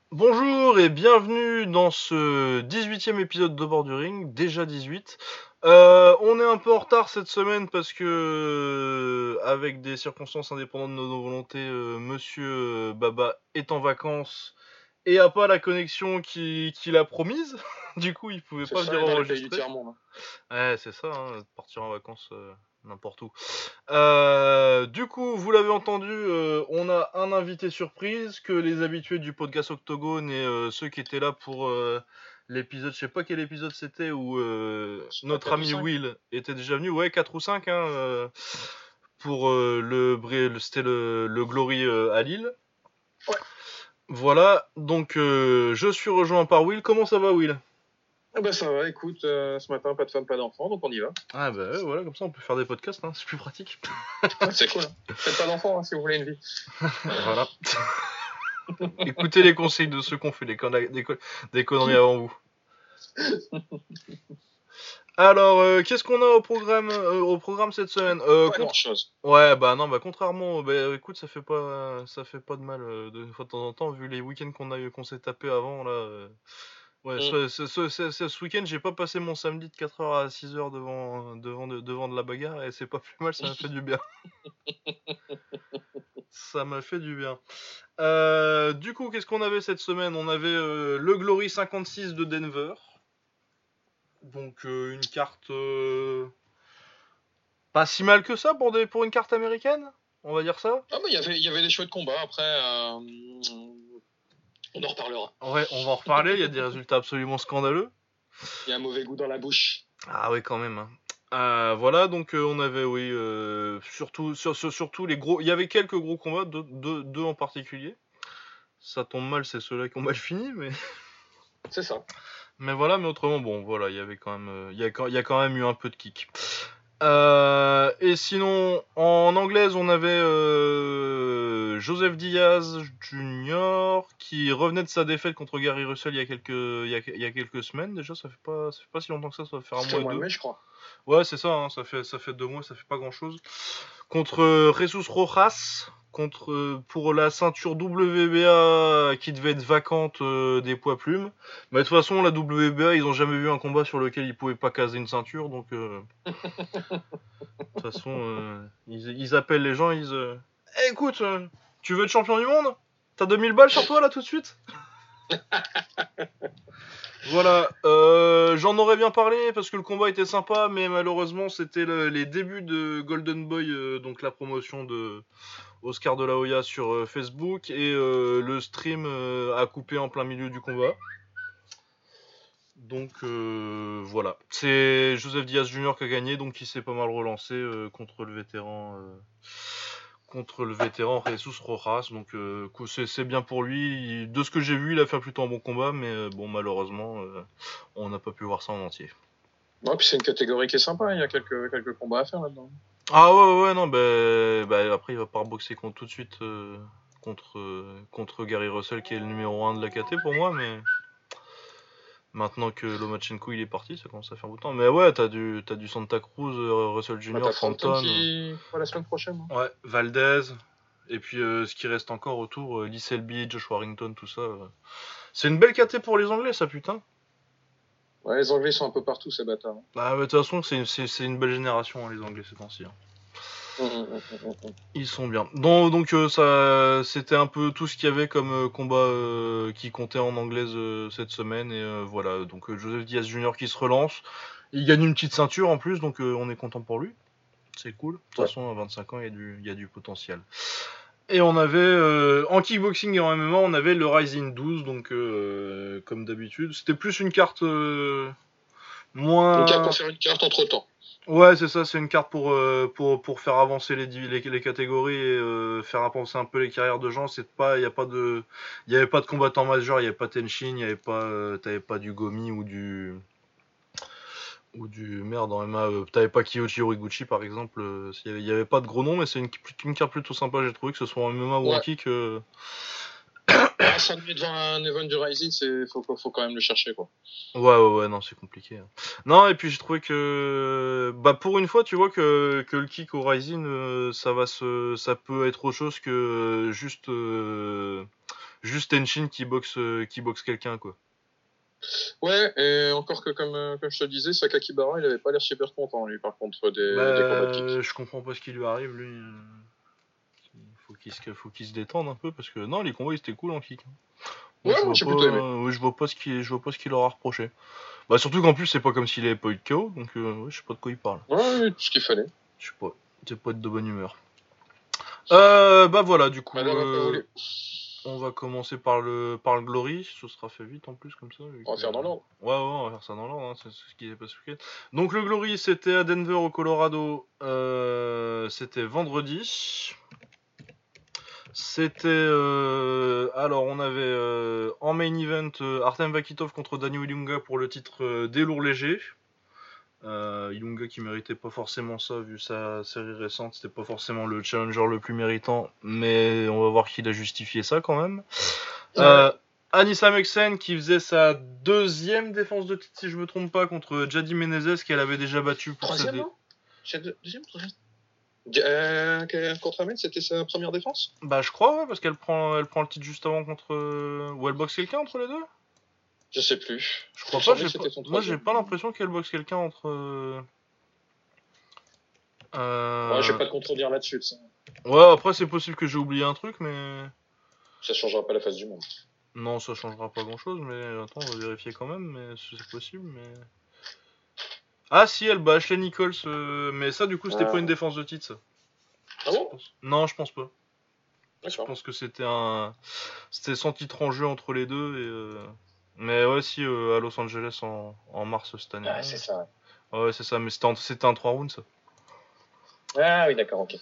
Bonjour et bienvenue dans ce 18e épisode de Bord du Ring, déjà 18. On est un peu en retard cette semaine parce que, avec des circonstances indépendantes de nos volontés, Monsieur Baba est en vacances et a pas la connexion qu'il a promise. Du coup, il pouvait C'est pas ça, venir et dans les pays du enregistrer. tiers-monde, hein. Ouais, c'est ça, hein, partir en vacances n'importe où. Du coup, vous l'avez entendu, on a un invité surprise que les habitués du podcast Octogone et ceux qui étaient là pour l'épisode, je sais pas quel épisode c'était, où C'est pas notre 4 ou ami 5. Will était déjà venu, ouais, 4 ou 5, hein, pour c'était le Glory à Lille. Ouais. Voilà, donc je suis rejoint par Will. Comment ça va, Will? Ah bah ça va, écoute, ce matin, pas de femme, pas d'enfant, donc on y va. Ah bah ouais, voilà, comme ça on peut faire des podcasts, hein, c'est plus pratique. Ouais, c'est cool, hein. Faites pas d'enfant, hein, si vous voulez une vie. Voilà. Écoutez les conseils de ceux qui ont fait des conneries avant vous. Alors, qu'est-ce qu'on a au programme cette semaine Pas grand-chose. Ouais, bah non, bah contrairement, bah écoute, ça fait pas de mal de fois de temps en temps, vu les week-ends qu'on s'est tapé avant là. Ouais, Mm. ce week-end, j'ai pas passé mon samedi de 4 heures à 6 heures devant de la bagarre et c'est pas plus mal, ça m'a fait du bien. Ça m'a fait du bien. Du coup, qu'est-ce qu'on avait cette semaine? On avait le Glory 56 de Denver. Donc une carte pas si mal que ça pour une carte américaine, on va dire ça. Ah bah il y avait des chouettes combats, après, on en reparlera. Ouais, on va en reparler, il y a des résultats absolument scandaleux. Il y a un mauvais goût dans la bouche. Ah oui, quand même, hein. Voilà, donc on avait, oui, surtout les gros. Il y avait quelques gros combats, deux en particulier. Ça tombe mal, c'est ceux-là qui ont mal fini, mais. C'est ça. Mais voilà, mais autrement, bon, voilà, il y avait quand même, il y a quand même eu un peu de kick. Et sinon, en anglaise, on avait Joseph Diaz Jr. qui revenait de sa défaite contre Gary Russell il y a quelques semaines déjà. Ça fait pas si longtemps que ça va faire un C'était mois au et mois de deux. mai, je crois. Ouais, c'est ça, hein, ça fait 2 mois, ça fait pas grand chose. Contre Jesus Rojas, pour la ceinture WBA qui devait être vacante des poids plumes. Mais de toute façon, la WBA, ils ont jamais vu un combat sur lequel ils pouvaient pas caser une ceinture, donc de toute façon, ils appellent les gens, Eh, écoute, tu veux être champion du monde? T'as 2000 balles sur toi là tout de suite? Voilà, j'en aurais bien parlé parce que le combat était sympa, mais malheureusement c'était les débuts de Golden Boy, donc la promotion de Oscar de la Hoya sur Facebook, et le stream a coupé en plein milieu du combat. Donc voilà, c'est Joseph Diaz Jr. qui a gagné, donc il s'est pas mal relancé contre le vétéran Jesus Rojas. Donc c'est bien pour lui. De ce que j'ai vu, il a fait plutôt un bon combat, mais bon, malheureusement, on n'a pas pu voir ça en entier. Ouais, puis c'est une catégorie qui est sympa, hein. Il y a quelques combats à faire là-dedans. Ah ouais, non, après il va pas reboxer tout de suite contre Gary Russell, qui est le numéro 1 de la KT pour moi, mais maintenant que Lomachenko il est parti, ça commence à faire beaucoup de temps. Mais ouais, t'as du Santa Cruz, Russell Bah, Jr., t'as Frampton Frampton, qui va la semaine prochaine, hein. ouais, Valdez, et puis ce qui reste encore autour, Lee Selby, Josh Warrington, tout ça. C'est une belle KT pour les Anglais, ça, putain. Ouais, les Anglais sont un peu partout, ces bâtards, hein. Bah, de toute façon, c'est une belle génération, hein, les Anglais, ces temps-ci, hein. Ils sont bien. Donc ça, c'était un peu tout ce qu'il y avait comme combat qui comptait en anglaise cette semaine. Et voilà, donc Joseph Diaz Jr. qui se relance. Il gagne une petite ceinture en plus, donc on est content pour lui. C'est cool. De toute Ouais. façon, à 25 ans, il y a du potentiel. Et on avait, en kickboxing et en MMA, on avait le Rising 12, donc comme d'habitude. C'était plus une carte Une carte moins. pour faire une carte entre temps. Ouais, c'est ça, c'est une carte pour faire avancer les catégories et faire avancer un peu les carrières de gens. Il y avait pas de combattant majeur, il y avait pas Tenshin, t'avais pas du Gomi ou du merde en MMA, t'avais pas Kiyoshi Horiguchi par exemple. Il y avait pas de gros noms, mais c'est une carte plutôt sympa, j'ai trouvé, que ce soit en MMA ou en Ouais. kick. Ah, s'ennuyer devant un event du Rising, faut quand même le chercher, quoi. Ouais, non, c'est compliqué, hein. Non, et puis j'ai trouvé que, bah, pour une fois, tu vois que le kick au Rising, ça peut être autre chose que juste juste Tenshin qui boxe quelqu'un, quoi. Ouais, et encore que comme je te disais, Sakakibara, il avait pas l'air super content, lui, par contre, des combats de kick. Je comprends pas ce qui lui arrive, lui. Faut qu'il se détende un peu, parce que non, les combats, ils étaient cool en kick. Moi, Ouais, moi j'ai plutôt aimé. je vois pas ce qu'il leur a reproché. Bah, surtout qu'en plus, c'est pas comme s'il avait pas eu de KO, donc ouais, je sais pas de quoi il parle. Ouais, tout ce qu'il fallait. Je sais pas. C'est pas être de bonne humeur. Bah voilà, du coup, Madame a pas voulu. on va commencer par le Glory. Ce sera fait vite en plus, comme ça. On va faire dans l'ordre. Ouais, on va faire ça dans l'ordre, hein, c'est ce qui est passé ce week-end. Donc le Glory, c'était à Denver, au Colorado. C'était vendredi. C'était. Alors, on avait en main event Artem Vakitov contre Daniel Ilunga pour le titre des lourds légers. Ilunga qui méritait pas forcément ça vu sa série récente, c'était pas forcément le challenger le plus méritant, mais on va voir qu'il a justifié ça quand même. Anissa Meksen qui faisait sa deuxième défense de titre si je me trompe pas contre Jadi Menezes qu'elle avait déjà battu pour troisième, non deuxième, troisième. Contre Ahmed, c'était sa première défense. Bah je crois ouais, parce qu'elle prend le titre juste avant contre ou elle boxe quelqu'un entre les deux. Je sais plus. Je crois pas, moi j'ai pas l'impression qu'elle boxe quelqu'un entre. Ouais, je vais pas te contredire là-dessus. Ça. Ouais, après c'est possible que j'ai oublié un truc, mais. Ça changera pas la face du monde. Non, ça changera pas grand chose, mais attends, on va vérifier quand même, mais c'est possible, mais. Ah si, elle bat Ashley Nichols, mais ça du coup c'était pas une défense de titre ça. Ah bon Non, je pense pas. D'accord. Je pense que c'était sans titre en jeu entre les deux, et. Mais ouais, si, à Los Angeles en mars cette année. Ah, c'est ça. Ouais, c'est ça, mais c'était un 3 rounds ça. Ah oui, d'accord, ok.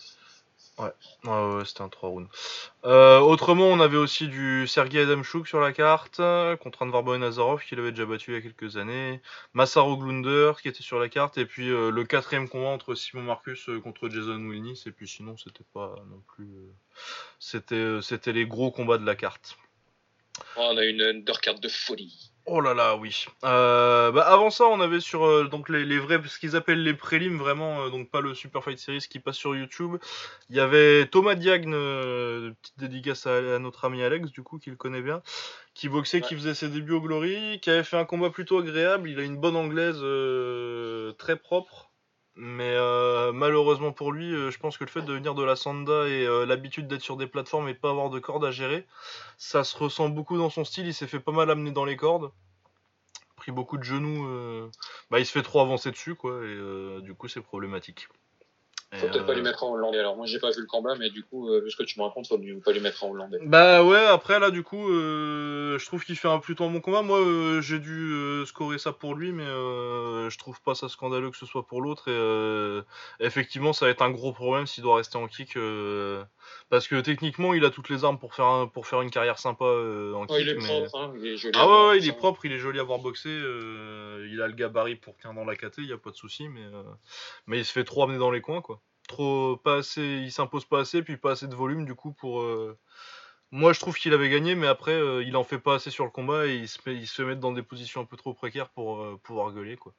Ouais, c'était un 3 rounds. Autrement, on avait aussi du Sergei Adamchuk sur la carte, contre Anvarboy Nazarov, qui l'avait déjà battu il y a quelques années. Massaro Glunder, qui était sur la carte, et puis le quatrième combat entre Simon Marcus contre Jason Wilnis, et puis sinon, c'était pas non plus. C'était les gros combats de la carte. Oh, on a une undercard de folie. Oh là là, oui. Avant ça, on avait sur donc les vrais, ce qu'ils appellent les prélims, vraiment, donc pas le Super Fight Series qui passe sur YouTube. Il y avait Thomas Diagne, petite dédicace à notre ami Alex, du coup, qui le connaît bien, qui boxait, qui faisait ses débuts au Glory, qui avait fait un combat plutôt agréable. Il a une bonne anglaise très propre. Mais malheureusement pour lui, je pense que le fait de venir de la Sanda et l'habitude d'être sur des plateformes et pas avoir de cordes à gérer, ça se ressent beaucoup dans son style. Il s'est fait pas mal amener dans les cordes, pris beaucoup de genoux. Il se fait trop avancer dessus, quoi, et du coup c'est problématique. Faut peut-être pas lui mettre en hollandais. Alors moi j'ai pas vu le combat, mais du coup, vu ce que tu me racontes, faut pas lui mettre en hollandais. Bah ouais, après là du coup, je trouve qu'il fait un plutôt bon combat. Moi j'ai dû scorer ça pour lui, mais je trouve pas ça scandaleux que ce soit pour l'autre. Et effectivement, ça va être un gros problème s'il doit rester en kick, parce que techniquement il a toutes les armes pour faire une carrière sympa en kick. Il est propre, hein, il est joli. Ah ouais, il est propre, il est joli à voir boxer. Il a le gabarit pour tenir dans la KT, y a pas de souci, mais il se fait trop amener dans les coins, quoi. Pas assez, il s'impose pas assez, puis pas assez de volume du coup pour. Moi je trouve qu'il avait gagné, mais après il en fait pas assez sur le combat et il se fait mettre dans des positions un peu trop précaires pour pouvoir gueuler, quoi.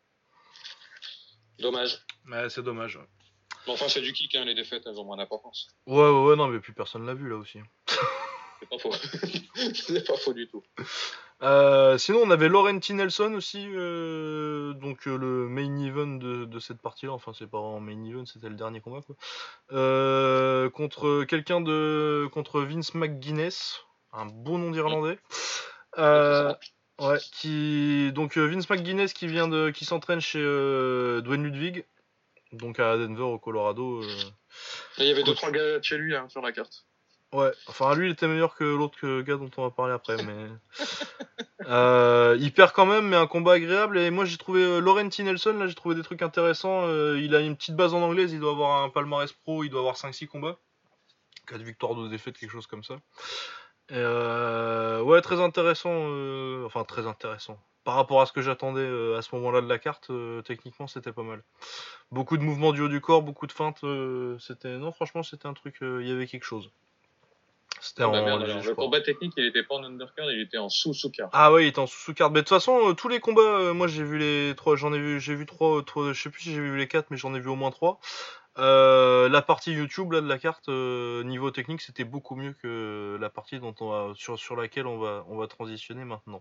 Dommage. Ouais, c'est dommage. Ouais. Mais enfin c'est du kick, hein, les défaites elles ont moins d'importance. Ouais, non mais plus personne l'a vu là aussi. C'est pas faux. C'est pas faux du tout. Sinon, on avait Laurenti Nelson aussi, donc le main event de cette partie-là. Enfin, c'est pas en main event, c'était le dernier combat, quoi. Contre Vince McGuinness, un beau nom d'Irlandais. Donc Vince McGuinness qui s'entraîne chez Dwayne Ludwig, donc à Denver au Colorado. Il y avait 2-3 gars chez lui sur la carte. Ouais, enfin lui il était meilleur que l'autre gars dont on va parler après, mais il perd quand même, mais un combat agréable. Et moi j'ai trouvé Laurenti Nelson, là j'ai trouvé des trucs intéressants. Il a une petite base en anglaise, il doit avoir un palmarès pro, il doit avoir 5-6 combats, 4 victoires, 2 défaites, quelque chose comme ça. Et ouais, très intéressant, enfin très intéressant. Par rapport à ce que j'attendais à ce moment-là de la carte, techniquement c'était pas mal. Beaucoup de mouvements du haut du corps, beaucoup de feintes, non franchement c'était un truc, il y avait quelque chose. C'était le combat technique, il était pas en undercard, il était en sous-card. Ah ouais, il était en sous-card. Mais de toute façon, tous les combats, moi j'ai vu les 3, j'ai vu 3, je sais plus si j'ai vu les 4, mais j'en ai vu au moins 3. La partie YouTube là de la carte, niveau technique, c'était beaucoup mieux que la partie sur laquelle on va transitionner maintenant.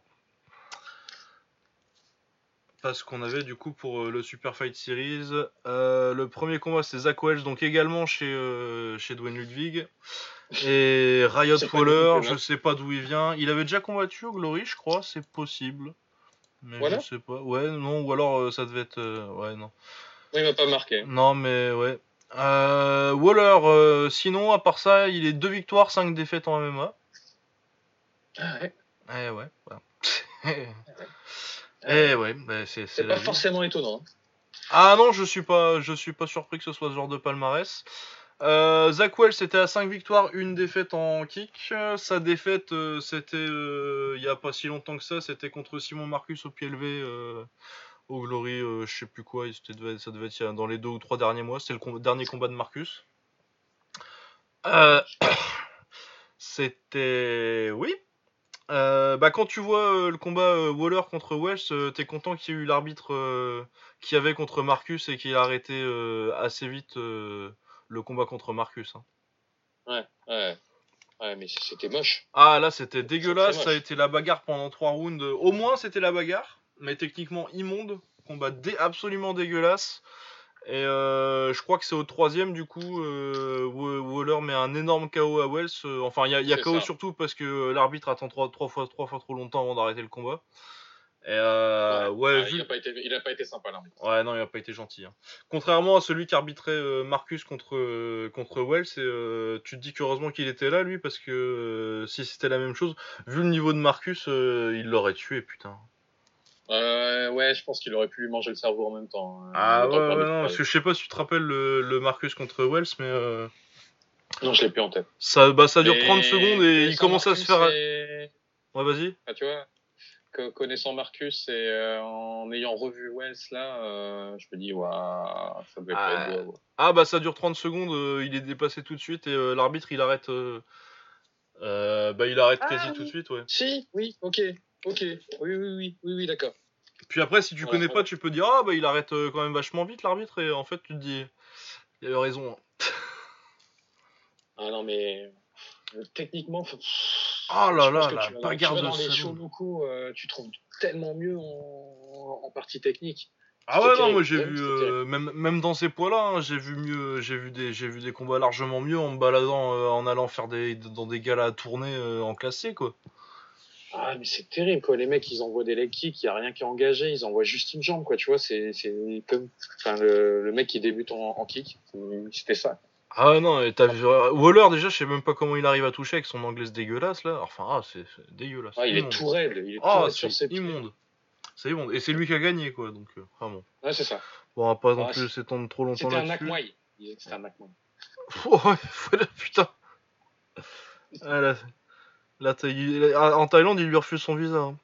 Parce qu'on avait du coup pour le Super Fight Series, le premier combat c'est Zach Welch, donc également chez Dwayne Ludwig. Et Riot Waller, je sais pas d'où il vient. Il avait déjà combattu au Glory, je crois, c'est possible. Mais voilà. Je sais pas. Ouais, non, ou alors ça devait être. Ouais, non. Oui, il m'a pas marqué. Non, mais ouais. Waller, sinon, à part ça, il est 2 victoires, 5 défaites en MMA. Ah ouais. Eh ouais. Eh ouais, bah, c'est pas forcément étonnant. Ah non, je suis pas surpris que ce soit ce genre de palmarès. Zach Welch c'était à 5 victoires, 1 défaite en kick. Sa défaite c'était il y a pas si longtemps que ça, c'était contre Simon Marcus au pied levé au Glory, je sais plus quoi, ça devait être dans les 2 ou 3 derniers mois, c'était le dernier combat de Marcus. C'était oui. Quand tu vois le combat Waller contre Welch, t'es content qu'il y ait eu l'arbitre qu'il y avait contre Marcus et qu'il a arrêté assez vite le combat contre Marcus. Hein. Ouais, mais c'était moche. Ah là c'était dégueulasse, ça a été la bagarre pendant 3 rounds. Au moins c'était la bagarre, mais techniquement immonde, combat absolument dégueulasse. Et je crois que c'est au 3ème du coup, Waller met un énorme KO à Wells. Enfin, il y a KO surtout parce que l'arbitre attend 3 fois trop longtemps avant d'arrêter le combat. Et il a pas été sympa l'arbitre. Ouais, non, il a pas été gentil. Hein. Contrairement à celui qui arbitrait Marcus contre Wells, tu te dis qu'heureusement qu'il était là lui parce que si c'était la même chose, vu le niveau de Marcus, il l'aurait tué, putain. Ouais, je pense qu'il aurait pu lui manger le cerveau en même temps. Ah ouais, non, parce que je sais pas si tu te rappelles le Marcus contre Wells, mais non, je l'ai plus en tête. Ça dure 30 secondes et il commence à se faire. Ouais, vas-y. Ah, tu vois, connaissant Marcus et en ayant revu Wells là, je me dis, waouh, ça devait pas être beau. Ah bah ça dure 30 secondes, il est dépassé tout de suite et l'arbitre il arrête. Il arrête quasi tout de suite, ouais. Si, oui, ok, oui, d'accord. Puis après, si tu connais pas, tu peux dire il arrête quand même vachement vite l'arbitre et en fait tu te dis, il avait raison. Hein. Ah non mais techniquement. Oh là là, la bagarre de dans les shows locaux, tu trouves tellement mieux en partie technique. Ah ouais, non, moi j'ai vu même dans ces poids-là, hein, j'ai vu des combats largement mieux en me baladant en allant faire dans des galas à tourner en classé quoi. Ah mais c'est terrible quoi, les mecs ils envoient des leg kicks, il y a rien qui est engagé, ils envoient juste une jambe quoi, tu vois, c'est comme le mec qui débute en kick, c'était ça. Ah ouais, non, t'as vu Waller déjà, je sais même pas comment il arrive à toucher avec son anglaise dégueulasse là. Enfin, c'est dégueulasse. Ah, il est tout raide, sur ses pieds. Immonde. C'est immonde. Et c'est lui qui a gagné quoi, donc vraiment. Ouais, c'est ça. Bon, on va pas non plus s'étendre trop longtemps là-dessus. C'était un Nakmai. C'était un Nakmai. Ouais, voilà, putain. Ah, là, en Thaïlande, il lui refuse son visa. Hein.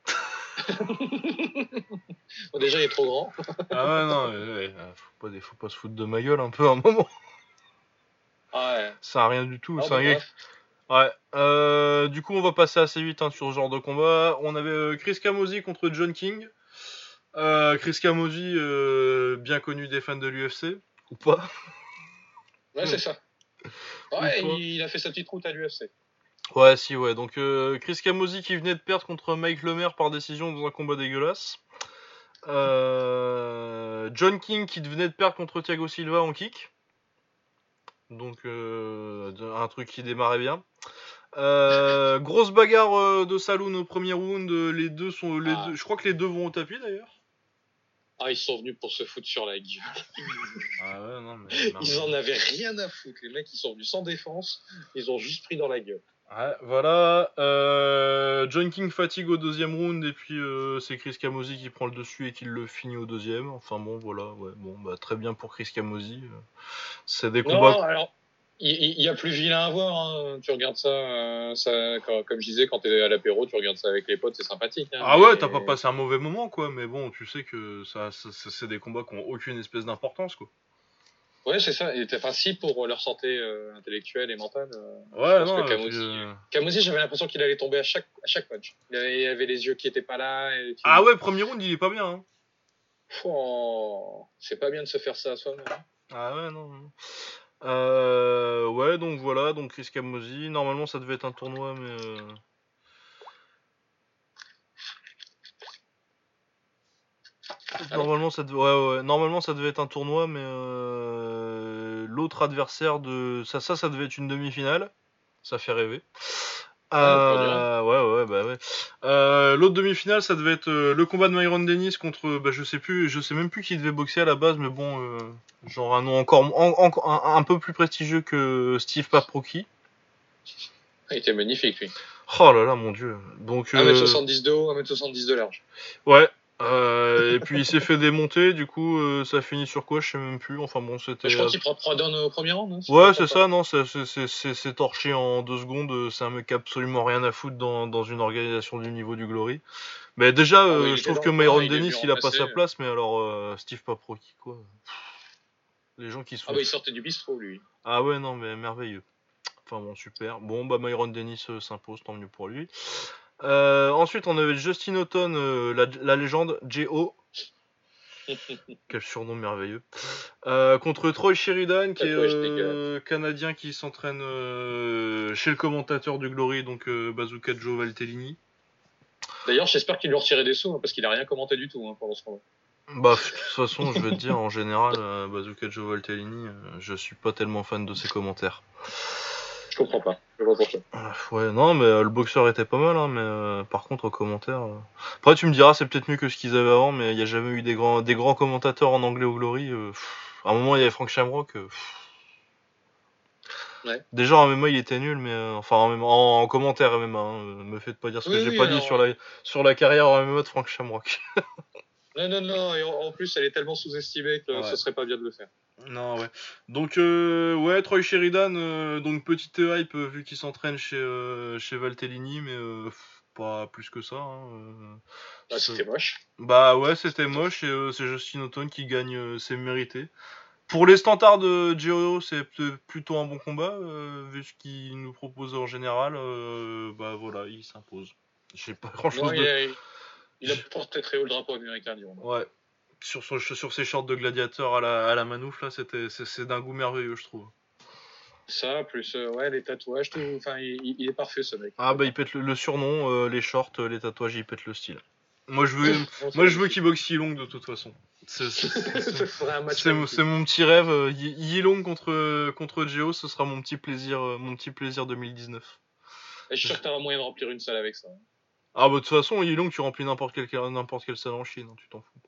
Bon, déjà, il est trop grand. Ah ouais, non, faut pas se foutre de ma gueule un peu à un moment. Ouais. Ça a rien du tout. C'est un gars. Ouais. Du coup, on va passer assez vite sur ce genre de combat. On avait Chris Camozzi contre John King. Chris Camozzi, bien connu des fans de l'UFC, ou pas? Ouais, c'est ça. Ouais, il a fait sa petite route à l'UFC. Ouais, si, ouais. Donc, Chris Camozzi qui venait de perdre contre Mike Lemaire par décision dans un combat dégueulasse. John King qui venait de perdre contre Thiago Silva en kick. Donc, un truc qui démarrait bien. Grosse bagarre de saloon au premier round. Les deux, je crois que les deux vont au tapis d'ailleurs. Ah, ils sont venus pour se foutre sur la gueule. Ah ouais, non, mais... Ils en avaient rien à foutre. Les mecs, ils sont venus sans défense. Ils ont juste pris dans la gueule. Ouais, voilà. John King fatigue au deuxième round et puis c'est Chris Camozzi qui prend le dessus et qui le finit au deuxième. Enfin bon, voilà. Ouais, bon, très bien pour Chris Camozzi. C'est des combats... Non, alors... Il y a plus vilain à voir, hein. Tu regardes ça, comme je disais, quand t'es à l'apéro, tu regardes ça avec les potes, c'est sympathique. Hein, ah ouais, t'as pas passé un mauvais moment, quoi, mais bon, tu sais que ça c'est des combats qui ont aucune espèce d'importance, quoi. Ouais, c'est ça, et si pour leur santé intellectuelle et mentale. Ouais, non, Camozzi, j'avais l'impression qu'il allait tomber à chaque punch. Il avait les yeux qui étaient pas là. Ah ouais, premier round, il est pas bien. Hein. Oh, c'est pas bien de se faire ça à soi-même. Ah ouais, non, non. Ouais, donc voilà, donc Chris Camozzi. Normalement, ça devait être un tournoi, mais Allô. Normalement, ça devait être un tournoi, mais l'autre adversaire de ça devait être une demi-finale. Ça fait rêver. Ah, le cours du Rhin. Ouais, bah ouais. L'autre demi-finale, ça devait être le combat de Myron Dennis contre, bah, je sais même plus qui devait boxer à la base, mais bon, genre un nom encore un peu plus prestigieux que Steve Paprocki. Ah, il était magnifique, lui. Oh là là, mon dieu. Donc, 1m70 de haut, 1m70 de large. ouais. Et puis il s'est fait démonter, du coup, ça finit sur quoi, je sais même plus. Enfin bon, Bah, c'était. je crois qu'il prend 3 downs au premier round, hein, si je me Ouais, c'est trompe pas. ça, non, c'est torché en 2 secondes. C'est un mec qui a absolument rien à foutre dans une organisation du niveau du Glory. Mais déjà, Ah oui, il je était trouve dans que le coin, Myron il est venu Dennis, il a pas remplacer. sa place, mais alors Steve Paprocki, quoi. Les gens qui se Ah font. bah il sortait du bistrot, lui. Ah ouais, non, mais merveilleux. Enfin bon, super. Bon, bah Myron Dennis s'impose, tant mieux pour lui. Ensuite, on avait Justin Houghton, la légende, J.O. Quel surnom merveilleux. Contre Troy Sheridan, qui est Tatouage dégueulasse. canadien qui s'entraîne chez le commentateur du Glory, donc Bazooka Joe Valtellini. D'ailleurs, j'espère qu'il lui a retiré des sous, hein, parce qu'il a rien commenté du tout, hein, pendant ce combat. Bah, de toute façon, je vais te dire, en général, Bazooka Joe Valtellini, je suis pas tellement fan de ses commentaires. Je comprends pas. Je vois pourquoi. Ouais, non, mais le boxeur était pas mal, hein, mais par contre, aux commentaires. Après, tu me diras, c'est peut-être mieux que ce qu'ils avaient avant, mais il n'y a jamais eu des grands commentateurs en anglais au Glory. À un moment, il y avait Frank Shamrock. Ouais. Déjà, en MMA, il était nul, mais enfin, en commentaire MMA. Hein, me faites pas dire ce que Oui, j'ai oui, pas dit alors. sur la carrière en MMA de Frank Shamrock. Non, non, non, et en plus, elle est tellement sous-estimée que ce Ouais. serait pas bien de le faire. Non, ouais. Donc, ouais, Troy Sheridan, donc petite hype vu qu'il s'entraîne chez Valtellini, mais pas plus que ça. Hein, Bah, c'était moche. bah ouais, c'était moche et c'est Justin Houghton qui gagne, c'est mérité. Pour les standards de Gio, c'est plutôt un bon combat, vu ce qu'il nous propose en général. Bah voilà, il s'impose. J'ai pas grand Non, chose de. il a porté très haut le drapeau américain, disons. Ouais. Sur ses shorts de gladiateur à la manouf, là, c'est d'un goût merveilleux, je trouve. Ça, plus ouais, les tatouages, tout. Enfin, il est parfait, ce mec. Ah bah il pète le surnom, les shorts, les tatouages, il pète le style. Moi je veux, Non, c'est moi je veux magnifique. qu'il boxe Yilong de toute façon. Ce serait un match C'est magnifique. mon petit rêve. Yilong contre Geo, ce sera mon petit plaisir 2019. Et je suis sûr que t'auras moyen de remplir une salle avec ça. Ah bah de toute façon, Yilong, tu remplis n'importe quelle salle en Chine, hein, tu t'en fous.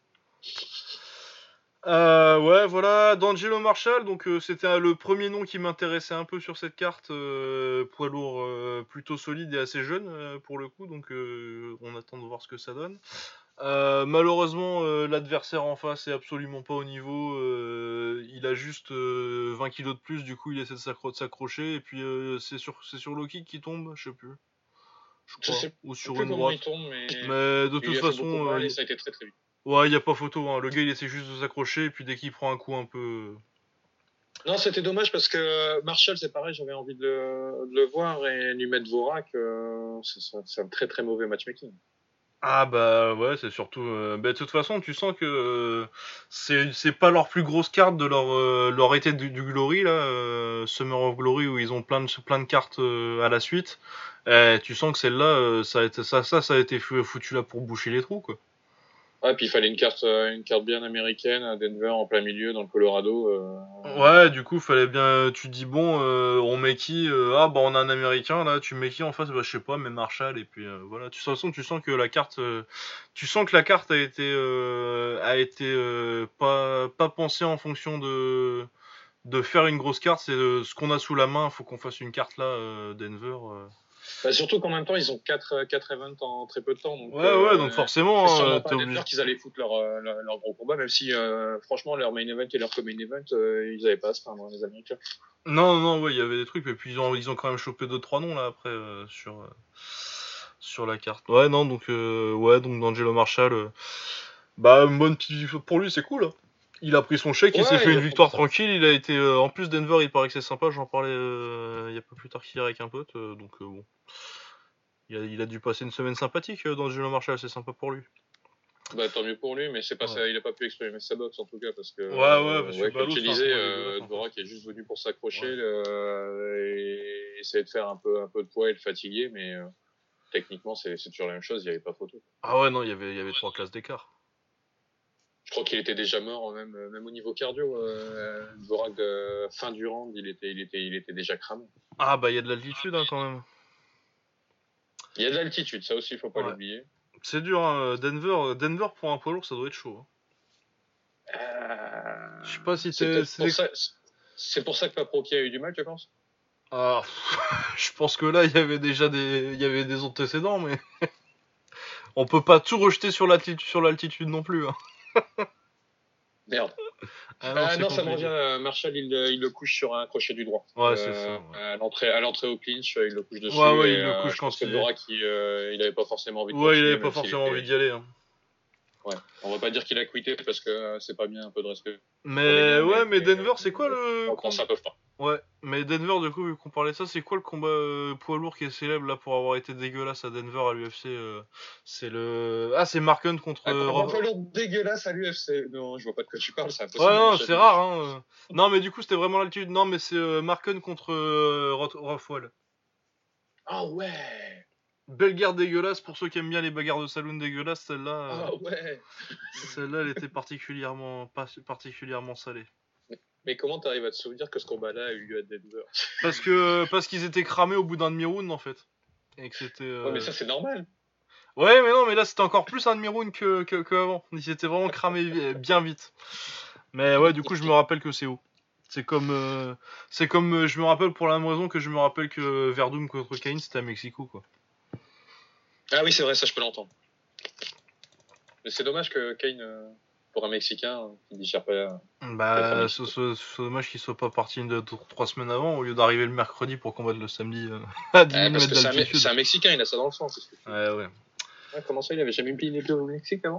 Ouais, voilà, D'Angelo Marshall, donc c'était le premier nom qui m'intéressait un peu sur cette carte, poids lourd plutôt solide et assez jeune pour le coup, donc on attend de voir ce que ça donne. Malheureusement, l'adversaire en face est absolument pas au niveau, il a juste 20 kilos de plus, du coup il essaie de s'accrocher, et puis c'est sur low kick qui tombe, je sais plus, je Je crois, sais ou sur plus une comment il droite. tombe, mais Mais de il toute lui a fait beaucoup façon, mal et ça a été très très vite. ouais, y a pas photo, hein. Le gars il essaie juste de s'accrocher, et puis dès qu'il prend un coup un peu. Non, c'était dommage parce que Marshall, c'est pareil, j'avais envie de le voir et lui mettre Vorak, c'est un très très mauvais matchmaking. Ah bah ouais, c'est surtout. Bah, de toute façon, tu sens que c'est pas leur plus grosse carte de leur été du Glory là, Summer of Glory où ils ont plein de cartes à la suite. Tu sens que celle-là, ça a été foutu là pour boucher les trous quoi. Ouais, puis il fallait une carte bien américaine à Denver en plein milieu dans le Colorado. Ouais, du coup, fallait bien. Tu te dis bon, on met qui ah bah on a un Américain là. Tu mets qui en face? Bah je sais pas, mais Marshall et puis voilà. De toute façon, tu sens que la carte, a été pas pensée en fonction de faire une grosse carte. C'est ce qu'on a sous la main. Faut qu'on fasse une carte là, Denver. Bah, surtout qu'en même temps, ils ont quatre events en très peu de temps. Donc, Ouais, donc c'est forcément, sûrement pas t'es à obligé. Denver qu'ils allaient foutre leur gros combat, même si franchement, leur main event et leur co-main event, ils avaient pas à se plaindre, les Américains. Non, ouais, il y avait des trucs, et puis ils ont quand même chopé 2 3 noms là après sur la carte. Ouais, donc D'Angelo Marshall, bah une bonne petite pour lui, c'est cool. Hein. Il a pris son chèque, il s'est Ouais, fait il une a pris victoire tranquille. Il a été en plus Denver, il paraît que c'est sympa. J'en parlais il y a pas plus tard qu'hier avec un pote, donc bon, il a dû passer une semaine sympathique D'Angelo Marshall, c'est sympa pour lui. Bah tant mieux pour lui, mais c'est pas Ouais. ça, il a pas pu exprimer sa boxe en tout cas parce que Ouais, parce que comme Ballo, tu c'est un disais, combat dégueulasse, en fait. Dvorak est juste venu pour s'accrocher Ouais. et essayer de faire un peu de poids et le fatiguer, mais techniquement c'est toujours la même chose, il y avait pas photo. Ah ouais, non, il y avait 3 classes d'écart. Je crois qu'il était déjà mort même au niveau cardio. Dvorak fin du round, il était déjà cramé. Ah bah il y a de l'altitude hein, quand même. Il y a de l'altitude, ça aussi il faut pas Ouais. l'oublier. C'est dur, hein. Denver pour un poids lourd, ça doit être chaud. Hein. Je sais pas si C'est t'es. peut-être pour ça. C'est pour ça que Paproki a eu du mal, tu penses? Ah, je pense que là, il y avait des antécédents, mais on peut pas tout rejeter sur l'altitude non plus. Hein. Merde. Ah non, c'est Non, ça me compliqué. revient. Marshall, il le couche sur un crochet du droit. Ouais, c'est ça. Ouais, À l'entrée au clinch, il le couche dessus. ouais, Et il le couche je pense quand que il. Dvorak, il avait pas forcément envie de Ouais, il avait continuer, pas même s'il forcément envie était. d'y aller. Hein. Ouais. On va pas dire qu'il a quitté parce que c'est pas bien, un peu de respect pour les Mais gars, ouais, mais Denver, c'est quoi le on pense combat? un peu fort. Ouais, mais Denver, du coup, vu qu'on parlait de ça, c'est quoi le combat poids lourd qui est célèbre là pour avoir été dégueulasse à Denver à l'UFC C'est le. Ah, c'est Mark Hunt contre. Un peu lourd dégueulasse à l'UFC. Non, je vois pas de quoi tu parles, c'est Ouais, impossible à non, c'est l'échelle. rare, hein. Non, mais du coup, c'était vraiment l'altitude. Non, mais c'est Mark Hunt contre Rothwell. Ah ouais! Belle guerre dégueulasse pour ceux qui aiment bien les bagarres de saloon dégueulasses. Ah ouais! Celle-là, elle était particulièrement salée. Mais comment t'arrives à te souvenir que ce combat-là a eu lieu à Denver? Parce qu'ils étaient cramés au bout d'un demi-round en fait. Et que c'était. Ouais, mais ça c'est normal. Ouais, mais non, mais là c'était encore plus un demi-round que avant. Ils étaient vraiment cramés bien vite. Mais ouais, du coup, je me rappelle que c'est haut. C'est comme, je me rappelle pour la même raison que je me rappelle que Verdum contre Cain c'était à Mexico quoi. Ah oui, c'est vrai, ça je peux l'entendre. Mais c'est dommage que Kane, pour un Mexicain, il digère pas d'être à Bah, Mexico. c'est dommage qu'il soit pas parti 3 semaines avant au lieu d'arriver le mercredi pour combattre le samedi à 10 000 Parce mètres que d'altitude. c'est un Mexicain, il a ça dans le sang. Ouais, ouais. Ah, comment ça, il avait jamais mis les pieds au Mexique avant?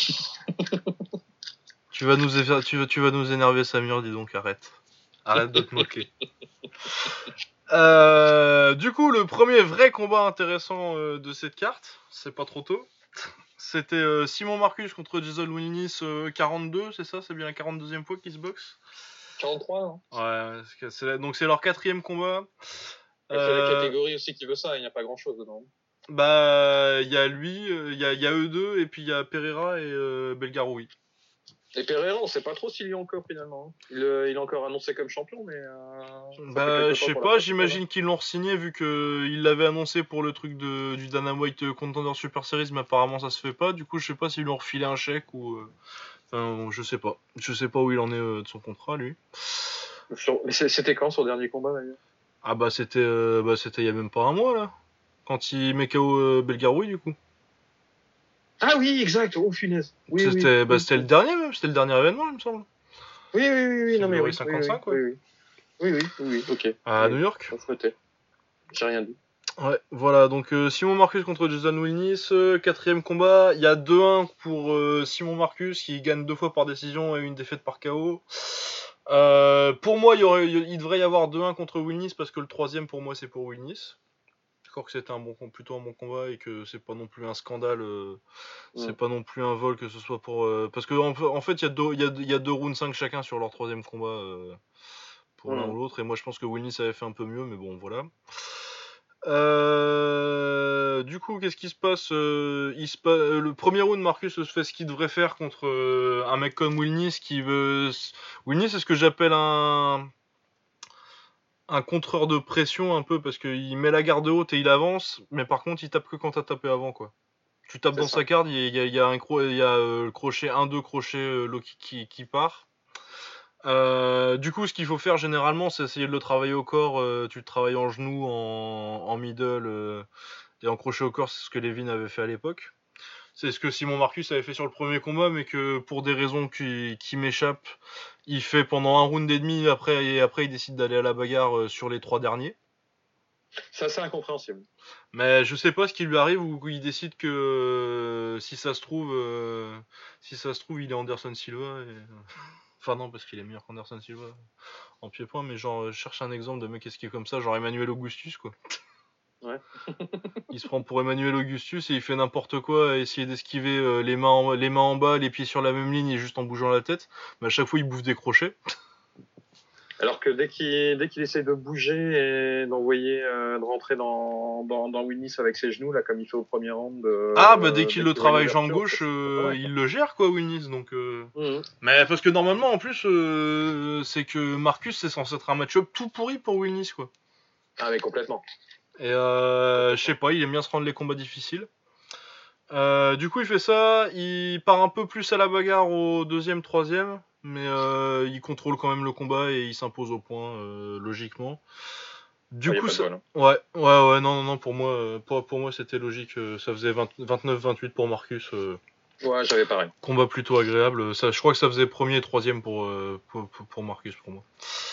Tu vas nous énerver, Samir, dis donc, arrête. Arrête de te moquer. Du coup, le premier vrai combat intéressant de cette carte, c'est pas trop tôt. C'était Simon Marcus contre Jason Wilnis 42, c'est ça? C'est bien la 42e fois qu'ils se boxent? 43, non? Ouais, donc c'est leur 4e combat. C'est la catégorie aussi qui veut ça, il n'y a pas grand chose dedans. Bah, il y a lui, il y a eux deux, et puis il y a Pereira et Belgaroui. Et Pereira, on sait pas trop s'il y est encore finalement. Il est encore annoncé comme champion, mais ça fait Bah, quelques je temps sais qu'on l'a pas, pas vu, voilà. j'imagine qu'ils l'ont re-signé vu qu'il l'avait annoncé pour le truc du Dana White Contender Super Series, mais apparemment ça se fait pas. Du coup, je sais pas s'ils lui ont refilé un chèque ou. Enfin, bon, je sais pas. Je sais pas où il en est de son contrat, lui. Mais c'était quand son dernier combat d'ailleurs? Ah bah c'était il y a même pas un mois là, quand il met KO Belgaroui du coup. Ah oui, exact, oh punaise. Oui, oui, oui. C'était le dernier même, c'était le dernier événement il me semble. Oui, oui, oui, oui, non mais February oui, oui, oui, 55 oui, ouais. oui. Oui, oui, oui, oui, ok. À Oui. New York. On se notait. J'ai rien dit. Ouais, voilà, donc Simon Marcus contre Jason Wilnis, 4ème combat, il y a 2-1 pour Simon Marcus qui gagne 2 fois par décision et une défaite par KO. Pour moi, il devrait y avoir 2-1 contre Wilnis parce que le 3ème pour moi c'est pour Wilnis. Je crois que c'était plutôt un bon combat et que c'est pas non plus un scandale, c'est pas non plus un vol que ce soit pour... parce que en fait il y a deux rounds 5 chacun sur leur 3ème combat pour l'un ou l'autre et moi je pense que Wilnis avait fait un peu mieux mais bon voilà. Du coup, qu'est-ce qui se passe, le premier round, Marcus se fait ce qu'il devrait faire contre un mec comme Wilnis qui veut. Wilnis, c'est ce que j'appelle un contreur de pression un peu parce qu'il met la garde haute et il avance, mais par contre, il tape que quand t'as tapé avant, quoi. Tu tapes C'est dans ça. sa carte, il y a le crochet 1-2 crochet low kick qui part. Du coup, ce qu'il faut faire généralement, c'est essayer de le travailler au corps. Tu le travailles en genou, en middle et en crochet au corps, c'est ce que Levin avait fait à l'époque. C'est ce que Simon Marcus avait fait sur le premier combat, mais que pour des raisons qui m'échappent, il fait pendant un round et demi. Et après il décide d'aller à la bagarre sur les 3 derniers. C'est assez incompréhensible. Mais je sais pas ce qui lui arrive ou il décide que si ça se trouve, il est Anderson Silva. Enfin non, parce qu'il est meilleur qu'Anderson Silva en pied-point, mais genre, je cherche un exemple de mec qui est comme ça, genre Emmanuel Augustus, quoi. Ouais. Il se prend pour Emmanuel Augustus et il fait n'importe quoi à essayer d'esquiver les mains en bas, les pieds sur la même ligne et juste en bougeant la tête. Mais à chaque fois, il bouffe des crochets. Alors que dès qu'il essaye de bouger et de rentrer dans Willis avec ses genoux, là, comme il fait au premier round, Ah, bah dès qu'il dès le qu'il voit une travaille jambe ouverture, gauche, c'est pas mal, quoi. il le gère quoi, Winnis. Donc, Mhm. Mais parce que normalement, en plus, c'est que Marcus, c'est censé être un match-up tout pourri pour Winnis quoi. Ah, mais complètement. Et je sais pas, il aime bien se rendre les combats difficiles. Du coup, il fait ça, il part un peu plus à la bagarre au deuxième, troisième, mais il contrôle quand même le combat et il s'impose au point, logiquement. Du Il n'y a coup, pas de ça... bol. Hein. ouais, non, pour moi, pour moi c'était logique. Ça faisait 29-28 pour Marcus. Ouais, j'avais pareil. Combat plutôt agréable. Ça, je crois que ça faisait premier et troisième pour Marcus pour moi.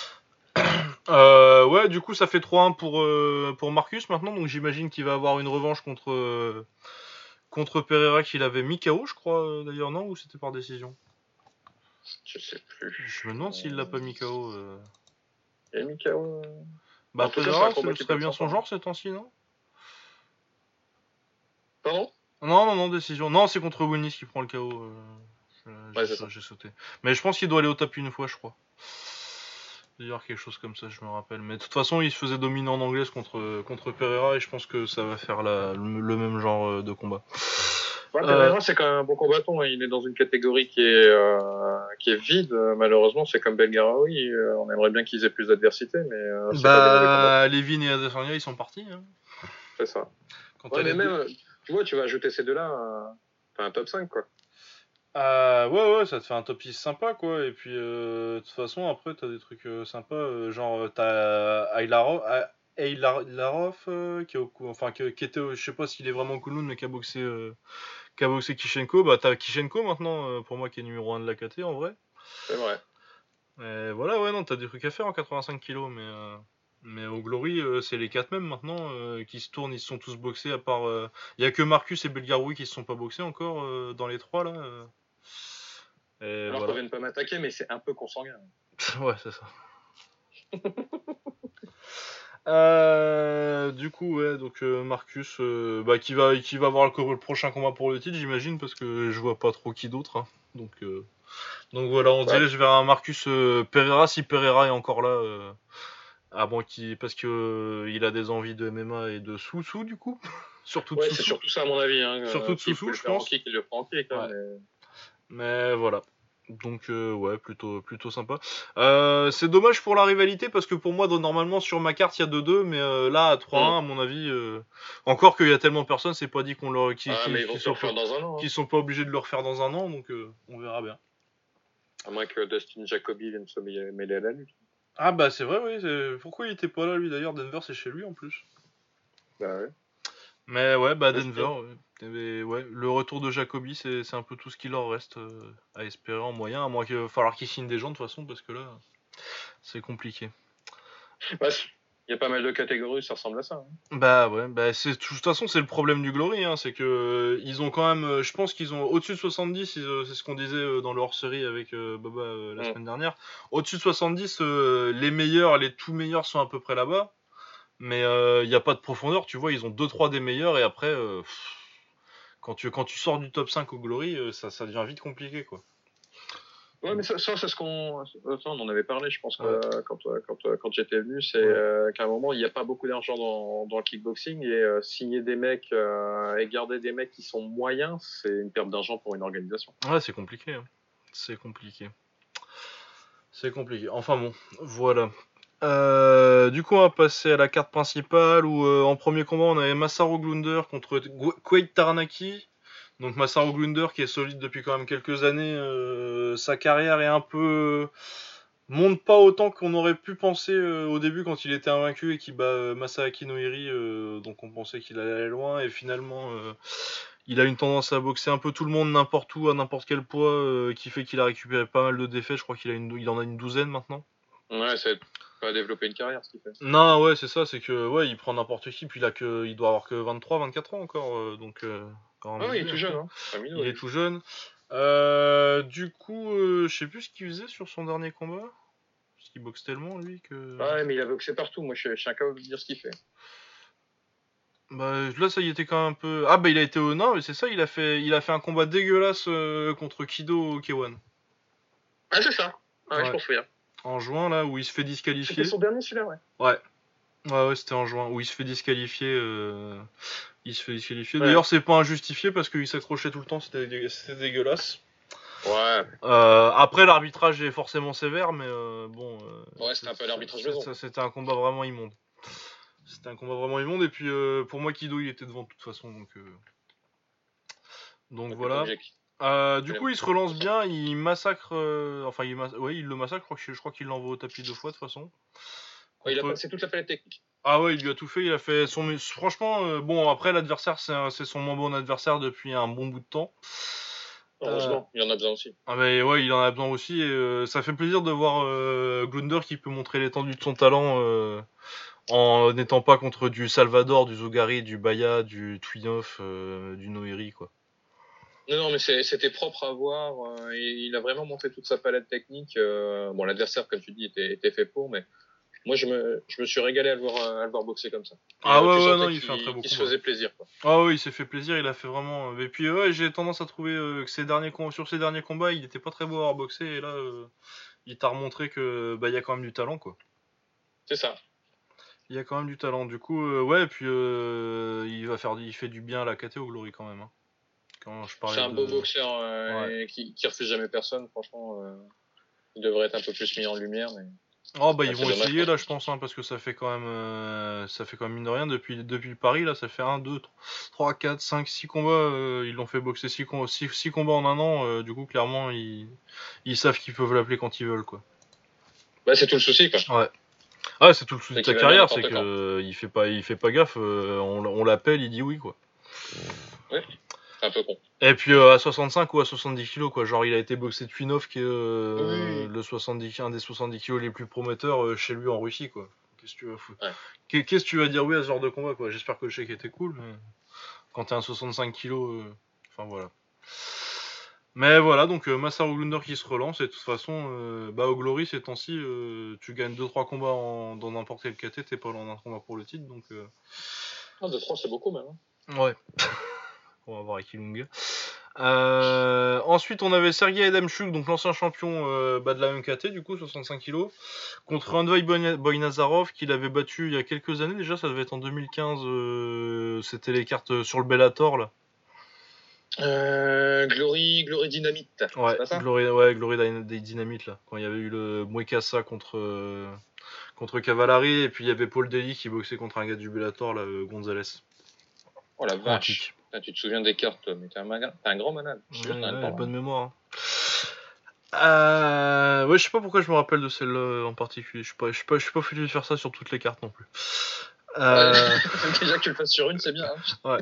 Ouais, du coup, ça fait 3-1 pour Marcus maintenant, donc j'imagine qu'il va avoir une revanche contre Pereira qu'il avait mis KO, je crois, d'ailleurs, non? Ou c'était par décision? Je sais plus. Je me demande s'il l'a pas mis KO. Il y a Mikao. Bah, En tout cas, c'est un Pereira, combat ce qui peut serait être bien sympa. son genre ces temps-ci, non? Pardon? Non, décision. Non, c'est contre Winnis qui prend le KO. Ouais, c'est ça. J'ai sauté. Mais je pense qu'il doit aller au tapis une fois, je crois. D'ailleurs, quelque chose comme ça, je me rappelle. Mais de toute façon, il se faisait dominer en anglaise contre Pereira et je pense que ça va faire le même genre de combat. Ouais, Pereira, c'est quand même un bon combattant. Hein. Il est dans une catégorie qui est vide. Malheureusement, c'est comme Belgaraoui. On aimerait bien qu'ils aient plus d'adversité, mais c'est pas des mauvais combattants. Bah, Levin et Adesanya, ils sont partis. Hein. C'est ça. Quand Ouais, t'as mais les même, deux. tu vois, tu vas ajouter ces deux-là, t'as un top 5, quoi. Ouais, ça te fait un top 6 sympa, quoi. Et puis, de toute façon, après, t'as des trucs sympas. Genre, t'as Ailarov, qui était, je sais pas s'il est vraiment Kunlun, mais qui a boxé Kishenko. Bah, t'as Kishenko maintenant, pour moi, qui est numéro 1 de la KT, en vrai. C'est vrai. Et voilà, ouais, non, t'as des trucs à faire en 85 kilos, mais au Glory, c'est les 4 mêmes maintenant qui se tournent, ils se sont tous boxés, à part. Il y a que Marcus et Belgaroui qui se sont pas boxés encore dans les 3 là. Et Alors qu'on voilà. vient de pas m'attaquer, mais c'est un peu consanguin. Ouais, c'est ça. Du coup, ouais, donc Marcus, bah, qui va avoir le prochain combat pour le titre, j'imagine, parce que je vois pas trop qui d'autre. Hein. Donc voilà, on se Ouais. dirige vers un Marcus Pereira, si Pereira est encore là. Bon, parce que il a des envies de MMA et de sous-sous, du coup. Surtout de Ouais, c'est sous-sous. surtout ça, à mon avis. Hein. Surtout de S'il peut sous-sous, le je faire en pense. kick, il le fera en kick. Hein, Ouais. mais... Mais voilà. Donc ouais, plutôt sympa. C'est dommage pour la rivalité parce que pour moi, normalement sur ma carte, il y a 2-2, mais là à 3-1, à mon avis, encore qu'il y a tellement personne, c'est pas dit qu'on leur, Ah, mais ils vont te le refaire dans un an. Hein. qu'ils sont pas obligés de le refaire dans un an, donc on verra bien. À moins que Dustin Jacoby vienne se mêler à la lutte. Ah bah c'est vrai, oui. Pourquoi il était pas là lui d'ailleurs? Denver, c'est chez lui en plus. Bah ouais. Mais ouais, bah Denver, Dustin. ouais. Mais ouais, le retour de Jacoby, c'est un peu tout ce qu'il leur reste à espérer en moyen, à moins qu'il va falloir qu'il signe des gens de toute façon, parce que là, c'est compliqué. Bah, il y a pas mal de catégories, ça ressemble à ça. Hein. Bah ouais, bah de toute façon c'est le problème du Glory, hein, c'est que ils ont quand même, je pense qu'ils ont au-dessus de 70, c'est ce qu'on disait dans le hors-série avec Baba la semaine dernière. Au-dessus de 70, les meilleurs, les tout meilleurs sont à peu près là-bas, mais il n'y a pas de profondeur, tu vois, ils ont deux trois des meilleurs et après, quand tu sors du top 5 au Glory, ça devient vite compliqué quoi. Ouais, mais ça c'est ce qu'on. Ça, on en avait parlé, je pense, Ouais. quand j'étais venu. C'est qu'à un moment, il n'y a pas beaucoup d'argent dans le kickboxing et signer des mecs et garder des mecs qui sont moyens, c'est une perte d'argent pour une organisation. Ouais, c'est compliqué. Hein. C'est compliqué. C'est compliqué. Enfin bon, voilà. Du coup, on va passer à la carte principale où en premier combat, on avait Masaru Glunder contre Quaid Taranaki. Donc Masaru Glunder qui est solide depuis quand même quelques années. Sa carrière est un peu monte pas autant qu'on aurait pu penser au début quand il était invaincu et qu'il bat Masaaki Noiri. Donc on pensait qu'il allait aller loin et finalement il a une tendance à boxer un peu tout le monde n'importe où à n'importe quel poids qui fait qu'il a récupéré pas mal de défaites. Je crois il en a une douzaine maintenant. Ouais, c'est pas développer une carrière, ce qu'il fait. Non, ouais, c'est ça, c'est que ouais, il prend n'importe qui, puis il doit avoir que 23, 24 ans encore, donc encore un Ah oui, il est bébé tout un jeune, peu. hein. C'est un minot, Il est lui. tout jeune. Du coup, je sais plus ce qu'il faisait sur son dernier combat, parce qu'il boxe tellement lui que. Ouais, mais il a boxé partout. Moi, je suis incapable de dire ce qu'il fait. Bah là ça y était quand même un peu. Ah bah il a été au non mais c'est ça, il a fait un combat dégueulasse contre Kido K1. Ah c'est ça. Ouais, Ouais. je m'en souviens. En juin là où il se fait disqualifier. C'était son dernier celui-là, ouais. Ouais. Ouais, c'était en juin où il se fait disqualifier. Il se fait disqualifier. Ouais. D'ailleurs c'est pas injustifié parce qu'il s'accrochait tout le temps, c'était dégueulasse. Ouais. Après l'arbitrage est forcément sévère mais bon. Ouais, c'était un peu l'arbitrage maison. C'était un combat vraiment immonde. C'était un combat vraiment immonde et puis pour moi Kido il était devant de toute façon donc voilà. Du coup il se relance bien, il massacre enfin ouais, il le massacre, je crois qu'il l'envoie au tapis 2 fois de toute façon. Ouais, il a passé toute la palette technique. Ah ouais, il lui a tout fait, il a fait son franchement bon après l'adversaire c'est son moins bon adversaire depuis un bon bout de temps. Heureusement, il en a besoin aussi. Ah mais ouais, il en a besoin aussi et ça fait plaisir de voir Glunder qui peut montrer l'étendue de son talent en n'étant pas contre du Salvador, du Zogari, du Baya, du Twinoff, du Noiri quoi. Non, mais c'était propre à voir. Il a vraiment montré toute sa palette technique. Bon, l'adversaire, comme tu dis, était fait pour, mais moi, je me suis régalé à le voir boxer comme ça. Ah ouais, non, il fait un très beau combat. Il se faisait plaisir, quoi. Ah ouais, il s'est fait plaisir, il a fait vraiment. Et puis ouais, j'ai tendance à trouver que sur ses derniers combats, il était pas très beau à avoir boxé et là, il t'a remontré que bah il y a quand même du talent quoi. C'est ça. Il y a quand même du talent. Du coup, ouais, et puis il fait du bien à la KT au Glory quand même. Hein. C'est un beau boxeur ouais. qui refuse jamais personne. Franchement, il devrait être un peu plus mis en lumière. Mais... Oh bah ils vont essayer là je pense hein, parce que ça fait quand même mine de rien depuis Paris là ça fait 1, 2, 3, 4, 5, 6 combats ils l'ont fait boxer 6 combats en un an du coup clairement ils savent qu'ils peuvent l'appeler quand ils veulent quoi. Bah c'est tout le souci quoi. Ouais. Ah c'est tout le souci de ta carrière c'est que il fait pas gaffe on l'appelle il dit oui quoi. Ouais. C'est un peu con. Et puis à 65 ou à 70 kilos quoi, genre il a été boxé de Twinov qui est oui. un des 70 kilos les plus prometteurs chez lui en Russie quoi. Qu'est-ce que tu vas foutre ouais. Qu'est-ce que tu vas dire oui à ce genre de combat quoi. J'espère que le chèque était cool mais quand t'es un 65 kilos enfin voilà. Mais voilà donc Masaru Glunder qui se relance et de toute façon bah au Glory ces temps-ci tu gagnes 2-3 combats dans n'importe quel KT, t'es pas dans un combat pour le titre donc 2-3 c'est beaucoup même. Hein. Ouais. On va voir avec Ilunga. Ensuite, on avait Sergei Adamchuk, donc l'ancien champion de la MKT, du coup, 65 kg, contre Andrei Boynazarov, qu'il avait battu il y a quelques années déjà, ça devait être en 2015, c'était les cartes sur le Bellator, là. Glory Dynamite. Ouais, c'est pas ça Glory Dynamite, là. Quand il y avait eu le Muekasa contre Cavallari, et puis il y avait Paul Daly qui boxait contre un gars du Bellator, là, Gonzalez. Oh la vache. Là, tu te souviens des cartes, mais t'es un grand malade. Ouais, bonne mémoire. Hein. Ouais, je sais pas pourquoi je me rappelle de celle-là en particulier. Je suis pas foutu de faire ça sur toutes les cartes non plus. Déjà que tu le fasses sur une, c'est bien. Hein.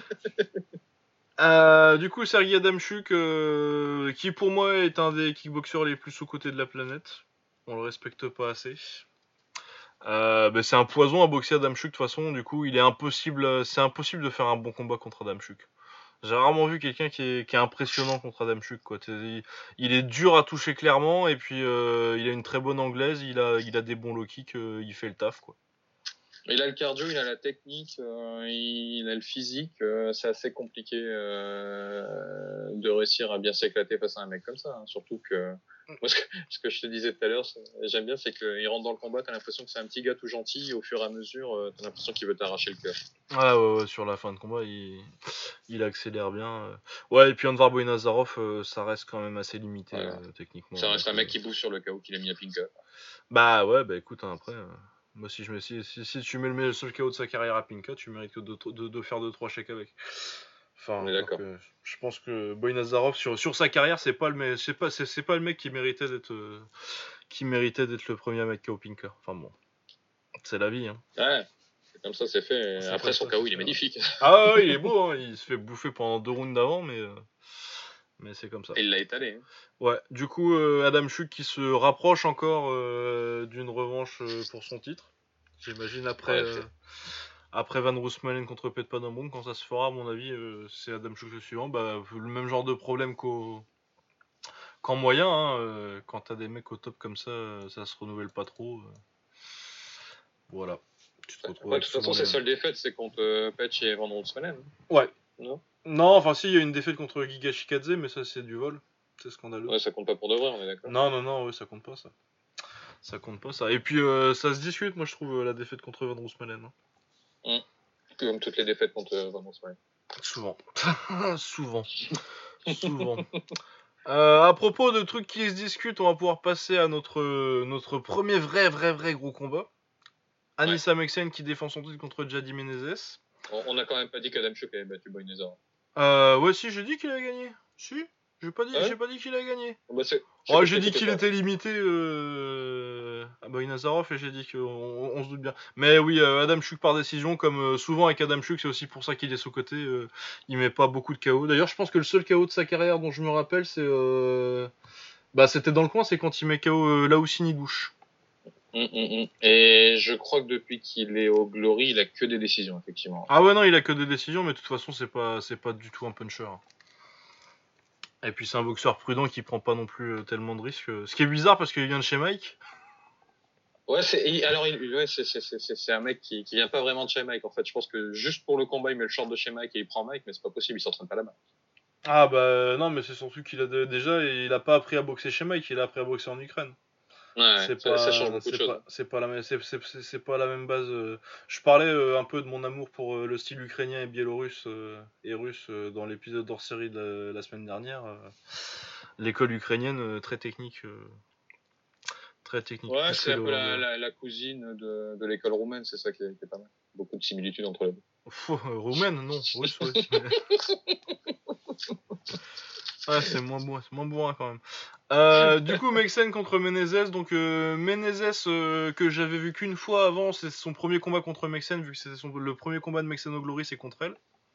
Ouais. Du coup, Sergei Adamchuk, qui pour moi est un des kickboxers les plus sous-cotés de la planète. On le respecte pas assez. C'est un poison à boxer Adamchuk de toute façon. Du coup, c'est impossible de faire un bon combat contre Adamchuk. J'ai rarement vu quelqu'un qui est impressionnant contre Adamchuk quoi. Il est dur à toucher clairement et puis il a une très bonne anglaise, il a des bons low kicks, il fait le taf quoi. Il a le cardio, il a la technique, il a le physique. C'est assez compliqué de réussir à bien s'éclater face à un mec comme ça. Hein. Surtout que moi, ce que je te disais tout à l'heure, j'aime bien, c'est qu'il rentre dans le combat, t'as l'impression que c'est un petit gars tout gentil, et au fur et à mesure, t'as l'impression qu'il veut t'arracher le cœur. Ouais, sur la fin de combat, il accélère bien. Ouais, et puis Anvar Boynazarov, ça reste quand même assez limité techniquement. Ça reste un mec qui bouffe sur le KO qu'il a mis à Pinka. Bah ouais, bah écoute, hein, après, moi si tu mets le seul KO de sa carrière à Pinka, tu mérites que de faire 2-3 chèques avec. Enfin, je pense que Boynazarov sur sa carrière, c'est pas le mec qui méritait d'être le premier mec KO Pinka. Enfin bon, c'est la vie. Hein. Ouais. Comme ça, c'est fait. Après, son KO, il est magnifique. Ah ouais, il est beau. Hein. Il se fait bouffer pendant 2 rounds d'avant, mais c'est comme ça. Et il l'a étalé. Hein. Ouais. Du coup, Adamchuk qui se rapproche encore d'une revanche pour son titre. J'imagine après Van Roosmalen contre Pet Panambong, quand ça se fera, à mon avis, c'est Adamchuk le suivant. Bah, le même genre de problème qu'en moyen. Hein, quand t'as des mecs au top comme ça se renouvelle pas trop. Voilà. Tu te retrouves Ouais, avec de toute façon, souvent ses les... seules défaites, c'est contre Patch et Van Roosmalen. Ouais. Non. Non, enfin si, il y a une défaite contre Giga Shikadze, mais ça c'est du vol. C'est scandaleux. Ouais, ça compte pas pour de vrai, on est d'accord. Non, ouais, ça compte pas ça. Ça compte pas ça. Et puis ça se discute, moi je trouve, la défaite contre Van Roosmalen. Comme toutes les défaites contre Van Roosmalen. Souvent. Souvent. Souvent. À propos de trucs qui se discutent, on va pouvoir passer à notre premier vrai gros combat. Anissa Meksen qui défend son titre contre Jadi Menezes. On a quand même pas dit qu'Adam Chuk avait battu Boy Nezor. Ouais, si, j'ai dit qu'il a gagné. Si, j'ai pas dit qu'il a gagné. Bah, Ouais, j'ai dit qu'il était limité à Boy Nazarov et j'ai dit qu'on se doute bien. Mais oui, Adam Chuk par décision, comme souvent avec Adam Chuk, c'est aussi pour ça qu'il est sous-côté. Il met pas beaucoup de KO. D'ailleurs, je pense que le seul KO de sa carrière dont je me rappelle, c'est... Bah, c'était dans le coin, c'est quand il met KO Laoussini Douche. Et je crois que depuis qu'il est au Glory, il a que des décisions, effectivement. Ah ouais, non, il a que des décisions, mais de toute façon, c'est pas du tout un puncher. Et puis c'est un boxeur prudent qui prend pas non plus tellement de risques. Ce qui est bizarre parce qu'il vient de chez Mike. Ouais, c'est un mec qui vient pas vraiment de chez Mike. En fait, je pense que juste pour le combat, il met le short de chez Mike et il prend Mike, mais c'est pas possible, il s'entraîne pas là-bas. Ah bah non, mais c'est surtout qu'il a déjà, il a pas appris à boxer chez Mike, il a appris à boxer en Ukraine. Ouais, ça change beaucoup de choses. C'est pas la même base. Je parlais un peu de mon amour pour le style ukrainien et biélorusse et russe dans l'épisode hors série de la semaine dernière. L'école ukrainienne très technique. Très technique. Ouais, c'est un peu la cousine de l'école roumaine, c'est ça qui est pas mal. Beaucoup de similitudes entre les deux. Roumaine, non, russe, ouais. Ouais, c'est moins bourrin quand même. Du coup, Meksen contre Menezes. Donc, Menezes, que j'avais vu qu'une fois avant, c'est son premier combat contre Meksen, vu que c'était le premier combat de Meksen au Glory, c'est contre elle.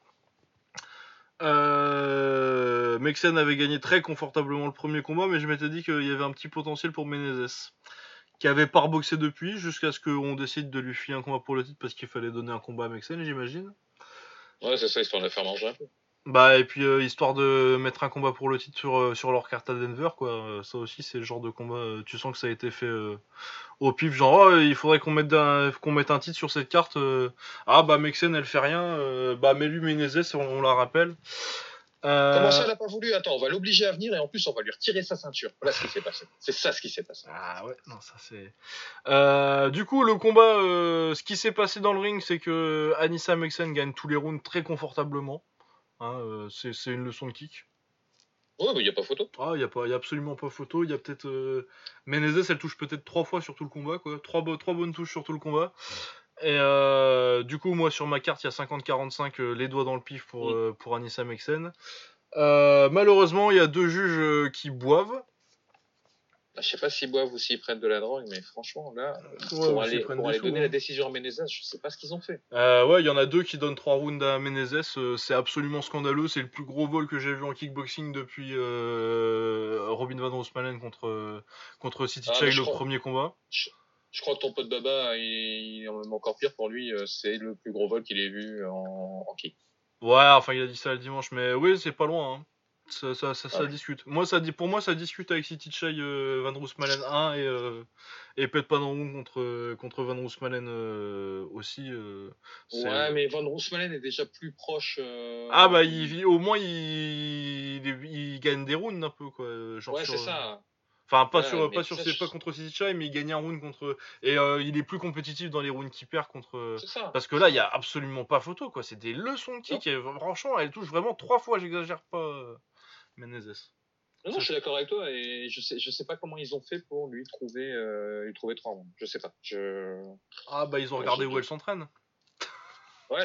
Meksen avait gagné très confortablement le premier combat, mais je m'étais dit qu'il y avait un petit potentiel pour Menezes, qui avait pas reboxé depuis, jusqu'à ce qu'on décide de lui filer un combat pour le titre, parce qu'il fallait donner un combat à Meksen, j'imagine. Ouais, c'est ça, histoire de le faire manger un peu. Bah, et puis histoire de mettre un combat pour le titre sur leur carte à Denver, quoi. Ça aussi, c'est le genre de combat, tu sens que ça a été fait au pif, genre, oh, il faudrait qu'on mette un titre sur cette carte. Ah, bah, Meksen, elle fait rien. Bah, Melu Menezes, on la rappelle. Comment ça, elle a pas voulu? Attends, on va l'obliger à venir et en plus, on va lui retirer sa ceinture. Voilà ce qui s'est passé. C'est ça ce qui s'est passé. Ah ouais, non, ça c'est... Du coup, le combat, ce qui s'est passé dans le ring, c'est que Anissa Meksen gagne tous les rounds très confortablement. Hein, c'est une leçon de kick. Ouais, mais il n'y a pas photo. Ah, il y a absolument pas photo. Il y a peut-être... Menezes, elle touche peut-être 3 fois sur tout le combat, quoi. 3 bonnes touches sur tout le combat. Et du coup, moi, sur ma carte, il y a 50-45, les doigts dans le pif pour Anissa Meksen. Malheureusement, il y a 2 juges qui boivent. Je sais pas s'ils boivent ou s'ils prennent de la drogue, mais franchement, là, Ouais, pour aller donner la hein. décision à Menezes, je sais pas ce qu'ils ont fait. Ouais, il y en a 2 qui donnent 3 rounds à Menezes. C'est absolument scandaleux. C'est le plus gros vol que j'ai vu en kickboxing depuis Robin Van Roosmalen contre City Chai, le premier combat. Je crois que ton pote Baba, il est même encore pire pour lui. C'est le plus gros vol qu'il ait vu en kick. Ouais, enfin, il a dit ça le dimanche, mais oui, c'est pas loin. Hein. Ça discute. Pour moi, ça discute avec City Chai, Van Roosmalen 1 et Pet Panron contre Van Roosmalen aussi. Ouais, mais Van Roosmalen est déjà plus proche. Ah bah, au moins, il gagne des rounds un peu, quoi. Genre ouais, c'est ça. Enfin, pas contre City Chai, mais il gagne un round contre. Et il est plus compétitif dans les rounds qu'il perd contre. C'est ça. Parce que là, il y a absolument pas photo, quoi. C'est des leçons de kick. Et franchement, elle touche vraiment 3 fois, j'exagère pas, Menezes. Non, je suis d'accord avec toi et je sais pas comment ils ont fait pour lui trouver 3 rounds. Je sais pas. Ah bah, ils ont regardé où elle s'entraîne. Ouais.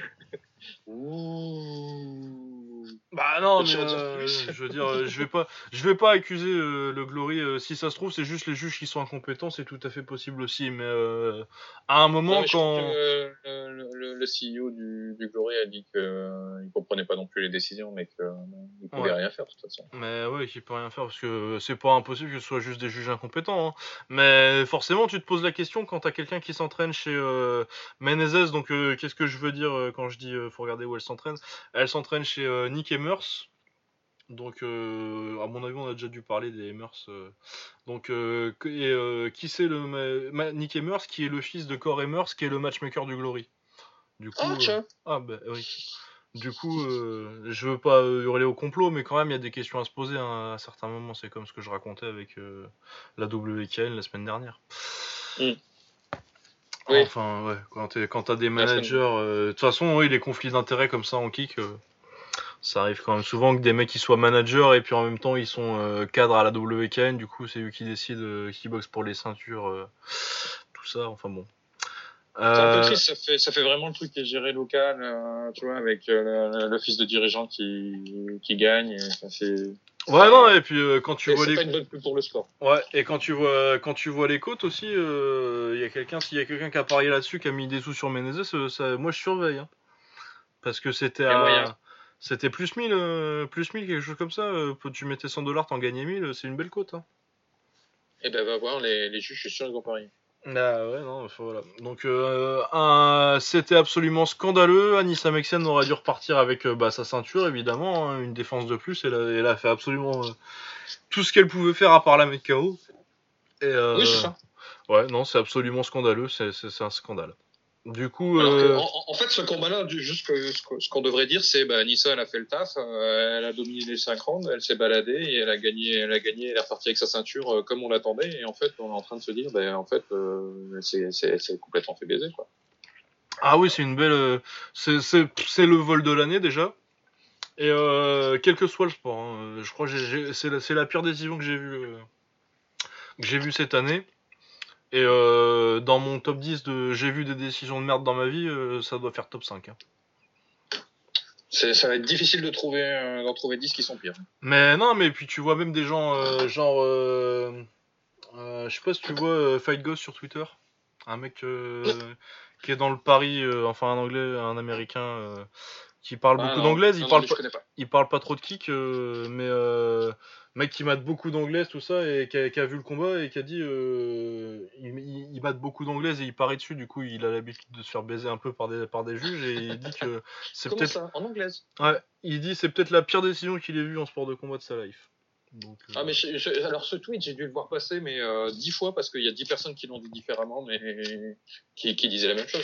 Ouh. Bah non, mais je veux dire, je vais pas accuser le Glory. Si ça se trouve, c'est juste les juges qui sont incompétents, c'est tout à fait possible aussi. Mais à un moment, quand le CEO du Glory a dit qu'il comprenait pas non plus les décisions, mais qu'il pouvait rien faire de toute façon. Mais ouais, qu'il peut rien faire parce que c'est pas impossible que ce soit juste des juges incompétents. Hein. Mais forcément, tu te poses la question quand t'as quelqu'un qui s'entraîne chez Menezes. Donc, qu'est-ce que je veux dire quand je dis faut regarder où elle s'entraîne? Elle s'entraîne chez Nick Emers. Donc, à mon avis, on a déjà dû parler des Emmers. Donc, qui c'est Nick Emmers, qui est le fils de Core Emmers, qui est le matchmaker du Glory. Du Ah, coup, tiens. bah oui. Du coup, je veux pas hurler au complot, mais quand même, il y a des questions à se poser à certains moments. C'est comme ce que je racontais avec la WKN la semaine dernière. Oui. Enfin, ouais, quand t'as des managers. De toute façon, oui, les conflits d'intérêts comme ça en kick, ça arrive quand même souvent que des mecs qui soient managers et puis en même temps ils sont cadres à la WKN. Du coup, c'est eux qui décident qui boxent pour les ceintures, tout ça. Enfin bon. C'est un peu triste, ça fait vraiment le truc qui est géré local, tu vois, avec l'office de dirigeant qui gagne. Ouais, non, et puis quand tu vois c'est pas une bonne pub pour le sport. Ouais, et quand tu vois les côtes aussi, s'il y a quelqu'un qui a parié là-dessus, qui a mis des sous sur Menezes, moi je surveille, hein. Parce que c'était plus 1000, quelque chose comme ça. Tu mettais 100 $, t'en gagnais 1000, c'est une belle cote, hein. Et ben, va voir, les juges, je suis sûr, ils vont parier. Ah ouais, non, voilà. Donc, c'était absolument scandaleux. Anissa Mexian aurait dû repartir avec sa ceinture, évidemment, hein, une défense de plus. Elle a fait absolument tout ce qu'elle pouvait faire à part la mettre KO. Et, Oui, c'est ça. ouais, non, c'est absolument scandaleux. C'est un scandale. Du coup, Alors que, en fait, ce combat-là, juste ce qu'on devrait dire, c'est, Nissa, elle a fait le taf, elle a dominé les 5 rounds, elle s'est baladée et elle a gagné, elle est repartie avec sa ceinture comme on l'attendait. Et en fait, on est en train de se dire, en fait, c'est complètement fait baiser, quoi. ah oui, c'est une belle. C'est le vol de l'année déjà. Et quel que soit le sport, hein, je crois que c'est la pire décision que j'ai vue cette année. Et dans mon top 10 de j'ai vu des décisions de merde dans ma vie, ça doit faire top 5, hein. Ça va être difficile d'en trouver 10 qui sont pires. Mais non, mais puis tu vois même des gens genre. Je sais pas si tu vois Fight Ghost sur Twitter. Un mec qui est dans le Paris, enfin un anglais, un américain qui parle beaucoup d'anglaise. Il parle pas trop de kick, mais mec qui mate beaucoup d'anglaise, tout ça, et qui a vu le combat et qui a dit il mate beaucoup d'anglaise et il parie dessus. Du coup, il a l'habitude de se faire baiser un peu par des juges et il dit que c'est Comment peut-être. ça, en anglaise? Ouais, il dit c'est peut-être la pire décision qu'il ait vue en sport de combat de sa life. Donc, Ah, mais alors ce tweet, j'ai dû le voir passer, mais 10 fois parce qu'il y a 10 personnes qui l'ont dit différemment, mais qui disaient la même chose.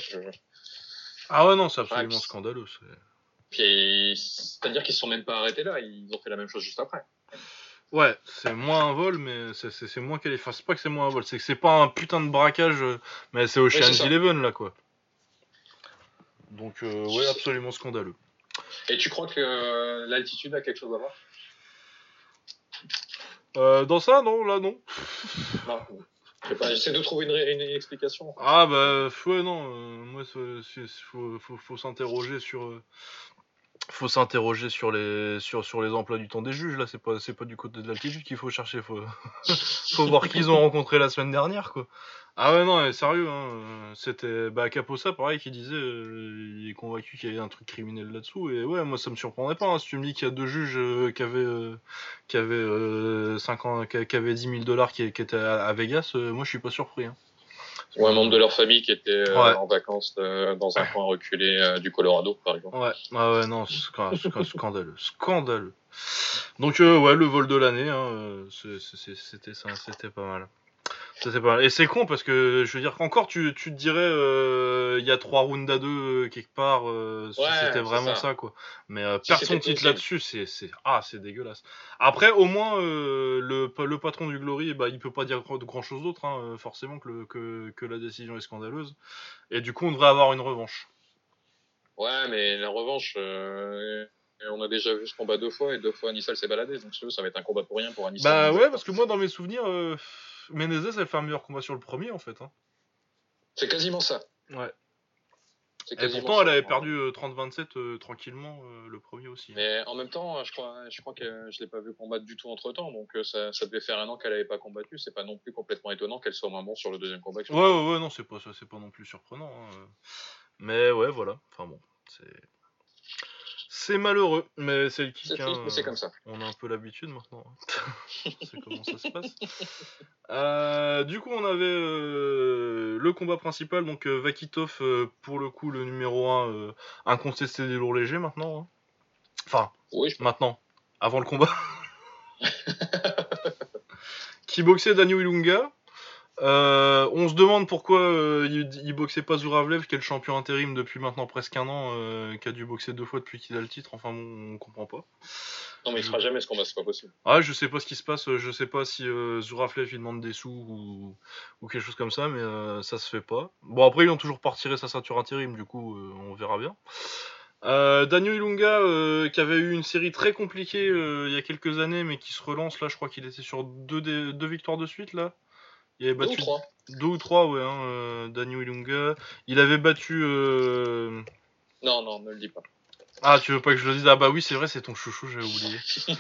Ah ouais, non, c'est absolument scandaleux. Puis, c'est-à-dire qu'ils se sont même pas arrêtés là, ils ont fait la même chose juste après. Ouais, c'est moins un vol, mais c'est moins qualifié. Enfin, c'est pas que c'est moins un vol, c'est que c'est pas un putain de braquage, mais c'est Ocean's Eleven là, quoi. Donc, ouais, absolument scandaleux. Et tu crois que l'altitude a quelque chose à voir? Dans ça, non, là, non. Non. Je sais pas, j'essaie de trouver une explication. Ah, bah, ouais, non. Moi, faut s'interroger sur. Faut s'interroger sur les emplois du temps des juges. Là, c'est pas du côté de l'altitude qu'il faut chercher. Faut voir qui ils ont rencontré la semaine dernière, quoi. Ah ouais, non, sérieux, hein. C'était Caposa, pareil, qui disait il est convaincu qu'il y avait un truc criminel là-dessous. Et ouais, moi, ça me surprendrait pas, hein. Si tu me dis qu'il y a deux juges qui avaient 5 ans, qui avaient 10 000 $ qui étaient à Vegas, moi, je suis pas surpris, hein. Ou un membre de leur famille qui était en vacances dans un coin reculé du Colorado, par exemple. Ouais, ouais, non, scandaleux. Scandaleux. Donc, ouais, le vol de l'année, hein, c'était ça, c'était pas mal. C'était pas mal. Et c'est con parce que, je veux dire qu'encore, tu te dirais, il y a 3 rounds à 2 quelque part, si c'était vraiment ça, quoi. Mais perdre son titre là-dessus, c'est dégueulasse. Après, au moins, le patron du Glory, il peut pas dire grand chose d'autre, hein, forcément, que la décision est scandaleuse. Et du coup, on devrait avoir une revanche. Ouais, mais la revanche, on a déjà vu ce combat 2 fois et 2 fois Anissal s'est baladé, donc ça va être un combat pour rien pour Anissal. Bah ouais, parce que moi dans mes souvenirs, Menezes elle fait un meilleur combat sur le premier en fait, hein. C'est quasiment ça. Ouais. Et pourtant elle avait perdu 30-27 tranquillement le premier aussi, hein. Mais en même temps, je crois que je l'ai pas vu combattre du tout entre temps, donc ça devait faire 1 an qu'elle avait pas combattu. C'est pas non plus complètement étonnant qu'elle soit moins bon sur le deuxième combat. Ouais, non, c'est pas non plus surprenant, hein. Mais ouais, voilà. Enfin bon, c'est malheureux, mais c'est le kick. C'est triste, mais c'est comme ça. On a un peu l'habitude maintenant. C'est comment ça se passe. Du coup, on avait le combat principal, donc Vakitov, pour le coup, le numéro 1, incontesté des lourds légers maintenant, hein. Enfin, oui, maintenant. Avant le combat. Qui boxait Daniel Ilunga. On se demande pourquoi il boxait pas Zouravlev, qui est le champion intérim depuis maintenant presque un an, qui a dû boxer 2 fois depuis qu'il a le titre. Enfin bon, on comprend pas. Non, mais il fera jamais ce combat, c'est pas possible. Ah, je sais pas ce qui se passe, je sais pas si Zouravlev il demande des sous ou quelque chose comme ça, mais ça se fait pas. Bon, après, ils ont toujours pas retiré sa ceinture intérim, du coup, on verra bien. Daniel Ilunga, qui avait eu une série très compliquée il y a quelques années, mais qui se relance là, je crois qu'il était sur deux victoires de suite là. Il avait Deux ou battu trois. 2 ou 3, ouais, Daniel Ilunga. Il avait battu. Non, ne le dis pas. Ah, tu veux pas que je le dise? Ah bah oui, c'est vrai, c'est ton chouchou, j'avais oublié.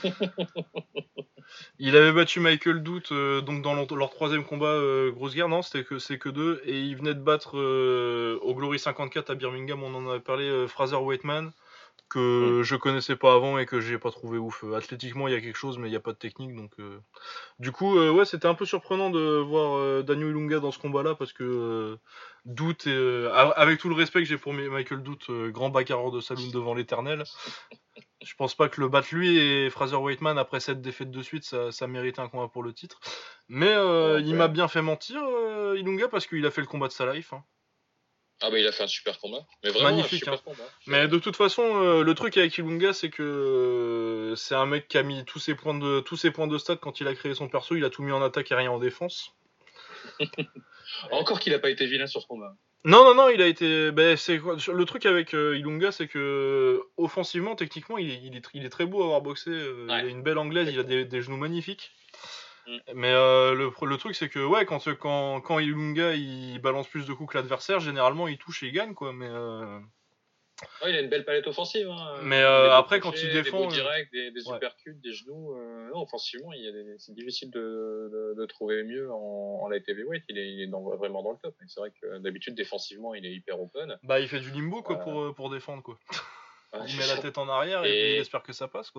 Il avait battu Michael Dout donc dans leur troisième combat grosse guerre, non, c'est que 2, et il venait de battre au Glory 54 à Birmingham, on en avait parlé, Fraser Whiteman, que je connaissais pas avant et que j'ai pas trouvé ouf. Athlétiquement, il y a quelque chose, mais il y a pas de technique, donc du coup, ouais, c'était un peu surprenant de voir Daniel Ilunga dans ce combat-là, parce que Dout, avec tout le respect que j'ai pour Michael Dout, grand bagarreur de saloon devant l'éternel, je pense pas que le battre lui et Fraser Whiteman après 7 défaites de suite, ça méritait un combat pour le titre. Mais il m'a bien fait mentir, Ilunga, parce qu'il a fait le combat de sa life. Hein. Ah bah il a fait un super combat. Mais vraiment Magnifique, un super hein. combat. Mais de toute façon, le truc avec Ilunga, c'est que c'est un mec qui a mis tous ses points de stats quand il a créé son perso, il a tout mis en attaque et rien en défense. Encore qu'il a pas été vilain sur ce combat. Non, il a été. C'est le truc avec Ilunga, c'est que offensivement, techniquement, il est très beau à avoir boxé. Il a une belle anglaise, il a des genoux magnifiques. Mais le truc, c'est que ouais, quand Ilunga il balance plus de coups que l'adversaire, généralement il touche et il gagne, quoi. Mais ouais, il a une belle palette offensive. Hein. Mais après, quand il défend, des directs, des uppercuts, des genoux. Non, offensivement, c'est difficile de trouver mieux en light heavyweight. Il est vraiment dans le top. C'est vrai que d'habitude, défensivement, il est hyper open. Bah, il fait du limbo quoi pour défendre quoi. Il met la tête en arrière et puis il espère que ça passe quoi.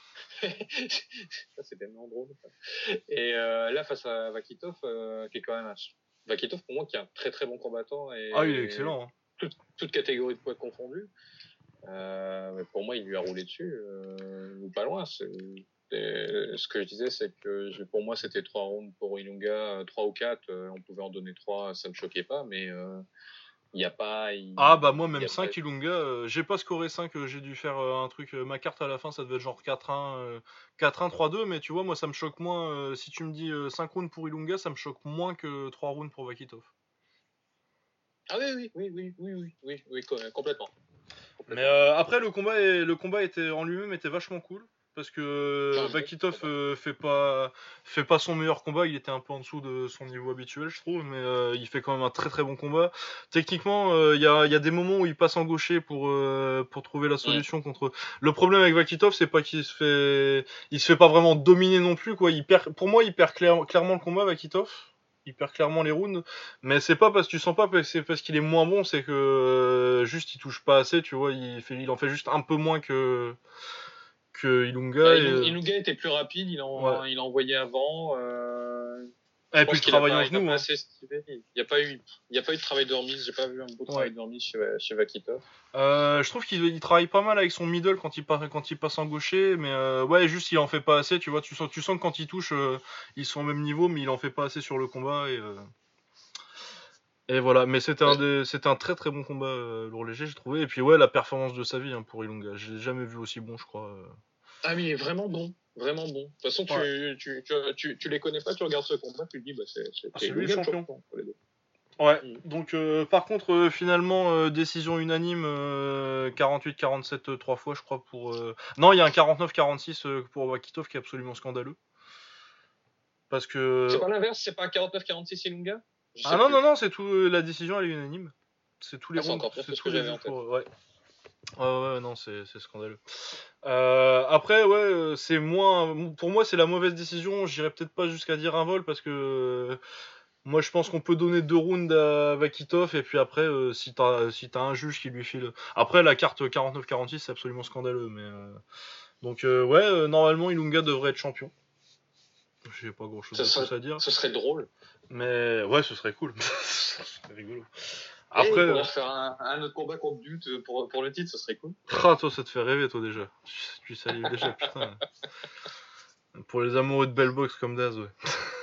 Ça, c'est tellement drôle. Ça. Et là, face à Vakitov, qui est quand même Vakitov, pour moi, qui est un très très bon combattant. Ah, il est excellent. Hein. Toute catégorie de poids confondue. Mais pour moi, il lui a roulé dessus, ou pas loin. Ce que je disais, c'est que pour moi, c'était 3 rounds pour Ilunga, 3 ou 4. On pouvait en donner 3, ça me choquait pas, mais il n'y a pas. Ah, bah, moi, même 5 Ilunga, j'ai pas scoré 5, j'ai dû faire un truc. Ma carte à la fin, ça devait être genre 4-1, 4-1, 3-2, mais tu vois, moi, ça me choque moins. Si tu me dis 5 rounds pour Ilunga, ça me choque moins que 3 rounds pour Vakitov. Ah oui, complètement. Mais après, le combat était en lui-même était vachement cool. Parce que Vakitov fait pas son meilleur combat, il était un peu en dessous de son niveau habituel, je trouve, mais il fait quand même un très très bon combat. Techniquement, il y a des moments où il passe en gaucher pour trouver la solution contre. Le problème avec Vakitov, c'est pas qu'il se fait pas vraiment dominer non plus, quoi. Pour moi, il perd clairement le combat, Vakitov. Il perd clairement les rounds, mais c'est pas parce que tu sens pas que c'est parce qu'il est moins bon, c'est que juste il touche pas assez, tu vois, il en fait juste un peu moins que Ilunga. Ilunga était plus rapide, il envoyait avant. Et puis il travaille en genoux. Il n'y a pas eu de travail de remise, j'ai pas vu un beau travail de remise chez Vakitov. Je trouve qu'il travaille pas mal avec son middle quand il passe en gaucher, mais ouais, juste il en fait pas assez, tu vois, tu sens que quand il touche, ils sont au même niveau, mais il en fait pas assez sur le combat et voilà, mais c'était un très très bon combat lourd léger, j'ai trouvé. Et puis ouais, la performance de sa vie pour Ilunga, je l'ai jamais vu aussi bon, je crois. Ah mais il est vraiment bon, vraiment bon. De toute façon, tu les connais pas, tu regardes ce combat, tu te dis bah c'est lui le champion. Pour les deux. Ouais. Donc par contre finalement décision unanime 48-47 3 fois je crois pour non, il y a un 49-46 pour Vakitov qui est absolument scandaleux. Parce que c'est pas l'inverse, c'est pas 49-46 Ilunga. Ah non, c'est tout la décision elle est unanime. C'est tous les rounds, c'est tout ce que j'avais en tête. Ouais. Ouais, non, c'est scandaleux. Après, ouais, c'est moins. Pour moi, c'est la mauvaise décision. J'irais peut-être pas jusqu'à dire un vol parce que moi, je pense qu'on peut donner 2 rounds à Vakitov et puis après, si t'as un juge qui lui file. Après, la carte 49-46, c'est absolument scandaleux, mais donc ouais, normalement, Ilunga devrait être champion. J'ai pas grand-chose à dire. Ce serait drôle. Mais ouais, ce serait cool. Ce serait rigolo. Après, il pourrait faire un autre combat contre Dutte pour le titre, ce serait cool. toi, ça te fait rêver, toi, déjà. Tu salives déjà, putain. Pour les amoureux de belle boxe comme Daz, ouais.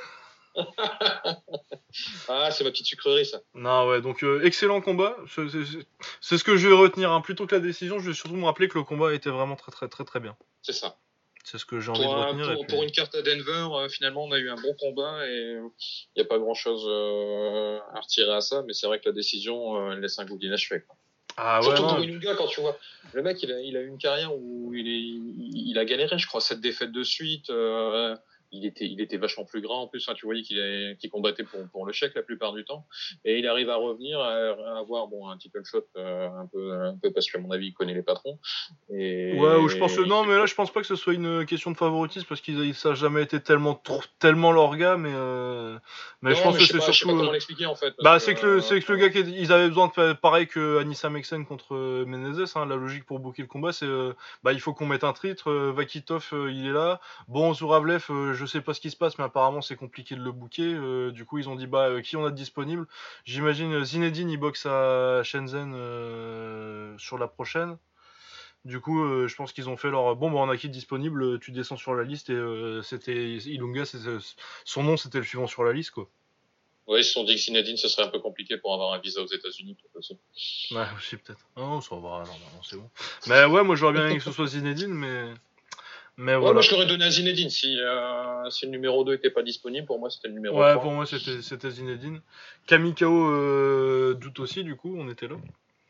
Ah, c'est ma petite sucrerie, ça. Non, ouais, donc excellent combat. C'est ce que je vais retenir. Hein. Plutôt que la décision, je vais surtout me rappeler que le combat était vraiment très très très très bien. C'est ça. C'est ce que j'ai envie de retenir. Pour une carte à Denver, finalement, on a eu un bon combat et il n'y a pas grand-chose à retirer à ça, mais c'est vrai que la décision elle laisse un goût d'inachevé. Quoi. Ah, ouais, Surtout non. pour Ilunga, quand tu vois. Le mec, il a eu une carrière où il a galéré, je crois, 7 défaites de suite. Il était vachement plus grand en plus. Hein, tu voyais qu'il combattait pour le chèque la plupart du temps. Et il arrive à revenir, à avoir un title shot un peu parce qu'à mon avis, il connaît les patrons. Ouais, ou je pense non, mais là je pense pas que ce soit une question de favoritisme parce qu'ils ça a jamais été tellement leur gars, mais non, je pense que c'est surtout. Je sais pas comment l'expliquer en fait. Bah c'est que le gars ils avaient besoin de faire pareil que Anissa Meksen contre Menezes. Hein, la logique pour booker le combat, c'est il faut qu'on mette un titre. Vakitov il est là. Bon, Zouravlev, je sais pas ce qui se passe, mais apparemment c'est compliqué de le booker. Du coup ils ont dit qui on a de disponible. J'imagine Zinedine il boxe à Shenzhen sur la prochaine. Du coup, je pense qu'ils ont fait leur on a qui disponible, tu descends sur la liste et c'était Ilunga, son nom c'était le suivant sur la liste quoi. Ouais, ils se sont dit que Zinedine ce serait un peu compliqué pour avoir un visa aux États-Unis peut-être aussi. Ouais, aussi peut-être. Non, ça va, normalement c'est bon. Mais ouais, moi j'aurais bien aimé que ce soit Zinedine, mais voilà. Moi je l'aurais donné à Zinedine si le numéro 2 était pas disponible, pour moi c'était le numéro 3. Ouais, pour moi c'était Zinedine. Kamikao doute aussi du coup, on était là.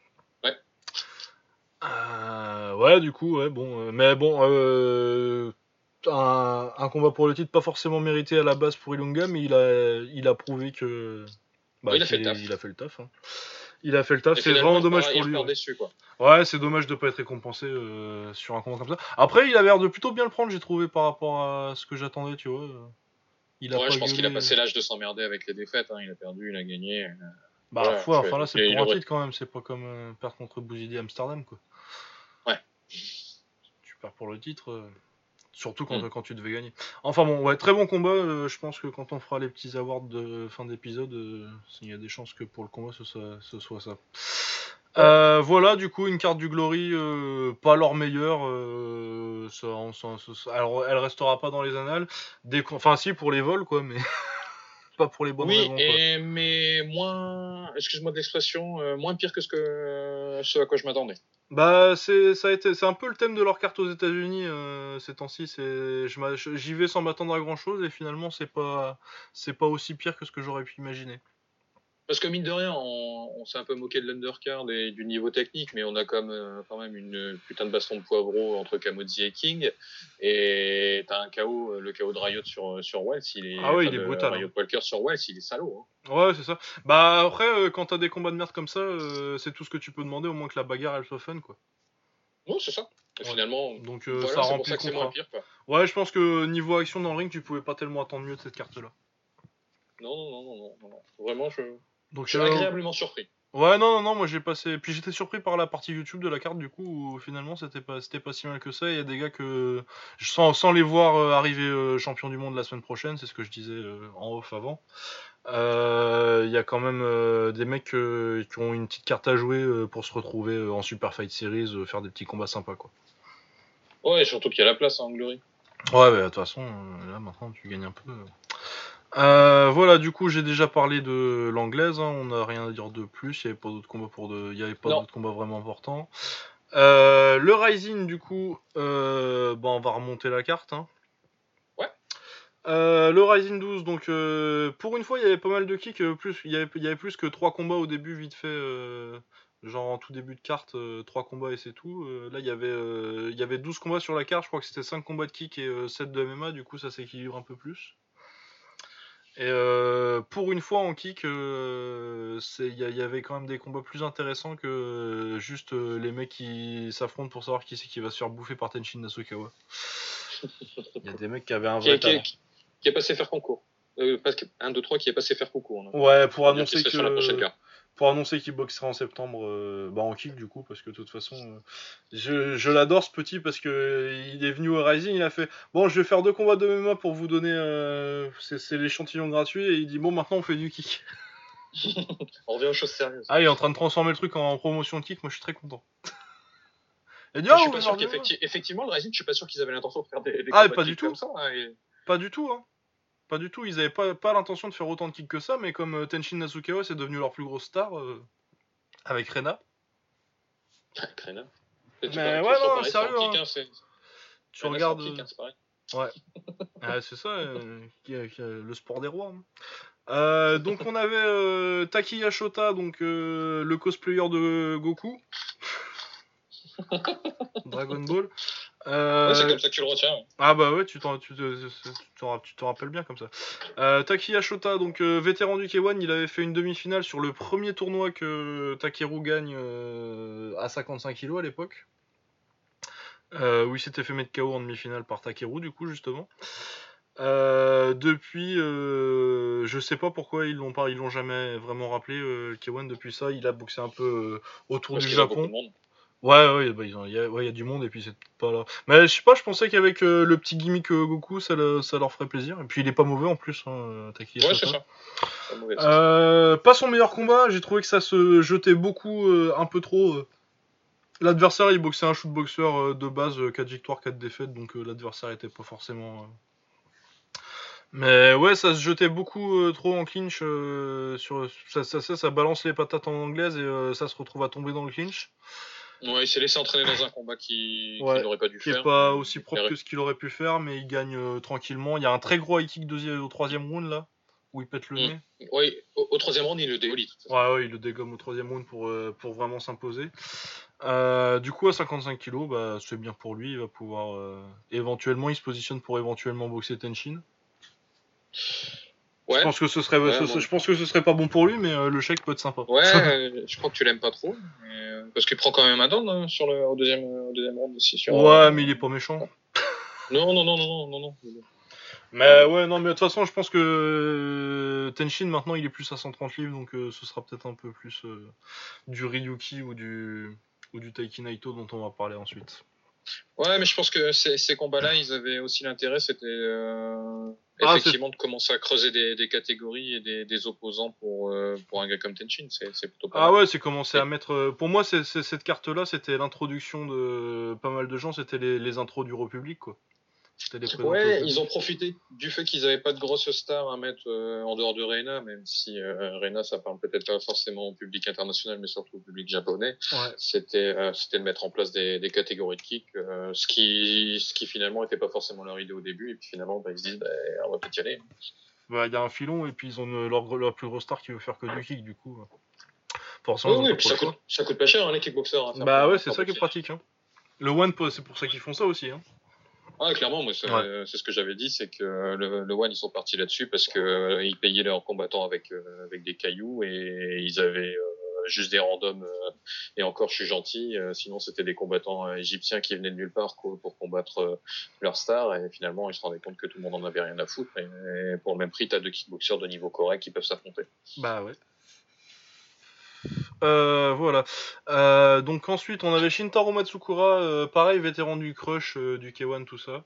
Ouais, du coup, ouais, bon. Mais bon, un combat pour le titre pas forcément mérité à la base pour Ilunga, mais il a prouvé que. il a fait le taf. Il a fait le taf. Hein. Il a fait le taf, c'est vraiment dommage pour lui. Ouais. Déçu, quoi. Ouais, c'est dommage de pas être récompensé sur un combat comme ça. Après, il a l'air de plutôt bien le prendre, j'ai trouvé, par rapport à ce que j'attendais, tu vois. Je pense qu'il a passé l'âge de s'emmerder avec les défaites. Hein. Il a perdu, il a gagné. Enfin là, c'est pour un titre quand même, c'est pas comme perdre contre Bouzidi Amsterdam, quoi. Ouais. Tu perds pour le titre. Surtout quand tu devais gagner. Enfin bon, ouais, très bon combat. Je pense que quand on fera les petits awards de fin d'épisode, il y a des chances que pour le combat ce soit ça. Voilà, du coup, une carte du Glory, pas leur meilleure. Alors, elle restera pas dans les annales. Enfin, si, pour les vols, quoi, mais pas pour les bonnes raisons. Oui, mais moins, excuse-moi de l'expression, moins pire que ce à quoi je m'attendais. Bah, c'est un peu le thème de leur carte aux États-Unis ces temps-ci. J'y vais sans m'attendre à grand-chose et finalement, c'est pas aussi pire que ce que j'aurais pu imaginer. Parce que mine de rien, on s'est un peu moqué de l'undercard et du niveau technique, mais on a quand même une putain de baston de poivreau entre Kamodzi et King. Et t'as le KO de Riot sur Wells, il est brutal. Riot Walker sur Wells, il est salaud. Hein. Ouais, c'est ça. Bah après, quand t'as des combats de merde comme ça, c'est tout ce que tu peux demander, au moins que la bagarre elle soit fun, quoi. Non, c'est ça. Et finalement, donc ça remplit le contrat. C'est moins pire, quoi. Ouais, je pense que niveau action dans le ring, tu pouvais pas tellement attendre mieux de cette carte-là. Non. Vraiment, je suis agréablement surpris. Ouais, non, moi j'ai passé. Puis j'étais surpris par la partie YouTube de la carte, du coup, où finalement c'était pas si mal que ça. Il y a des gars que. Sans les voir arriver champion du monde la semaine prochaine, c'est ce que je disais en off avant. Il y a quand même des mecs qui ont une petite carte à jouer pour se retrouver en Super Fight Series, faire des petits combats sympas, quoi. Ouais, surtout qu'il y a la place en Glory. Ouais, de toute façon, là maintenant tu gagnes un peu. Voilà, du coup, j'ai déjà parlé de l'anglaise. Hein, on n'a rien à dire de plus. Il n'y avait pas d'autres combats d'autres combats vraiment importants. Le Rising, du coup, on va remonter la carte. Hein. Ouais. Le Rising 12, donc pour une fois, il y avait pas mal de kicks. Il y avait plus que 3 combats au début, vite fait. Genre en tout début de carte, 3 combats et c'est tout. Là, il y avait 12 combats sur la carte. Je crois que c'était 5 combats de kick et 7 de MMA. Du coup, ça s'équilibre un peu plus. Et pour une fois en kick, il y avait quand même des combats plus intéressants que juste les mecs qui s'affrontent pour savoir qui c'est qui va se faire bouffer par Tenshin Nasukawa. Il y a des mecs qui avaient un vrai talent. Qui est passé faire concours. Parce 1, 2, 3 qui est passé faire concours. Hein. Ouais, pour annoncer qu'il boxerait en septembre en kick du coup, parce que de toute façon je l'adore ce petit, parce que il est venu au Rising, il a fait bon, je vais faire 2 combats de MMA pour vous donner c'est l'échantillon gratuit, et il dit bon, maintenant on fait du kick. On revient aux choses sérieuses. Ah, il est en train de transformer le truc en promotion de kick, moi je suis très content. Il dit, Je ah, suis vous pas sûr regardez, ouais. qu'effectivement, le Rising, je suis pas sûr qu'ils avaient l'intention de faire des Ah, combats pas de du kick tout. comme ça. Hein, et... Pas du tout, hein. Pas du tout. Ils avaient pas l'intention de faire autant de kicks que ça, mais comme Tenshin Nasukawa c'est devenu leur plus grosse star avec Rena. Krena. Et Mais toujours ouais, non, pareil, c'est en sérieux, kick, hein. hein, c'est... Tu Rena, c'est en regardes. kick, hein, c'est pareil. Ouais. Ah, c'est ça, qui est le sport des rois. Hein. Donc on avait Taki Yashota, donc le cosplayer de Goku. Dragon Ball. Ouais, c'est comme ça que tu le retiens. Ouais. Ah bah ouais, tu t'en rappelles bien comme ça. Taki Yashota, donc vétéran du K1, il avait fait une demi-finale sur le premier tournoi que Takeru gagne à 55 kg à l'époque. Où il s'était fait mettre KO en demi-finale par Takeru, du coup, justement. Depuis, je sais pas pourquoi ils l'ont jamais vraiment rappelé. K1 depuis ça, il a boxé un peu autour Parce du qu'ils ont beaucoup Japon. de monde. Ouais, bah, il y a du monde et puis c'est pas là. Mais je sais pas, je pensais qu'avec le petit gimmick Goku, ça leur ferait plaisir. Et puis il est pas mauvais en plus, hein, Taki Ouais, c'est Yashota. ça. Pas mauvais, Pas son meilleur combat, j'ai trouvé que ça se jetait beaucoup, un peu trop. L'adversaire il boxait un shootboxer de base, 4 victoires, 4 défaites, donc l'adversaire était pas forcément. Mais ouais, ça se jetait beaucoup trop en clinch. Ça balance les patates en anglaise et ça se retrouve à tomber dans le clinch. Ouais, il s'est laissé entraîner dans un combat qu'il Ouais, n'aurait pas dû qui est faire. pas aussi propre que ce qu'il aurait pu faire, mais il gagne tranquillement. Il y a un très gros high kick au troisième round là, où il pète le nez. Oui, au troisième round, il le démolit. Ouais, il le dégomme au troisième round pour vraiment s'imposer. Du coup, à 55 kg, bah, c'est bien pour lui. Il va pouvoir éventuellement, il se positionne pour éventuellement boxer Tenshin. Ouais. Je pense que je pense que ce serait pas bon pour lui, mais le chèque peut être sympa. Ouais, je crois que tu l'aimes pas trop, parce qu'il prend quand même un down hein, au deuxième round aussi. Ouais, mais il est pas méchant. Non. Mais ouais, non, mais de toute façon, je pense que Tenshin maintenant il est plus à 130 livres, donc ce sera peut-être un peu plus du Ryuki ou du Taiki Naito dont on va parler ensuite. Ouais, mais je pense que ces combats-là, ils avaient aussi l'intérêt, c'était effectivement de commencer à creuser des catégories et des opposants pour un gars comme Tenshin. C'est plutôt pas mal. Ouais, c'est commencé à mettre. Pour moi, cette carte-là, c'était l'introduction de pas mal de gens, c'était les intros du Republic, quoi. C'était les présentés au Ouais, public. ils ont profité du fait qu'ils n'avaient pas de grosses stars à mettre en dehors de Reina, même si Reina, ça parle peut-être pas forcément au public international, mais surtout au public japonais. Ouais. C'était de mettre en place des catégories de kick, ce qui finalement était pas forcément leur idée au début, et puis finalement, bah, ils se disent, bah, on va peut-être y aller. Bah, il y a un filon, et puis ils ont leur plus grosse star qui veut faire que du kick, du coup. Forcément, Oui, ils ont oui, pas et puis trop le choix. ça coûte pas cher, hein, les kickboxers. Hein, Bah ouais, c'est ça qui est pratique. Hein. Le One, c'est pour ça qu'ils font ça aussi. Hein. Ah, clairement, moi, c'est ce que j'avais dit, c'est que le One, ils sont partis là-dessus parce que ils payaient leurs combattants avec des cailloux et ils avaient juste des randoms. Et encore, je suis gentil. Sinon, c'était des combattants égyptiens qui venaient de nulle part pour combattre leurs stars. Et finalement, ils se rendaient compte que tout le monde en avait rien à foutre. Et pour le même prix, t'as deux kickboxers de niveau correct qui peuvent s'affronter. Bah ouais. Voilà. Donc ensuite, on avait Shintaro Matsukura, pareil, vétéran du Crush, du K1, tout ça.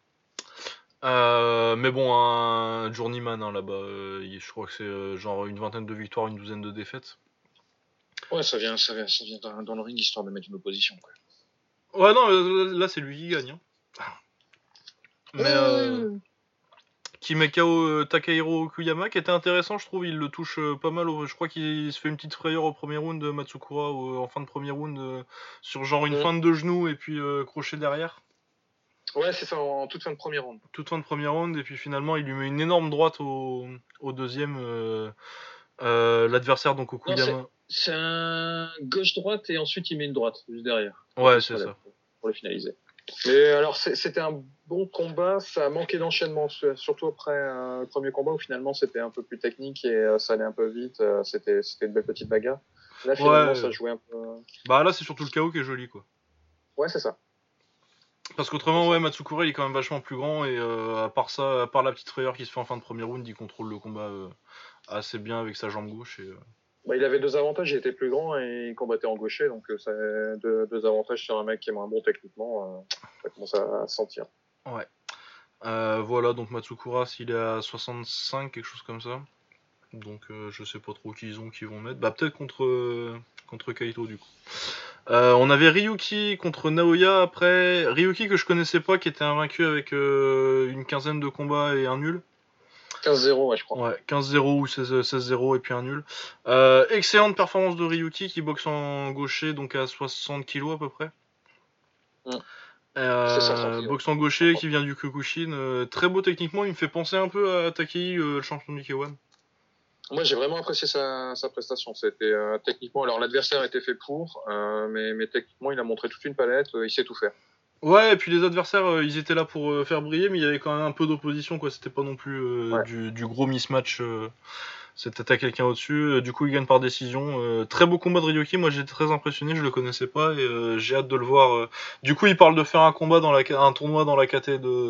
Mais bon, un journeyman hein, là-bas. Je crois que c'est genre une vingtaine de victoires, une douzaine de défaites. Ouais, ça vient dans le ring histoire de mettre une opposition. Quoi. Ouais, non, là c'est lui qui gagne. Hein. Mais qui met KO Takahiro Okuyama, qui était intéressant, je trouve. Il le touche pas mal. Je crois qu'il se fait une petite frayeur au premier round de Matsukura, en fin de premier round, sur genre une feinte de genou et puis crochet derrière. Ouais, c'est ça, en toute fin de premier round. Toute fin de premier round, et puis finalement, il lui met une énorme droite au deuxième. L'adversaire, donc Okuyama. Non, c'est un gauche-droite et ensuite il met une droite juste derrière. Ouais, c'est ça. Pour le finaliser. Mais alors, c'était un bon combat, ça a manqué d'enchaînement, surtout après le premier combat où finalement c'était un peu plus technique et ça allait un peu vite, c'était une belle petite bagarre. Là, finalement, ça jouait un peu. Bah là, c'est surtout le KO qui est joli, quoi. Ouais, c'est ça. Parce qu'autrement, ouais, Matsukura il est quand même vachement plus grand et à part ça, à part la petite frayeur qui se fait en fin de premier round, il contrôle le combat assez bien avec sa jambe gauche. Bah, il avait deux avantages, il était plus grand et il combattait en gaucher, donc ça deux avantages sur un mec qui est moins bon techniquement, ça commence à se sentir. Ouais. Voilà, donc Matsukura, s'il est à 65, quelque chose comme ça. Donc je sais pas trop qui vont mettre. Bah peut-être contre Kaito du coup. On avait Ryuki contre Naoya après. Ryuki que je connaissais pas, qui était invaincu avec une quinzaine de combats et un nul. 15-0, ouais, je crois. Ouais, 15-0 ou 16-0 et puis un nul. Excellente performance de Ryuki qui boxe en gaucher, donc à 60 kilos à peu près. C'est 130 kilos. Boxe en gaucher qui vient du Kyokushin. Très beau techniquement, il me fait penser un peu à Takei, le champion du K1. Moi, j'ai vraiment apprécié sa prestation. C'était techniquement, alors l'adversaire était fait pour, mais techniquement, il a montré toute une palette. Il sait tout faire. Ouais, et puis les adversaires, ils étaient là pour faire briller, mais il y avait quand même un peu d'opposition, quoi. C'était pas non plus du gros mismatch. C'était à quelqu'un au-dessus. Du coup, il gagne par décision. Très beau combat de Ryoki. Moi, j'étais très impressionné. Je le connaissais pas et j'ai hâte de le voir. Du coup, il parle de faire un combat un tournoi dans la KT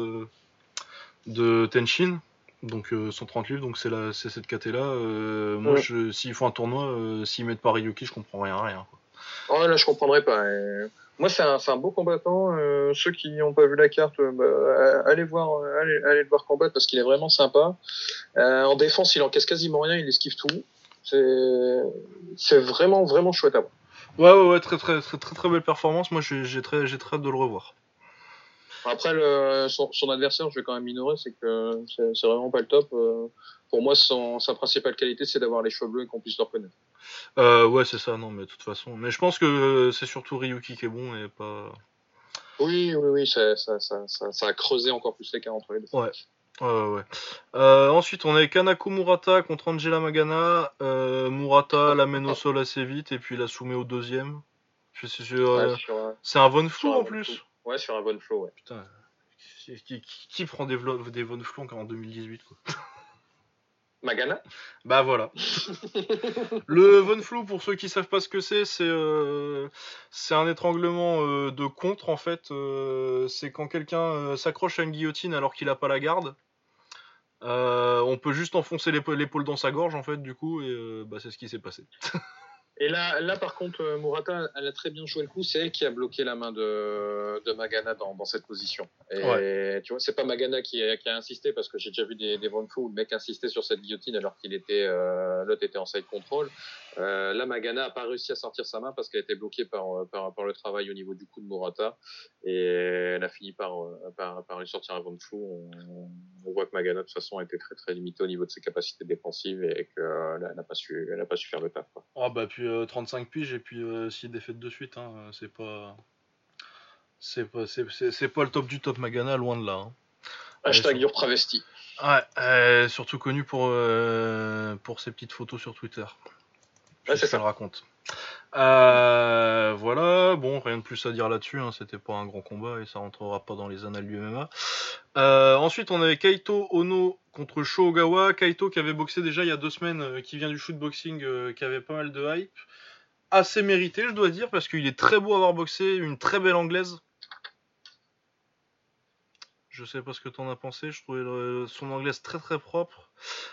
de Tenshin. Donc 130 livres, donc c'est cette KT là. Moi, s'ils font un tournoi, s'ils mettent pas Ryoki, je comprends rien. Quoi. Oh, là, je comprendrais pas. Moi, c'est un beau combattant. Ceux qui n'ont pas vu la carte, allez le voir combattre parce qu'il est vraiment sympa. En défense, il encaisse quasiment rien, il esquive tout. C'est vraiment chouette à voir. Ouais, très belle performance. Moi, j'ai très hâte de le revoir. Après, son adversaire, je vais quand même minorer, c'est que c'est vraiment pas le top. Pour moi, sa principale qualité, c'est d'avoir les cheveux bleus et qu'on puisse le reconnaître. Ouais, c'est ça, non, mais de toute façon. Mais je pense que c'est surtout Ryuki qui est bon et pas. Oui, ça a creusé encore plus l'écart entre les deux. Ouais. Ensuite, on avait Kanako Murata contre Angela Magana. Murata la mène au sol assez vite et puis il la soumet au deuxième. C'est un Von Flou en plus. Ouais, sur un Von Flow, ouais. Putain, qui prend des Von Flou encore en 2018 quoi. Magana. Bah voilà. Le Von Flou, pour ceux qui savent pas ce que c'est un étranglement de contre en fait. C'est quand quelqu'un s'accroche à une guillotine alors qu'il a pas la garde. On peut juste enfoncer l'épaule dans sa gorge en fait du coup et c'est ce qui s'est passé. Et là par contre, Murata, elle a très bien joué le coup. C'est elle qui a bloqué la main de Magana dans cette position. Et tu vois, c'est pas Magana qui a insisté parce que j'ai déjà vu des Von Fu où le mec insistait sur cette guillotine alors qu'il était l'autre était en side control. Là, Magana a pas réussi à sortir sa main parce qu'elle était bloquée par le travail au niveau du cou de Murata et elle a fini par lui sortir un Von Fu. On voit que Magana de toute façon a été très très limitée au niveau de ses capacités défensives et qu'elle n'a pas su faire le taf. Quoi. Ah bah puis 35 piges et puis 6 défaites de suite hein, c'est pas le top du top Magana loin de là. Hein. Hashtag dur travesti. Ouais, surtout connu pour ses petites photos sur Twitter. Ouais, c'est ça. Je le raconte. Voilà, bon, rien de plus à dire là-dessus, hein, c'était pas un grand combat et ça rentrera pas dans les annales du MMA. Ensuite, on avait Kaito Ono contre Sho Ogawa. Kaito qui avait boxé déjà il y a 2 semaines, qui vient du shootboxing, qui avait pas mal de hype. Assez mérité, je dois dire, parce qu'il est très beau à avoir boxé, une très belle anglaise. Je sais pas ce que t'en as pensé, je trouvais son anglaise très très propre.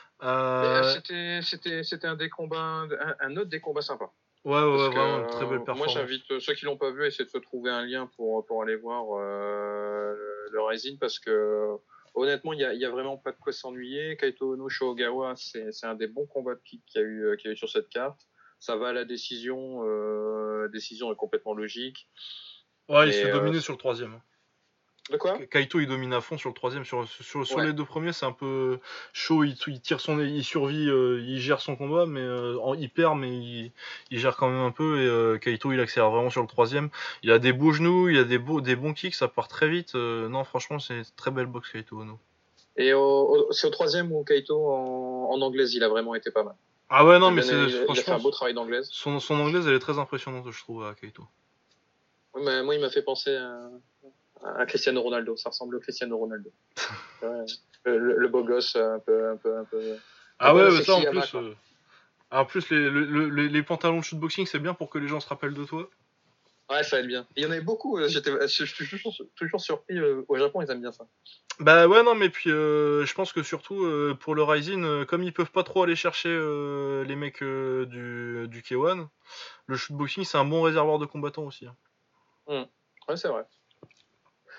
C'était un des combats, un autre des combats sympas. Ouais, vraiment une très belle performance. Moi, j'invite ceux qui l'ont pas vu à essayer de se trouver un lien pour aller voir le Rising parce que honnêtement, il y a vraiment pas de quoi s'ennuyer. Kaito Ono Shogawa, c'est un des bons combats de kick qu'il y a eu sur cette carte. Ça va à la décision. La décision est complètement logique. Ouais, il se fait dominer sur le troisième. De quoi ? Kaito il domine à fond sur le troisième, sur les 2 premiers c'est un peu chaud, il tire il survit, il gère son combat, mais il perd, mais il gère quand même un peu et Kaito il accélère vraiment sur le troisième. Il a des beaux genoux, il a des bons kicks, ça part très vite. Non franchement c'est une très belle boxe Kaito Ono. Et c'est au troisième où Kaito en anglaise il a vraiment été pas mal. Ah ouais non mais franchement il a fait un beau travail d'anglaise. Son anglaise elle est très impressionnante je trouve à Kaito. Oui, mais moi il m'a fait penser à Cristiano Ronaldo, ça ressemble au Cristiano Ronaldo. le beau gosse un peu. Ah ouais, mais ça en plus les pantalons de shootboxing c'est bien pour que les gens se rappellent de toi. Ouais, ça va être bien. Il y en avait beaucoup. Je suis toujours surpris. Au Japon, ils aiment bien ça. Bah ouais, non, mais puis je pense que surtout pour le Rising, comme ils peuvent pas trop aller chercher les mecs du K1, le shootboxing c'est un bon réservoir de combattants aussi. Hein. Ouais, c'est vrai.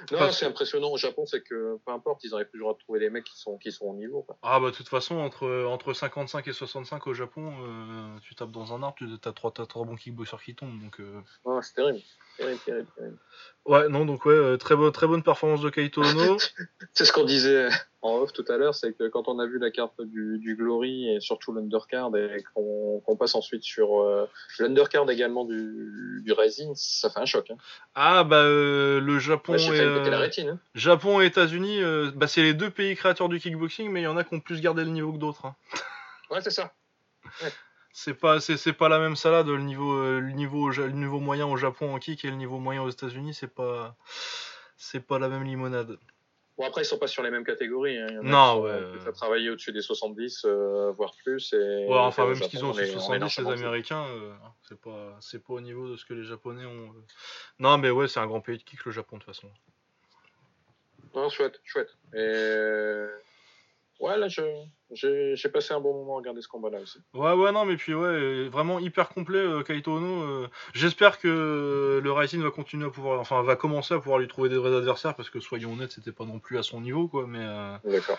Non, Parce c'est que- impressionnant au Japon, c'est que peu importe, ils arrivent toujours à trouver des mecs qui sont au niveau, quoi. Ah bah de toute façon, entre 55 et 65 au Japon, tu tapes dans un arbre, t'as trois bons kickboxers qui tombent. Donc, Ouais, c'est terrible. Terrible, terrible, terrible. ouais, non, donc ouais, très bonne performance de Kaito Ono. C'est ce qu'on disait en off tout à l'heure, c'est que quand on a vu la carte du Glory et surtout l'undercard et qu'on passe ensuite sur l'undercard également du Rising, ça fait un choc. Hein. Ah bah le Ouais, j'ai Japon et failli me péter la rétine. Hein. Japon et États-Unis, bah c'est les deux pays créateurs du kickboxing, mais il y en a qui ont plus gardé le niveau que d'autres. Hein. Ouais, c'est ça. Ouais. C'est pas la même salade le niveau moyen au Japon en kick et le niveau moyen aux États-Unis, c'est pas la même limonade. Bon, après, ils sont pas sur les mêmes catégories. Hein. Il y en a qui Non, sont ouais. plus à travailler au-dessus des 70, voire plus. Ouais, Et enfin au même ce Japon, qu'ils ont au-dessus de on est 70 les largement dessus. Américains, c'est pas au niveau de ce que les Japonais ont. Non, mais ouais, c'est un grand pays de kick le Japon de toute façon. Non, chouette, chouette. Et ouais, là, j'ai passé un bon moment à regarder ce combat-là aussi. Ouais, non, mais puis ouais, vraiment hyper complet, Kaito Ono. J'espère que le Rising va continuer à pouvoir, enfin, va commencer à pouvoir lui trouver des vrais adversaires, parce que soyons honnêtes, c'était pas non plus à son niveau, quoi. Mais D'accord.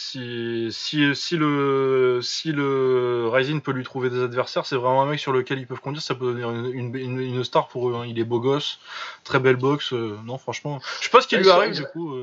si le Rising peut lui trouver des adversaires, c'est vraiment un mec sur lequel ils peuvent conduire, ça peut devenir une star pour eux. Hein. Il est beau gosse, très belle boxe. Non, franchement, je sais pas ce qui lui arrive du coup.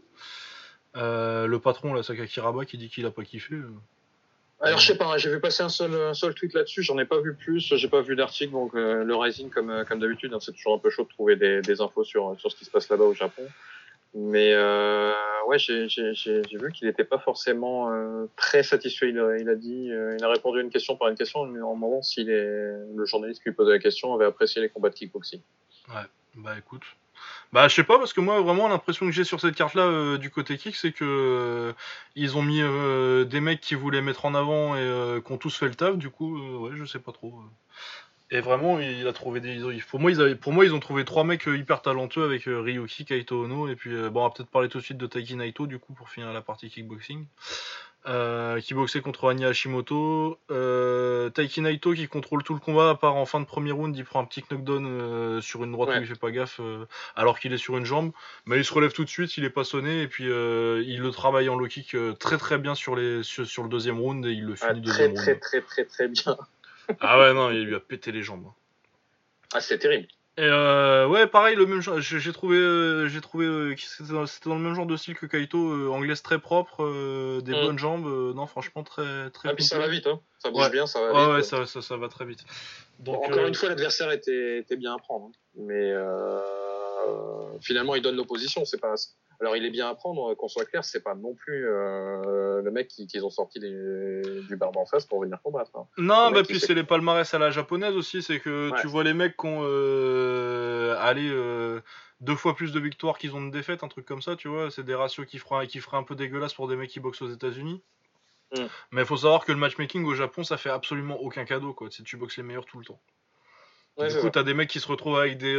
Le patron, là, Sakaki Raba, qui dit qu'il a pas kiffé. Alors, je sais pas, hein, j'ai vu passer un seul tweet là-dessus, j'en ai pas vu plus, j'ai pas vu d'article, donc le Rising, comme d'habitude, hein, c'est toujours un peu chaud de trouver des infos sur ce qui se passe là-bas au Japon. Mais ouais, j'ai vu qu'il n'était pas forcément très satisfait. Il a dit, il a répondu à une question par une question, mais en moment, si le journaliste qui lui posait la question avait apprécié les combats de kickboxing. Ouais, bah écoute. Bah je sais pas, parce que moi vraiment l'impression que j'ai sur cette carte là du côté kick, c'est que ils ont mis des mecs qui voulaient mettre en avant et qui ont tous fait le taf, du coup ouais je sais pas trop. Et vraiment il a trouvé pour moi ils ont trouvé trois mecs hyper talentueux avec Ryuki, Kaito Ono et puis bon on va peut-être parler tout de suite de Taiki Naito du coup pour finir la partie kickboxing. Qui boxait contre Anya Hashimoto. Taiki Naito qui contrôle tout le combat, à part en fin de premier round, il prend un petit knockdown sur une droite où Ouais. il fait pas gaffe alors qu'il est sur une jambe. Mais il se relève tout de suite, il est pas sonné et puis il le travaille en low kick très très bien sur le deuxième round et il le finit deuxième round. Très bien. Ah ouais, non, il lui a pété les jambes. Ah, c'était terrible. Et ouais, pareil, le même genre, j'ai trouvé que c'était dans le même genre de style que Kaito, anglaise très propre, des bonnes jambes, non franchement très très Ah, puis ça va complet. vite, hein. Ça bouge Ouais. bien, ça va Ouais, vite. ça va très vite. Bon, Donc, encore une fois, l'adversaire était bien à prendre. Hein. Mais finalement, il donne l'opposition. C'est pas. Alors, il est bien à prendre, qu'on soit clair, c'est pas non plus le mec qu'ils ont sorti du bar d'en face pour venir combattre. Hein. non, Le bah mec, puis c'est les palmarès à la japonaise aussi, c'est que Ouais. tu vois les mecs qui ont allez, deux fois plus de victoires qu'ils ont de défaites, un truc comme ça, tu vois, c'est des ratios qui feraient un peu dégueulasses pour des mecs qui boxent aux États-Unis. Mais il faut savoir que le matchmaking au Japon, ça fait absolument aucun cadeau, quoi. Si tu boxes les meilleurs tout le temps. Ouais, Du c'est coup, ça. t'as des mecs qui se retrouvent avec des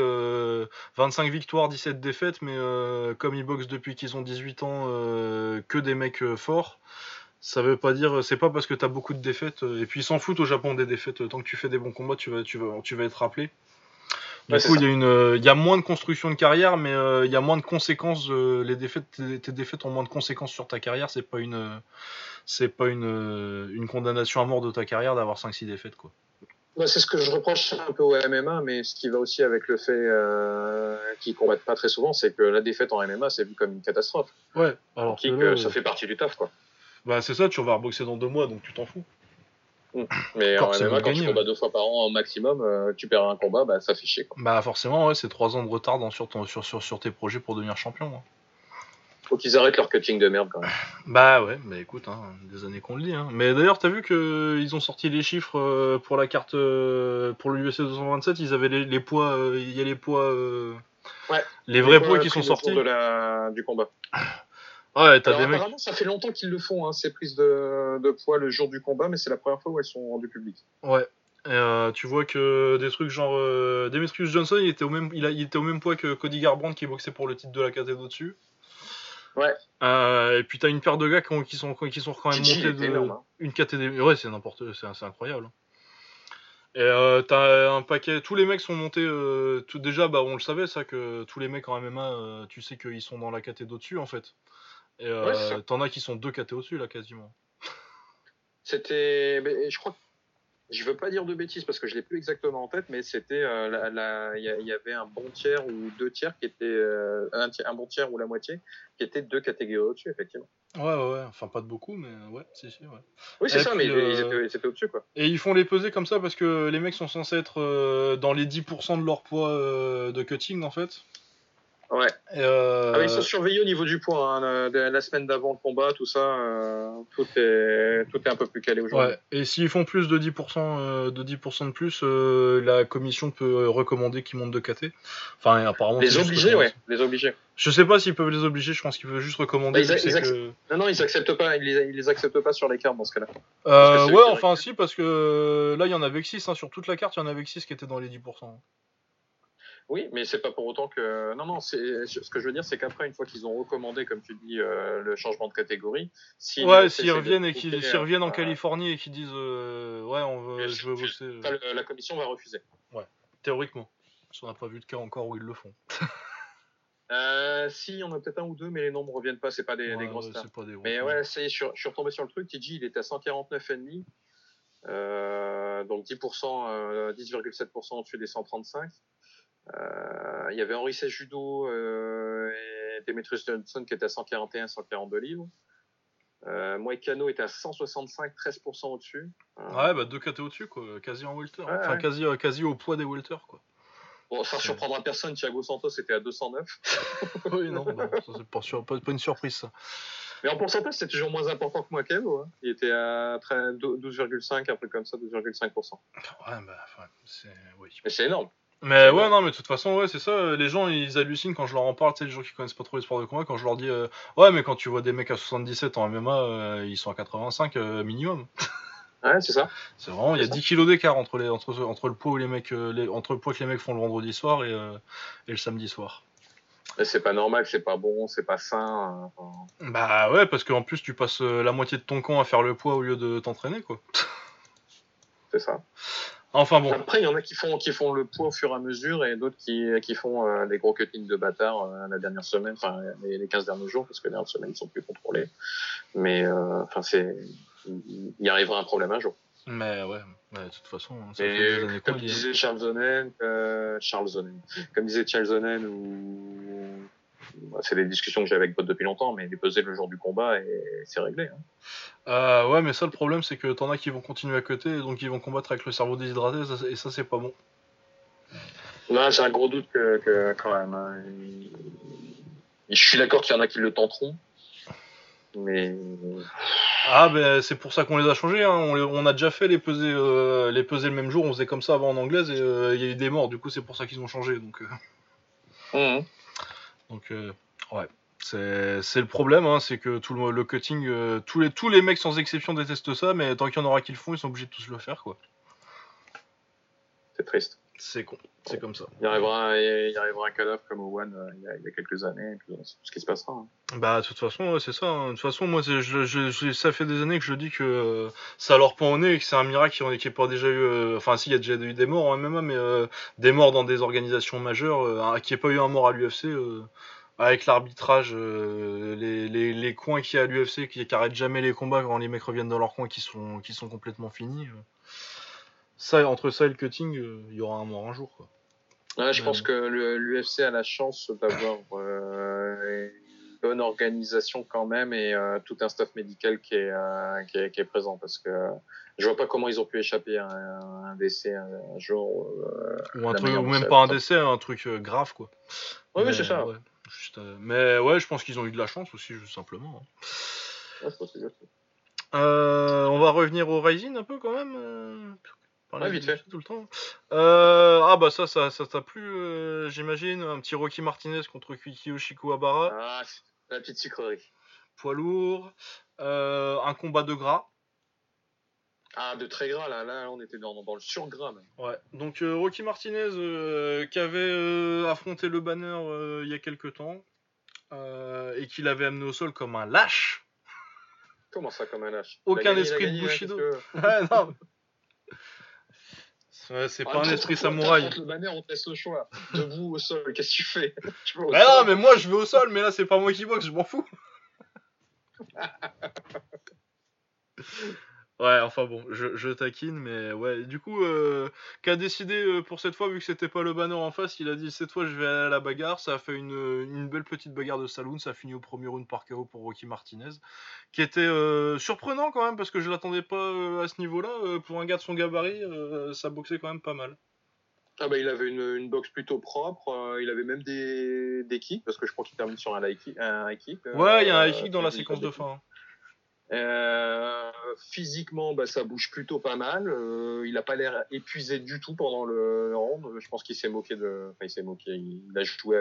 25 victoires, 17 défaites, mais comme ils boxent depuis qu'ils ont 18 ans, que des mecs forts, ça veut pas dire, c'est pas parce que t'as beaucoup de défaites, et puis ils s'en foutent au Japon des défaites, tant que tu fais des bons combats, tu vas être rappelé. Du Ouais, c'est coup, ça. il y a moins de construction de carrière, mais il y a moins de conséquences. Les défaites, tes défaites ont moins de conséquences sur ta carrière. C'est pas une condamnation à mort de ta carrière d'avoir 5-6 défaites, quoi. Bah, c'est ce que je reproche un peu au MMA, mais ce qui va aussi avec le fait qu'ils combattent pas très souvent, c'est que la défaite en MMA, c'est vu comme une catastrophe. Ouais, alors Qui que là, ça fait partie du taf, quoi. bah c'est ça, tu vas reboxer dans 2 mois, donc tu t'en fous. Mais en Forcément MMA, de quand tu gagner. combats Ouais. 2 fois par an au maximum, tu perds un combat, bah ça fait chier, quoi. Bah forcément, ouais, c'est 3 ans de retard sur tes projets pour devenir champion. Hein. Faut qu'ils arrêtent leur cutting de merde, quand même. Bah ouais, bah écoute, hein, des années qu'on le dit. Hein. Mais d'ailleurs, t'as vu que ils ont sorti les chiffres pour la carte pour le UFC 227, ils avaient les poids, il y a les poids, Ouais. les vrais poids qui pris sont le jour sortis. du combat. Ouais, t'as Alors des mecs. apparemment, ça fait longtemps qu'ils le font, hein, ces prises de poids le jour du combat, mais c'est la première fois où elles sont rendues publiques. Ouais. Et, tu vois que des trucs genre Demetrius Johnson, il était au même poids que Cody Garbrandt qui boxait pour le titre de la catégorie au-dessus. Ouais. Et puis t'as une paire de gars qui sont quand même Gigi, il montés était énorme. Hein. une catégorie. Ouais, c'est incroyable. Et t'as un paquet, tous les mecs sont montés, tout déjà, bah on le savait ça, que tous les mecs en MMA, tu sais qu'ils sont dans la caté d'au-dessus en fait. Et Ouais, c'est ça. t'en as qui sont 2 catés au-dessus là quasiment. Mais je crois que je veux pas dire de bêtises parce que je l'ai plus exactement en tête, mais c'était il y avait un bon tiers ou 2 tiers qui étaient un bon tiers ou la moitié qui étaient 2 catégories au-dessus, effectivement. Ouais, enfin pas de beaucoup, mais ouais, si, ouais. Oui, c'est Et ça, mais puis, ils étaient au-dessus, quoi. et ils font les pesées comme ça parce que les mecs sont censés être dans les 10% de leur poids de cutting en fait. Ouais. Et Ah, mais ils sont surveillés au niveau du poids. Hein. La semaine d'avant le combat, tout ça, tout est un peu plus calé aujourd'hui. ouais, et s'ils font plus de 10%, de 10% de plus, la commission peut recommander qu'ils montent de KT. Enfin, apparemment, c'est Les juste obliger, recommandé. ouais, les obliger. Je sais pas s'ils peuvent les obliger, je pense qu'ils peuvent juste Bah, recommander vu que c'est que. Non, non, ils acceptent pas, ils les acceptent pas sur les cartes dans ce cas-là. Parce que c'est eux Ouais, qui enfin, règlent. si, parce que là, il y en avait que 6, hein, sur toute la carte, il y en avait que 6 qui étaient dans les 10%. Oui, mais c'est pas pour autant que. Non, non, ce que je veux dire, c'est qu'après, une fois qu'ils ont recommandé, comme tu dis, le changement de catégorie, si Ouais, l'UFC s'ils essaie de reviennent pousser, s'ils reviennent en Californie et qu'ils disent ouais, l'UFC je veux refuse. bosser. Ça, la commission va refuser. Ouais, théoriquement. Parce qu'on n'a pas vu de cas encore où ils le font. Si, on a peut-être un ou deux, mais les nombres reviennent pas, c'est pas des grosses Ouais, stars. c'est pas des gros Mais trucs. ouais, ça y est, je suis retombé sur le truc. TG, il était à 149,5. Donc 10%, 10,7% au-dessus des 135. Il y avait Henri C. Judo et Demetrius Johnson qui étaient à 141, 142 livres. Moïcano était à 165, 13% au-dessus. Ouais, bah 2 KT au-dessus, quoi. Quasi en welter. Ouais, Enfin, ouais. quasi au poids des welters, quoi. Bon, ça C'est... surprendra personne, Thiago Santos était à 209. oui, non, bah, ça, c'est pas une surprise, ça. Mais en pourcentage, c'est toujours moins important que Moïcano. Hein. Il était à 12,5, un truc comme ça, 12,5%. Ouais, bah, enfin, c'est... Oui. Mais c'est énorme. Mais C'est ouais, énorme. non, mais de toute façon, ouais, c'est ça. Les gens, ils hallucinent quand je leur en parle, tu sais, les gens qui connaissent pas trop les sports de combat, quand je leur dis, ouais, mais quand tu vois des mecs à 77 en MMA, ils sont à 85 minimum. Ouais, c'est ça. C'est vraiment, il y C'est a ça. 10 kilos d'écart entre le poids où les mecs, entre le poids que les mecs font le vendredi soir et le samedi soir. Mais c'est pas normal, c'est pas bon, c'est pas sain. Bah ouais, parce qu'en plus, tu passes la moitié de ton camp à faire le poids au lieu de t'entraîner, quoi. C'est ça. Enfin bon. Après, il y en a qui font le poids au fur et à mesure et d'autres qui font des gros cuttings de bâtard la dernière semaine, enfin les 15 derniers jours, parce que les dernières semaines, ils sont plus contrôlés. Mais enfin, il y arrivera un problème un jour. Mais ouais, de toute façon, ça fait des Et années qu'on comme le dit. disait Charles Zonen, comme disait Charles Zonen, c'est des discussions que j'ai avec Bot depuis longtemps, mais les peser le jour du combat et c'est réglé. Hein. Ouais, mais ça, le problème, c'est que t'en as qui vont continuer à côté, et donc ils vont combattre avec le cerveau déshydraté, et ça, c'est pas bon. Là, j'ai un gros doute que quand même. Hein, je suis d'accord qu'il y en a qui le tenteront, mais Ah, ben c'est pour ça qu'on les a changés, hein. On a déjà fait les pesées le même jour, on faisait comme ça avant en anglaise, et il y a eu des morts, du coup, c'est pour ça qu'ils ont changé, donc... Mmh. Donc, ouais. C'est le problème, hein, c'est que tout le cutting, tous les mecs sans exception détestent ça, mais tant qu'il y en aura qui le font, ils sont obligés de tous le faire, quoi. C'est triste. C'est con, c'est comme ça. Il y arrivera un call-off comme Owen il y a quelques années, et puis c'est tout ce qui se passera. Hein. Bah, de toute façon, ouais, c'est ça. Hein. De toute façon, moi, ça fait des années que je dis que ça leur pend au nez et que c'est un miracle qui ait pas déjà eu. Enfin, si, il y a déjà eu des morts en MMA, mais des morts dans des organisations majeures, qu'il n'y ait pas eu un mort à l'UFC. Avec l'arbitrage, les coins qu'il y a à l'UFC qui arrêtent jamais les combats quand les mecs reviennent dans leur coin qui sont complètement finis. Ça, entre ça et le cutting, il y aura un mort un jour, quoi. Ouais, je pense que l'UFC a la chance d'avoir une bonne organisation quand même et tout un staff médical qui est présent parce que je vois pas comment ils ont pu échapper à un décès un jour. Ou un la truc, manière ou dont même ça. pas un décès, un truc grave, quoi. Oui, Mais c'est ça. ouais, mais ouais, je pense qu'ils ont eu de la chance aussi, juste simplement. Hein. Ouais, je pense que c'est On va revenir au Rising un peu quand même. ouais, vite fait. Tout le temps. Ah bah ça t'a plu, j'imagine. Un petit Rocky Martinez contre Kiyoshiko Habara. Ah, la petite sucrerie. Poids lourd. Un combat de gras. Ah, de très gras là on était dans le surgras même. Ouais. Donc Rocky Martinez qui avait affronté le banner il y a quelques temps et qui l'avait amené au sol comme un lâche. Comment ça comme un lâche? Aucun esprit de Bushido. Bushido. Ouais, non. Ouais, c'est En pas même un temps, esprit toi, samouraï. t'affrontes le banner, on te laisse le choix. Debout au sol, qu'est-ce que tu fais? Tu vas au Bah non, sol. mais moi je vais au sol, mais là c'est pas moi qui boxe, je m'en fous. Ouais, enfin bon, je taquine, mais ouais. Du coup, qu'a décidé pour cette fois, vu que c'était pas le banner en face, il a dit cette fois je vais aller à la bagarre. Ça a fait une belle petite bagarre de saloon. Ça a fini au premier round par KO pour Rocky Martinez, qui était surprenant quand même parce que je l'attendais pas à ce niveau-là. Pour un gars de son gabarit, ça boxait quand même pas mal. Ah bah, il avait une boxe plutôt propre, il avait même des kicks, parce que je crois qu'il termine sur un high kick. Ouais, il y a un high kick Si dans je la dis pas séquence de de bêtises. fin, hein. Physiquement, bah, ça bouge plutôt pas mal. Il a pas l'air épuisé du tout pendant le round. Je pense qu'il s'est moqué enfin, il s'est moqué. Il a joué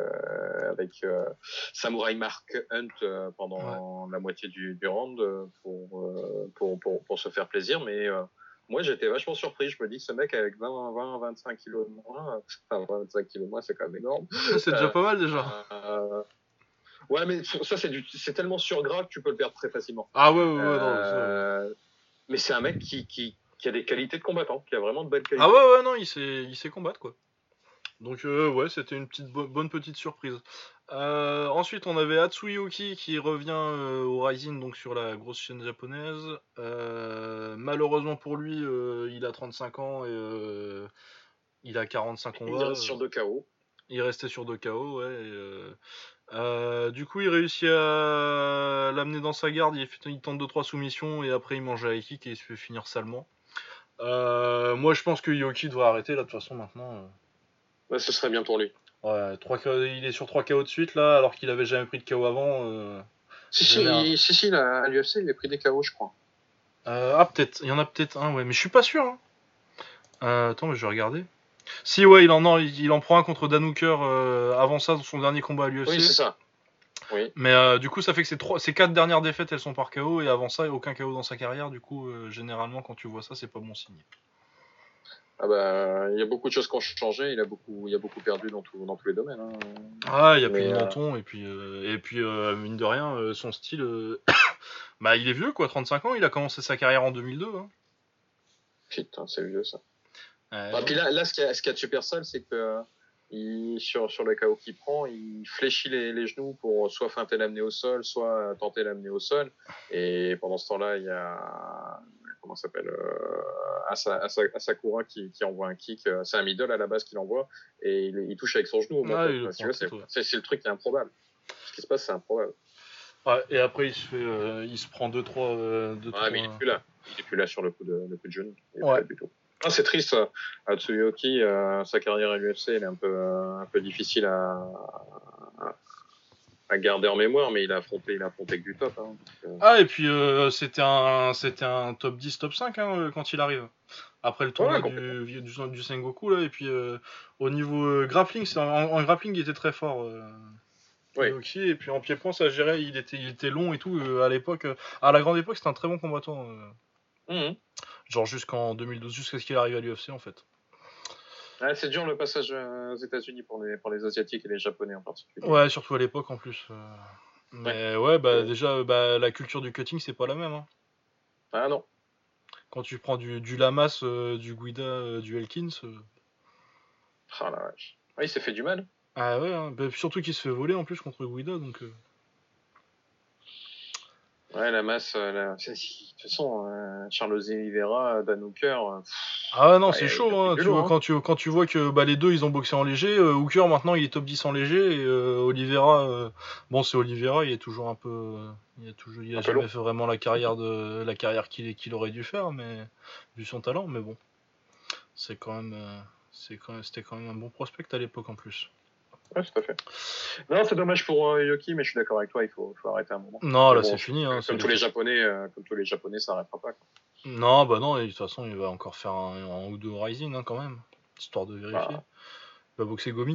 avec Samurai Mark Hunt Ouais. pendant la moitié du round pour se faire plaisir. Mais moi, j'étais vachement surpris. Je me dis que ce mec avec 25 kilos de moins, enfin 25 kilos de moins, c'est quand même énorme. C'est déjà Euh, pas mal déjà. ouais, mais ça, c'est tellement surgras que tu peux le perdre très facilement. Ah ouais, ouais, ouais, non, ça. Euh, mais c'est un mec qui a des qualités de combattant, qui a vraiment de belles Ah qualités. ouais, ouais, non, il sait combattre quoi. Donc ouais, c'était une bonne petite surprise. Ensuite, on avait Atsuyoki qui revient au Rising, donc sur la grosse chaîne japonaise. Malheureusement pour lui, il a 35 ans et il a 45 Il combats. reste sur 2 KO. Il restait sur 2 KO, ouais. Du coup, il réussit à l'amener dans sa garde. Il tente 2-3 soumissions et après il mange à kick et il se fait finir salement. Moi, je pense que Yoki devrait arrêter là de toute façon maintenant. Ouais, ce serait bien pour lui. Ouais, il est sur 3 KO de suite là, alors qu'il avait jamais pris de KO avant. Si, à l'UFC, il a pris des KO, je crois. Peut-être, il y en a peut-être un, ouais, mais je suis pas sûr, hein. Attends, mais je vais regarder. Si, ouais, il en prend un contre Dan Hooker avant ça, dans son dernier combat à Oui, c'est l'UFC. ça. Oui. Mais du coup, ça fait que ces 4 dernières défaites, elles sont par KO, et avant ça, aucun KO dans sa carrière. Du coup, généralement, quand tu vois ça, c'est pas bon signe. Ah bah, il y a beaucoup de choses qui ont changé. Il a beaucoup perdu dans tous les domaines. Hein. Ah, il y a plus Mais de menton, et puis, mine de rien, son style, bah, il est vieux, quoi, 35 ans, il a commencé sa carrière en 2002. Hein. putain, c'est vieux ça. Donc, Puis là, ce qu'il y a de super sale, c'est que sur le KO qu'il prend, il fléchit les genoux pour soit feinter l'amener au sol, soit tenter l'amener au sol. Et pendant ce temps-là, il y a comment ça s'appelle Asakura qui envoie un kick. C'est un middle à la base qu'il envoie et il touche avec son genou au menton. il le Tu prend vois, tout, ouais. c'est le truc qui est improbable. Ce qui se passe, c'est improbable. Ouais, et après, il se prend 2-3. Ouais, mais il est plus là. Il est plus là sur le coup de genou. Il est plus Ouais. là du tout. Ah, c'est triste. Atsuyoki, sa carrière à l'UFC, elle est un peu difficile à garder en mémoire, mais il a affronté que du top. Hein, Ah, et puis c'était un top 10, top 5 hein, quand il arrive. Après le tournoi ouais, complètement. du Sengoku, là, et puis au niveau grappling, en grappling, il était très fort. Oui. Yoki, et puis en pied-point, ça gérait, il était long et tout. À l'époque, à la grande époque, c'était un très bon combattant. Mmh. Genre jusqu'en 2012, jusqu'à ce qu'il arrive à l'UFC en fait. Ouais, c'est dur le passage aux États-Unis pour les Asiatiques et les Japonais en particulier. Ouais, surtout à l'époque en plus. Mais ouais, bah déjà, la culture du cutting, c'est pas la même. Hein. Ah non. Quand tu prends du Lamas, du Guida, du Elkins. Ah la vache. Ah, il s'est fait du mal. Ah ouais, hein. Bah, surtout qu'il se fait voler en plus contre Guida, donc. Ouais, la masse. De toute façon, Charles Oliveira, Dan Hooker. Ah ouais, non, c'est Ouais, il a chaud, pris hein. du Tu vois, lourd. Hein. quand tu vois que les deux ils ont boxé en léger, Hooker maintenant il est top 10 en léger, et Oliveira, bon, c'est Oliveira, il est toujours un peu. Il a Un peu jamais lourd. fait vraiment la carrière qu'il aurait dû faire, mais vu son talent, mais bon, c'est quand même, c'était quand même un bon prospect à l'époque en plus. Ouais, tout à fait. Non, c'est dommage pour Yoki, mais je suis d'accord avec toi, il faut arrêter un moment. Non, Mais là bon, c'est fini, hein, comme tous les Japonais, ça n'arrêtera pas. Quoi. Non, bah non, et de toute façon il va encore faire un ou deux Rising hein, quand même, histoire de vérifier. Bah, Il va boxer Gomi.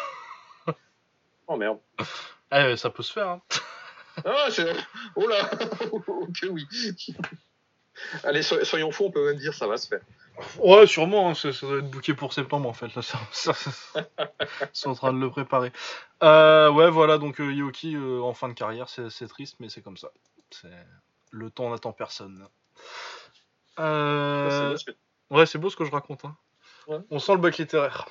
oh merde. Ça peut se faire. Hein. Ah, c'est. Oh là ok, oui. Allez, soyons fous, on peut même dire ça va se faire. Ouais, sûrement, hein, ça doit être booké pour septembre en fait. Là, ils sont en train de le préparer. Ouais, voilà, donc Yoki en fin de carrière, c'est triste, mais c'est comme ça. Le temps n'attend personne. Bah, c'est beau Euh... ce que Ouais, c'est beau ce que je raconte. Hein. Ouais. On sent le bac littéraire.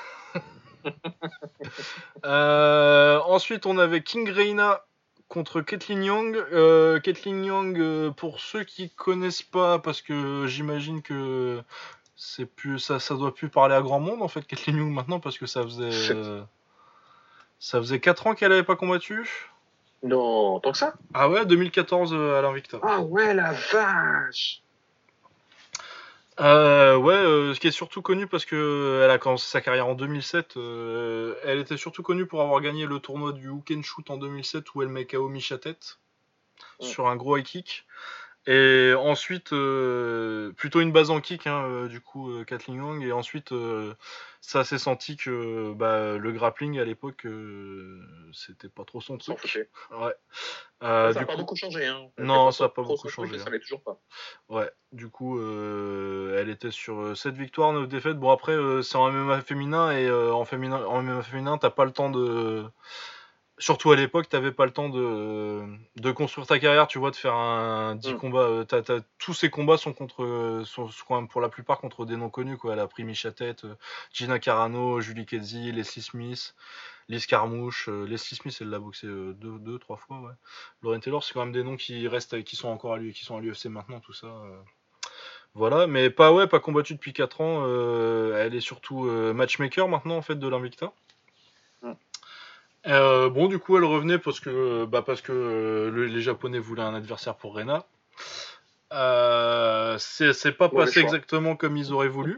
Ensuite, on avait King Reina contre Kathleen Young. Kathleen Young, pour ceux qui connaissent pas, parce que j'imagine que c'est plus ça doit plus parler à grand monde en fait Kathleen Young maintenant parce que ça faisait 4 ans qu'elle avait pas combattu. Non, tant que ça? Ah ouais, 2014 à l'Invicta. Ah ouais, la vache! Ouais, ce qui est surtout connu parce que elle a commencé sa carrière en 2007. Elle était surtout connue pour avoir gagné le tournoi du Hook and Shoot en 2007 où elle met KO Misha Tate sur un gros high kick. Et ensuite, plutôt une base en kick, hein, du coup, Kathleen Young. Et ensuite, ça s'est senti que le grappling à l'époque, c'était pas trop son S'en truc. foutait. Ouais. Ça Du n'a pas coup, beaucoup changé, hein. Elle fait non, pas ça a pas trop beaucoup son truc changé. et ça l'est toujours pas. Ouais, du coup, elle était sur 7 victoires, 9 défaites. Bon, après, c'est en MMA féminin et en MMA féminin, t'as pas le temps de. Surtout à l'époque, t'avais pas le temps de construire ta carrière, tu vois, de faire un 10 combats. Tous ces combats sont sont quand même pour la plupart contre des noms connus, quoi. Elle a pris Misha Tate, Gina Carano, Julie Kedzie, Leslie Smith, Liz Carmouche. Leslie Smith, elle l'a boxé deux, trois fois, ouais. Lauren Taylor, c'est quand même des noms qui restent, qui sont encore qui sont à l'UFC maintenant, tout ça. Voilà, mais pas combattu depuis 4 ans. Elle est surtout matchmaker maintenant en fait de l'Invicta. Mm. Bon, du coup, elle revenait parce que les Japonais voulaient un adversaire pour Rena. C'est pas Mauvais passé choix. exactement comme ils auraient voulu.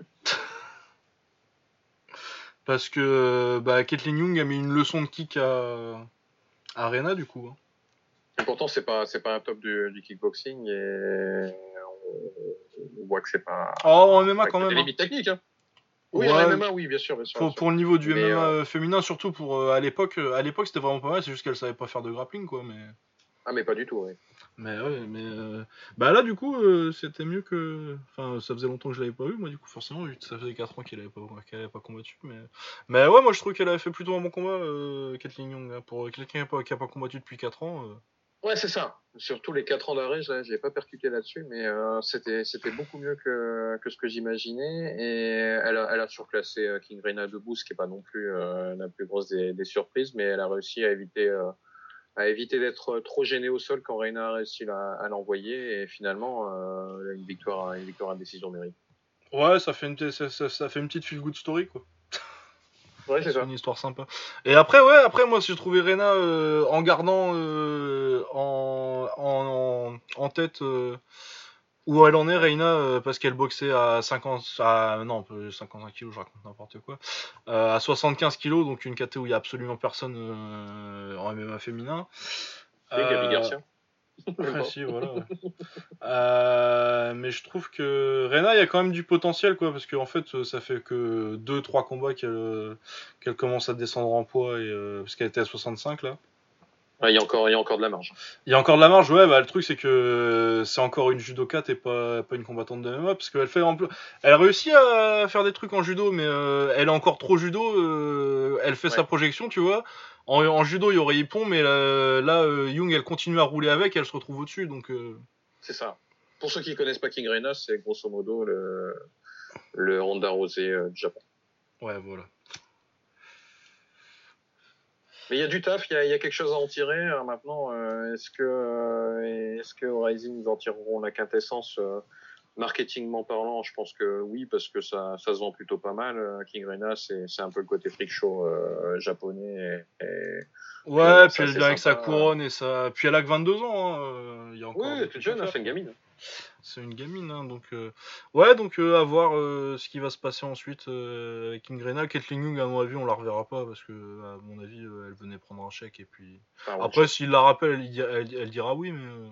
Parce que Kathleen Young a mis une leçon de kick à Rena, du coup. Hein. Et pourtant, c'est pas un top du kickboxing et on voit que c'est pas. Oh, en MMA Enfin, quand que des même. Hein. limites techniques, hein. Oui, en Ouais, MMA, oui, bien sûr, bien sûr, bien sûr. pour le niveau du Mais MMA féminin, surtout pour à l'époque c'était vraiment pas mal, c'est juste qu'elle savait pas faire de grappling, quoi. mais pas du tout, oui. Mais ouais, là du coup c'était mieux que. Enfin, ça faisait longtemps que je l'avais pas vu, moi du coup forcément, vu que ça faisait 4 ans qu'elle avait pas combattu. Mais ouais, moi je trouve qu'elle avait fait plutôt un bon combat, Kathleen Young, hein, pour quelqu'un qui a pas combattu depuis 4 ans. Ouais, c'est ça. Surtout les 4 ans d'arrêt, j'ai pas percuté là-dessus, mais c'était beaucoup mieux que ce que j'imaginais. Et elle a surclassé King Reina debout, ce qui est pas non plus la plus grosse des surprises, mais elle a réussi à éviter d'être trop gênée au sol quand Reina a réussi à l'envoyer. Et finalement, une victoire à décision mérite. Ouais, ça fait une petite feel good story, quoi. Ouais, c'est C'est ça. une histoire sympa. Et après moi j'ai trouvé Rena en gardant en tête où elle en est, Reina, parce qu'elle boxait à 50, non, 55 kilos, je raconte n'importe quoi, à 75 kilos, donc une caté où il y a absolument personne en MMA féminin. Et Gabi Euh, Garcia, même pas. si, voilà. Ouais. Mais je trouve que Rena, il y a quand même du potentiel, quoi, parce qu'en fait, ça fait que 2-3 combats qu'elle commence à descendre en poids, parce qu'elle était à 65 là. Ouais, il y a encore de la marge. Il y a encore de la marge, ouais, le truc c'est que c'est encore une judokate et pas une combattante de MMA, parce qu'elle fait elle réussit à faire des trucs en judo, mais elle est encore trop judo, elle fait Ouais, sa projection, tu vois. En judo, il y aurait Ippon, mais là, Young, elle continue à rouler avec, elle se retrouve au-dessus, donc... c'est ça. Pour ceux qui connaissent pas King Reina, c'est grosso modo le Ronda Rousey du Japon. Ouais, voilà. Mais il y a du taf, il y a quelque chose à en tirer. Maintenant, est-ce que Rising ils en tireront la quintessence marketingment parlant? Je pense que oui, parce que ça se vend plutôt pas mal. King Reina, c'est un peu le côté freak show japonais et Ouais, finalement puis c'est elle assez vient avec sa sympa. couronne et ça... Puis elle a que 22 ans, hein, il y a Oui, encore des elle est toute trucs à jeune, hein, faire, c'est une quoi. gamine. C'est une gamine, hein, donc ouais, donc à voir ce qui va se passer ensuite avec Ingrena. Kathleen Young, à mon avis, on la reverra pas parce que, à mon avis, elle venait prendre un chèque et puis Enfin, one après, shot. s'il la rappelle, elle dira oui,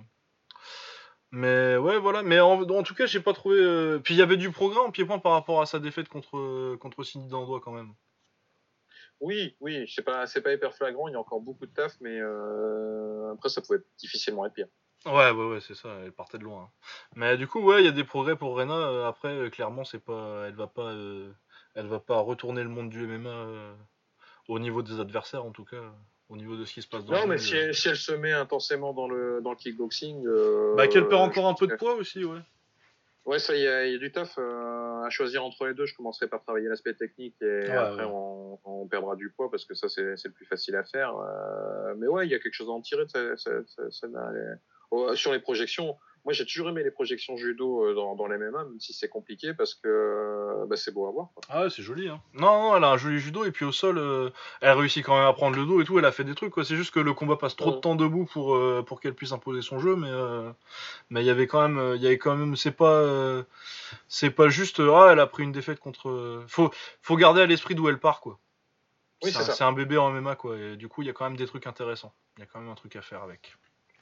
mais ouais, voilà. Mais en tout cas, j'ai pas trouvé. Puis il y avait du progrès en pied-point par rapport à sa défaite contre Cindy Dandois quand même. Oui, oui, c'est pas hyper flagrant. Il y a encore beaucoup de taf, mais après ça pouvait difficilement être pire. Ouais, c'est ça. Elle partait de loin. Hein. Mais du coup, ouais, il y a des progrès pour Rena. Après, clairement, c'est pas, elle va pas retourner le monde du MMA. Au niveau des adversaires, en tout cas, au niveau de ce qui se passe dans le Non, mais ring. si elle se met intensément dans le kickboxing, Qu'elle perd je encore un pense peu de que poids aussi, ouais. Ouais, ça, il y a du taf à choisir entre les deux. Je commencerai par travailler l'aspect technique et après on perdra du poids parce que ça, c'est le plus facile à faire. Mais ouais, il y a quelque chose à en tirer de ça sur les projections. Moi, j'ai toujours aimé les projections judo dans les MMA, même si c'est compliqué parce que c'est beau à voir, quoi. Ah ouais, c'est joli, hein. Non, elle a un joli judo, et puis au sol, elle réussit quand même à prendre le dos et tout, elle a fait des trucs, quoi. C'est juste que le combat passe trop de temps debout pour qu'elle puisse imposer son jeu, mais il y avait quand même, c'est pas juste, elle a pris une défaite contre, faut garder à l'esprit d'où elle part, quoi. Oui, c'est ça. C'est un bébé en MMA, quoi, et du coup, il y a quand même des trucs intéressants. Il y a quand même un truc à faire avec.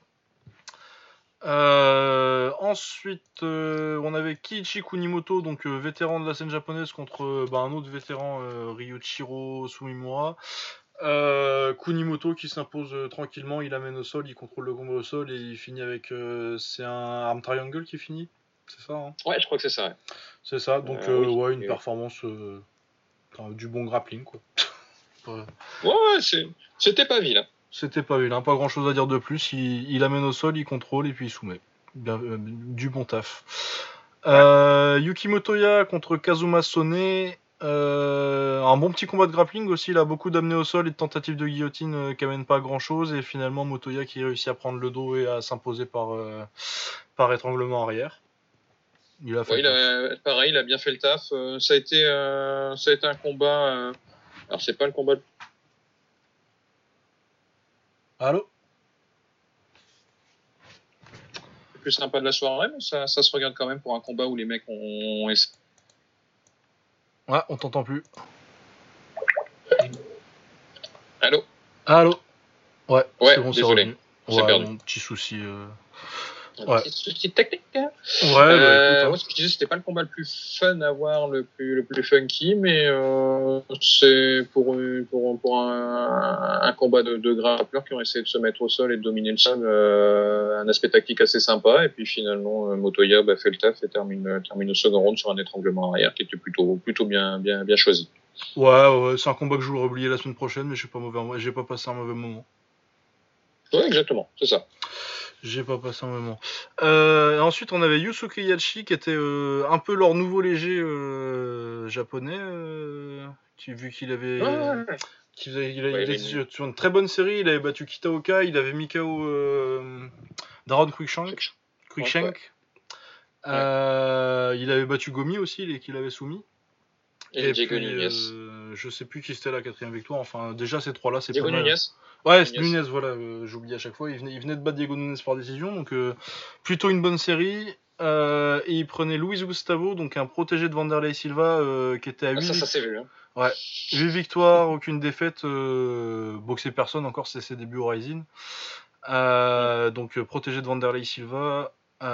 Ensuite, on avait Kiichi Kunimoto, donc vétéran de la scène japonaise, contre un autre vétéran, Ryuichiro Sumimura. Kunimoto qui s'impose tranquillement, il amène au sol, il contrôle le combat au sol et il finit avec. C'est un arm triangle qui finit. C'est ça, hein. Ouais, je crois que c'est ça. Ouais. C'est ça, donc Oui. ouais, une performance du bon grappling, quoi. Ouais, c'était pas vilain. C'était pas vilain, pas grand chose à dire de plus. Il amène au sol, il contrôle et puis il soumet. Du bon taf. Yuki Motoya contre Kazuma Sone. Un bon petit combat de grappling aussi. Il a beaucoup d'amener au sol et de tentatives de guillotine qui amènent pas à grand chose. Et finalement, Motoya qui réussit à prendre le dos et à s'imposer par étranglement arrière. Il a fait pareil, il a bien fait le taf. Ça a été un combat. Alors, c'est pas le combat. Allô? Le plus sympa de la soirée, mais ça se regarde quand même pour un combat où les mecs ont. Ouais, on t'entend plus. Allô? Allô? Ouais, c'est bon, désolé. c'est revenu. Ouais, perdu. Mon petit souci. Ouais. Petit technique. Hein. Ouais, écoute. Moi, ce que je disais, c'était pas le combat le plus fun à voir, le plus funky, mais c'est pour un combat de grappleurs qui ont essayé de se mettre au sol et de dominer le sol, un aspect tactique assez sympa. Et puis finalement, Motoya fait le taf et termine au second round sur un étranglement arrière qui était plutôt bien choisi. Ouais, c'est un combat que je voudrais oublier la semaine prochaine, mais j'ai pas passé un mauvais moment. Ouais, exactement, c'est ça. J'ai pas passé un moment. Ensuite, on avait Yusuke Yachi qui était un peu leur nouveau léger japonais, vu qu'il avait, il était sur une très bonne série. Il avait battu Kitaoka, il avait mis KO Daron Quickshank. Il avait battu Gomi aussi, qu'il avait soumis. Et puis, je sais plus qui c'était la quatrième victoire. Enfin, déjà ces trois-là, c'est pas mal. Ouais, c'est Nunez, voilà, j'oublie à chaque fois. Il venait de battre Diego Nunes par décision, donc plutôt une bonne série. Et il prenait Luis Gustavo, donc un protégé de Vanderlei Silva, qui était à 8 ça s'est vu. Hein. Ouais, 8 victoires, aucune défaite, boxé personne encore, c'est ses débuts au Rising. Donc protégé de Vanderlei Silva, qui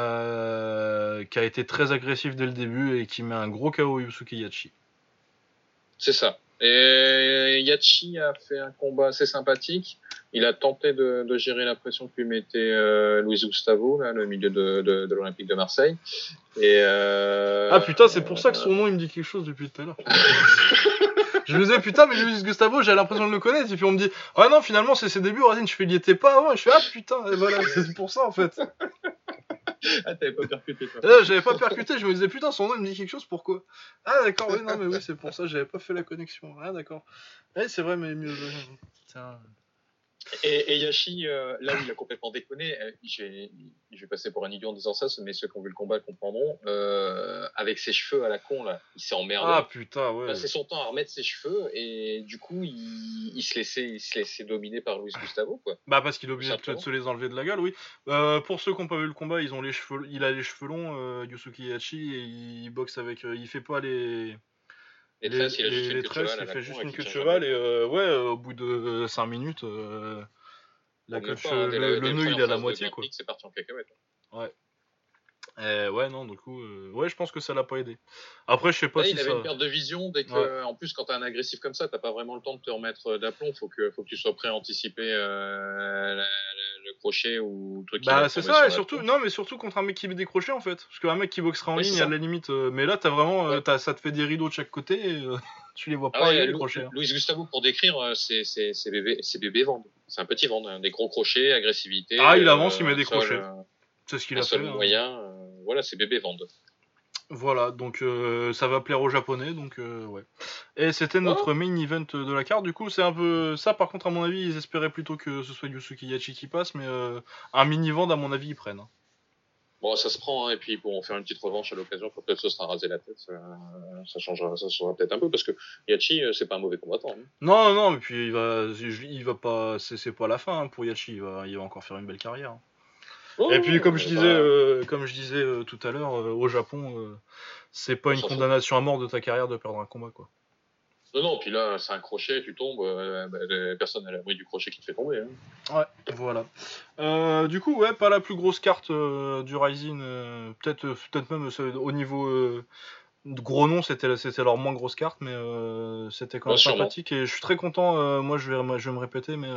a été très agressif dès le début et qui met un gros KO Yusuke Yachi. C'est ça. Et Yachi a fait un combat assez sympathique. Il a tenté de gérer la pression que lui mettait Luis Gustavo, là, le milieu de l'Olympique de Marseille. Et Ah putain, c'est pour ça que son nom il me dit quelque chose depuis tout à l'heure. Je me disais putain, mais Luis Gustavo, j'ai l'impression de le connaître. Et puis on me dit, ah non, finalement c'est ses débuts, Racine. Je fais, il y était pas avant. Et je fais, ah putain, et voilà, c'est pour ça en fait. Ah, t'avais pas percuté, toi. J'avais pas percuté, je me disais, putain, son nom il me dit quelque chose, pourquoi? Ah d'accord, oui, non, mais oui, c'est pour ça, j'avais pas fait la connexion. Ah d'accord. Ouais, c'est vrai, mais mieux. Tiens. Et Yachi, là où il a complètement déconné, je vais passer pour un idiot en disant ça, mais ceux qui ont vu le combat le comprendront, avec ses cheveux à la con, là, il s'est emmerdé. Ah putain, ouais. Il passait son temps à remettre ses cheveux, et du coup, il se laissait dominer par Luis Gustavo, quoi. Bah parce qu'il est obligé de se les enlever de la gueule, oui. Pour ceux qui n'ont pas vu le combat, il a les cheveux longs, Yusuke Yachi, et il boxe avec, il fait pas les tresses, il fait juste une queue de cheval, et au bout de 5 minutes, la queue le nœud il est à la moitié, quoi. C'est parti en cacahuète. Ouais. Ouais, non, du coup, ouais, je pense que ça l'a pas aidé. Après, je sais pas si il avait une perte de vision dès que, en plus, quand t'es un agressif comme ça, t'as pas vraiment le temps de te remettre d'aplomb. Faut que tu sois prêt à anticiper le crochet ou le truc. Bah, c'est ça, et surtout, non, mais surtout contre un mec qui met des crochets, en fait. Parce qu'un mec qui boxera en ligne, à la limite. Mais là, t'as vraiment, ça te fait des rideaux de chaque côté, et tu les vois pas, les crochets. Luis Gustavo, pour décrire, c'est bébé vende. C'est un petit vende, hein, des gros crochets, agressivité. Ah, il avance, il met des crochets. C'est ce qu'il a fait. Moyen, voilà, c'est bébé vende. Voilà, donc ça va plaire aux japonais, donc ouais. Et c'était Ouais. notre main event de la carte, du coup c'est un peu... Ça par contre à mon avis ils espéraient plutôt que ce soit Yusuke Yachi qui passe, mais un mini-vend à mon avis ils prennent. Hein. Bon, ça se prend, hein, et puis bon, faire une petite revanche à l'occasion quand peut-être se sera rasé la tête, ça changera peut-être un peu, parce que Yachi, c'est pas un mauvais combattant. Hein. Non, non, mais puis il va pas... C'est pas la fin hein, pour Yachi, il va encore faire une belle carrière. Hein. Et puis Oh, comme je disais tout à l'heure, au Japon, c'est pas on une s'en fout. condamnation à mort de ta carrière de perdre un combat, quoi. Non, non, puis là, c'est un crochet, tu tombes, personne n'a l'abri du crochet qui te fait tomber. Hein. Ouais, voilà. Du coup, ouais, pas la plus grosse carte du Rising. Peut-être même au niveau de gros nom, c'était leur moins grosse carte, mais c'était quand Ouais, même sûrement. sympathique. Et je suis très content. Moi, je vais me répéter, mais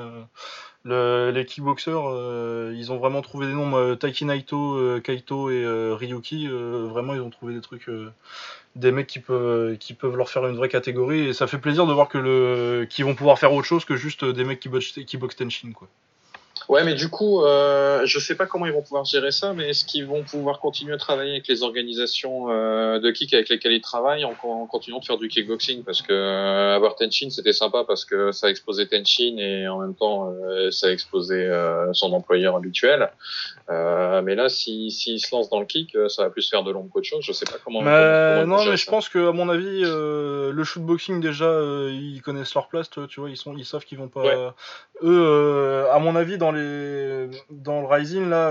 les kickboxers, ils ont vraiment trouvé des noms. Taiki Naito, Kaito et Ryuki. Vraiment, ils ont trouvé des trucs. Des mecs qui peuvent leur faire une vraie catégorie. Et ça fait plaisir de voir qu'ils vont pouvoir faire autre chose que juste des mecs qui boxent Tenshin, quoi. Ouais, mais du coup, je sais pas comment ils vont pouvoir gérer ça, mais est-ce qu'ils vont pouvoir continuer à travailler avec les organisations de kick avec lesquelles ils travaillent en continuant de faire du kickboxing? Parce que avoir Tenshin, c'était sympa parce que ça exposait Tenshin et en même temps, ça exposait son employeur habituel. Mais là, s'ils se lancent dans le kick, ça va plus faire de l'ombre qu'autre chose. Je sais pas comment Mais ils vont non, mais gérer je ça. pense que à mon avis, le shootboxing déjà, ils connaissent leur place, tu vois, ils savent qu'ils vont Ouais. pas. Eux, à mon avis, dans le Rising là,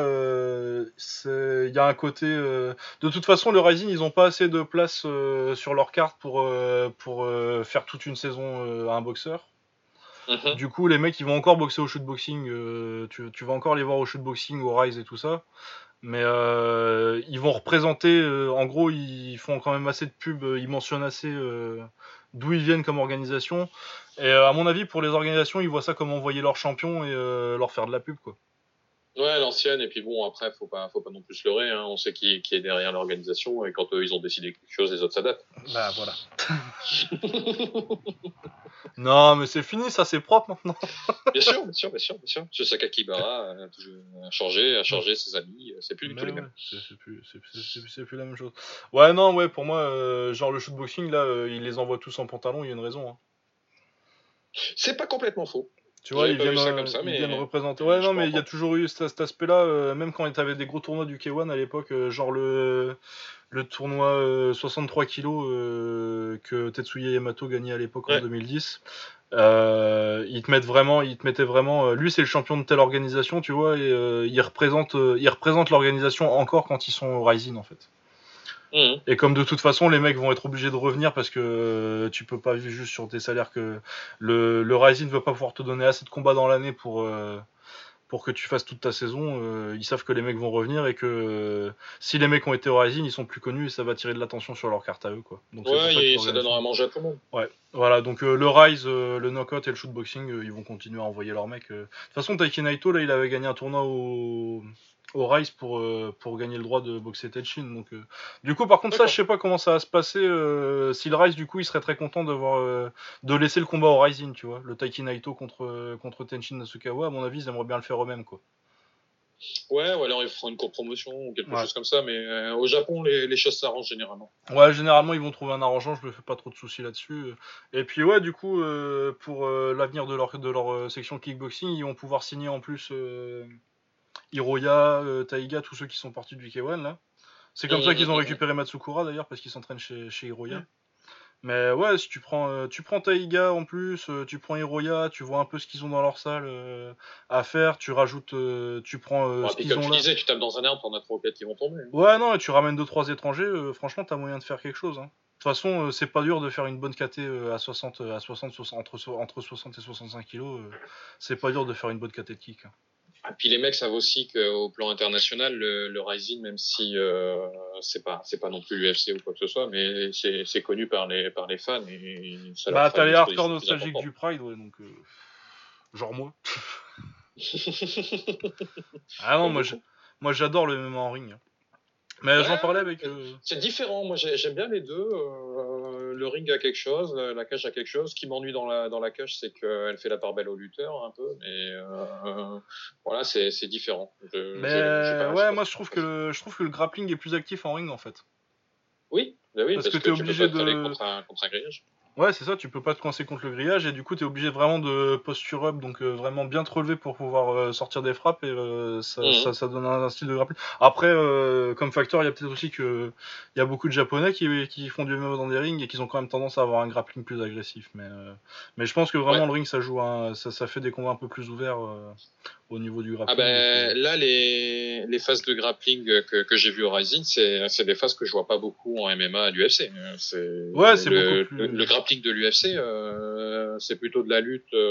il y a un côté. De toute façon, le Rising, ils ont pas assez de place sur leur carte pour faire toute une saison à un boxeur. Mhm. Du coup, les mecs, ils vont encore boxer au shootboxing. Tu vas encore les voir au shootboxing, au Rise et tout ça. Mais ils vont représenter, en gros, ils font quand même assez de pubs, ils mentionnent assez d'où ils viennent comme organisation. Et à mon avis, pour les organisations, ils voient ça comme envoyer leurs champions et leur faire de la pub, quoi. Ouais, l'ancienne, et puis bon, après, faut pas non plus se leurrer, hein. On sait qui est derrière l'organisation, et quand eux, ils ont décidé quelque chose, les autres s'adaptent. Bah voilà. Non, mais c'est fini, ça c'est propre maintenant. Bien sûr, bien sûr, bien sûr, bien sûr. Ce Sakakibara a changé ses amis, c'est plus du tout Mais les ouais, mêmes. c'est plus la même chose. Ouais, non, ouais, pour moi, genre le shootboxing, là, ils les envoient tous en pantalon, il y a une raison. Hein. C'est pas complètement faux. Tu vois, J'avais ils pas vu viennent, ça comme euh, ça, ils viennent mais représenter. Ouais, je non, peux mais il y a entendre. toujours eu cet aspect-là, même quand tu avais des gros tournois du K1 à l'époque, genre le tournoi 63 kilos que Tetsuya Yamato gagnait à l'époque en Ouais. 2010. Ils te mettaient vraiment. Lui, c'est le champion de telle organisation, tu vois, et il représente l'organisation encore quand ils sont au Rising, en fait. Mhm. Et comme de toute façon, les mecs vont être obligés de revenir parce que tu peux pas vivre juste sur tes salaires que le Rising ne veut pas pouvoir te donner assez de combats dans l'année pour que tu fasses toute ta saison. Ils savent que les mecs vont revenir et que si les mecs ont été au Rising, ils sont plus connus et ça va tirer de l'attention sur leur carte à eux, quoi. Donc c'est pour Ouais, ça que ça donnera à l'organisation. manger à tout le monde. Ouais, voilà, donc le Rise, le Knockout et le Shootboxing, ils vont continuer à envoyer leurs mecs. De toute façon, Taiki Naito, là, il avait gagné un tournoi au Rise pour gagner le droit de boxer Tenshin. Donc, du coup, par contre, ça, je D'accord. sais pas comment ça va se passer. Si le Rise, du coup, il serait très content de laisser le combat au Rising, tu vois. Le Taiki Naito contre Tenshin Nasukawa, à mon avis, ils aimeraient bien le faire eux-mêmes, quoi. Ouais, ou alors ils feront une copromotion ou quelque Ouais. chose comme ça, mais au Japon, les choses s'arrangent généralement. Ouais, généralement ils vont trouver un arrangement, je me fais pas trop de soucis là-dessus. Et puis ouais, du coup, pour l'avenir de leur section kickboxing, ils vont pouvoir signer en plus Hiroya, Taiga, tous ceux qui sont partis du K1 là. C'est comme ça qu'ils ont Mhm. récupéré Matsukura d'ailleurs, parce qu'ils s'entraînent chez Hiroya. Mais ouais, si tu prends Taiga en plus, tu prends Hiroya, tu vois un peu ce qu'ils ont dans leur salle à faire, tu rajoutes, tu prends Bon, et ce puis qu'ils comme ont tu là. disais, tu tapes dans un arbre, t'en as trois ou quatre qui vont tomber. Hein. Ouais, non, et tu ramènes deux trois étrangers, franchement, t'as moyen de faire quelque chose. Hein. De toute façon, c'est pas dur de faire une bonne KT à 60, entre 60 et 65 kilos. C'est pas dur de faire une bonne KT de kick. Hein. Et puis les mecs savent aussi qu'au plan international, le Rising, même si c'est pas non plus l'UFC ou quoi que ce soit, mais c'est connu par les fans et ça leur Bah, fera t'as une les hardcore exposition plus nostalgiques importante. du Pride, ouais, donc. Genre moi. Ah non, Comme moi, beaucoup. moi j'adore le MMA en ring. Hein. Mais j'en parlais Ouais, avec. c'est différent. Moi, j'aime bien les deux. Le ring a quelque chose, la cage a quelque chose. Ce qui m'ennuie dans la cage, c'est qu'elle fait la part belle aux lutteurs un peu. Mais voilà, c'est différent. J'ai Mais pas ouais, moi je trouve spécialement que ça. le, je trouve que le grappling est plus actif en ring en fait. Oui, bah oui, Parce que que t'es tu peux obligé pas te coller de... contre un grillage. Ouais, c'est ça, tu peux pas te coincer contre le grillage et du coup t'es obligé vraiment de posture up, donc vraiment bien te relever pour pouvoir sortir des frappes et Mhm. ça donne un style de grappling. Après, comme facteur, il y a peut-être aussi que il y a beaucoup de Japonais qui font du MMA dans des rings et qui ont quand même tendance à avoir un grappling plus agressif. Mais je pense que Ouais. vraiment le ring ça joue, ça fait des combats un peu plus ouverts au niveau du Ah grappling. ben là, les phases de grappling que j'ai vues au Rising, c'est des phases que je vois pas beaucoup en MMA à l'UFC. C'est Ouais, c'est beaucoup plus. le grappling de l'UFC, c'est plutôt de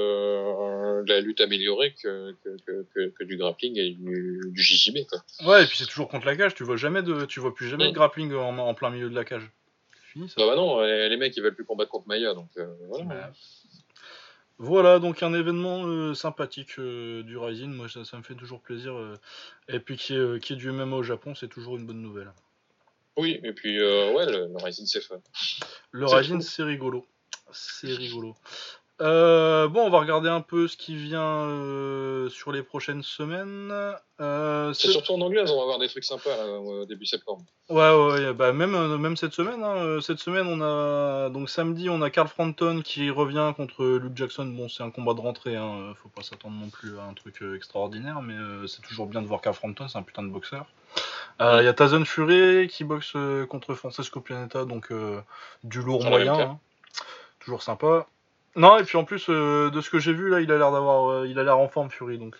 la lutte améliorée que du grappling et du JJB, quoi. Ouais, et puis c'est toujours contre la cage, tu vois plus jamais de Mm. grappling en plein milieu de la cage. C'est fini ça. Bah non, les mecs ils veulent plus combattre contre Maya, donc voilà. Bah, voilà, donc un événement sympathique du Rising, moi ça me fait toujours plaisir. Et puis qu'il y ait du MMA au Japon, c'est toujours une bonne nouvelle. Oui, et puis ouais, le Rising c'est fun. Le C'est Rising, tout. c'est rigolo. C'est rigolo. Bon, on va regarder un peu ce qui vient sur les prochaines semaines. C'est surtout en anglaise, on va avoir des trucs sympas là, au début septembre. Ouais, bah même cette semaine. Cette semaine, on a donc samedi, on a Carl Frampton qui revient contre Luke Jackson. Bon, c'est un combat de rentrée, hein, faut pas s'attendre non plus à un truc extraordinaire, mais c'est toujours bien de voir Carl Frampton, c'est un putain de boxeur. Il y a Tyson Fury qui boxe contre Francesco Pianeta, donc du lourd Dans la même moyen, carte. hein, toujours sympa. Non, et puis en plus de ce que j'ai vu là, il a l'air en forme Fury, donc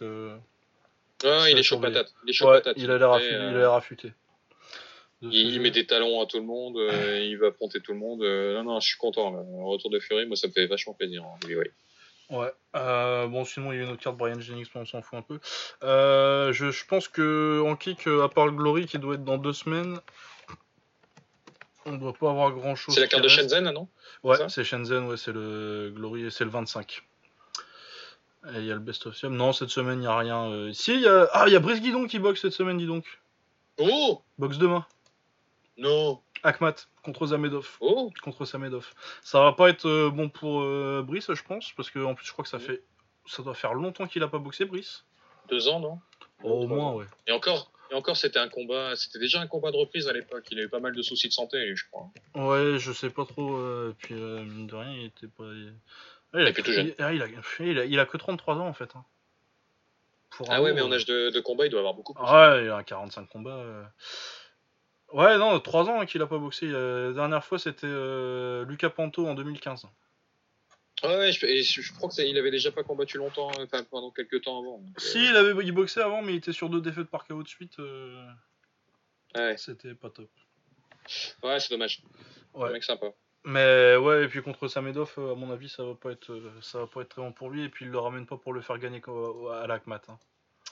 Ah, c'est il à est chaud surveiller. patate. Il est chaud Ouais, patate. il Il a est l'air prêt. il a l'air affûté. De ce que Il j'ai met vu. des talons à tout le monde. Il va affronter tout le monde. Non, non, je suis content. Là. Le retour de Fury, moi, ça me fait vachement plaisir. Hein. Oui, oui. Ouais. Bon, sinon, il y a une autre carte, Brian Jennings, mais on s'en fout un peu. Je pense que en kick, à part le Glory qui doit être dans 2 semaines, on doit pas avoir grand C'est chose la qui carte de reste. Shenzhen, non? C'est Ouais, ça? c'est Shenzhen, ouais, c'est le Glory et c'est le 25. Et il y a le Best of Siam. Non, cette semaine, il n'y a rien. Si, il y a Brice Guidon qui boxe cette semaine, dis donc. Oh! Boxe demain. Non! Akhmat contre Zamedov. Oh! Contre Samedov. Ça va pas être bon pour Brice, je pense, parce que en plus, je crois que ça doit faire longtemps qu'il a pas boxé, Brice. 2 ans, non? Oh, au moins, ouais. Et encore, c'était un combat. C'était déjà un combat de reprise à l'époque. Il a eu pas mal de soucis de santé, lui, je crois. Ouais, je sais pas trop. Puis, mine de rien, il était pas. Ah, Et puis tout jeune. il a que 33 ans en fait. Hein. Pour un Ah ouais, mais lourd. en âge de combat, il doit avoir beaucoup plus. Hein. Ouais, il a 45 combats. Ouais, non, 3 ans hein, qu'il a pas boxé. La dernière fois, c'était Lucas Panto en 2015. Ouais, ouais, je crois qu'il avait déjà pas combattu longtemps, enfin, pendant quelques temps avant. Donc, Si, il boxait avant, mais il était sur 2 défaites par KO de suite. ouais, C'était pas top. ouais, c'est dommage. Ouais. Un mec sympa. Mais ouais, et puis contre Samedov, à mon avis, ça va pas être très bon pour lui. Et puis il le ramène pas pour le faire gagner à l'ACMAT. Hein.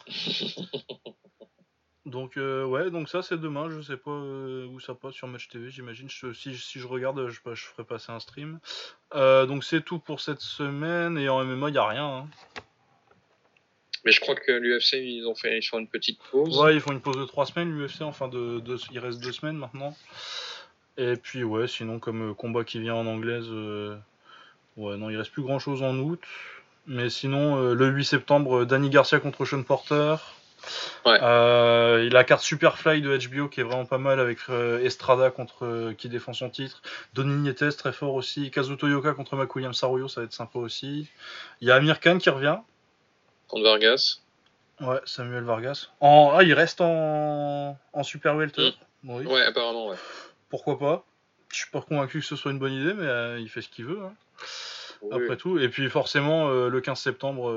Donc ouais, donc ça c'est demain, je sais pas où ça passe sur Match TV, j'imagine. Si je regarde, je ferai passer un stream. Donc c'est tout pour cette semaine et en MMA y a rien. Hein. Mais je crois que l'UFC ils font une petite pause. Ouais, ils font une pause de 3 semaines l'UFC, enfin il reste 2 semaines maintenant. Et puis ouais, sinon comme combat qui vient en anglaise, ouais non il reste plus grand chose en août. Mais sinon le 8 septembre, Danny Garcia contre Sean Porter. Ouais. La carte Superfly de HBO qui est vraiment pas mal avec Estrada qui défend son titre. Donny Nietes très fort aussi. Kazuto Yoka contre Makuyam Saruyo, ça va être sympa aussi. Il y a Amir Khan qui revient. Contre Vargas. Ouais, Samuel Vargas. Il reste en Super Welter. Oui. Ouais, apparemment, ouais. Pourquoi pas. Je suis pas convaincu que ce soit une bonne idée, mais il fait ce qu'il veut. Hein. Oui. Après tout. Et puis forcément, le 15 septembre,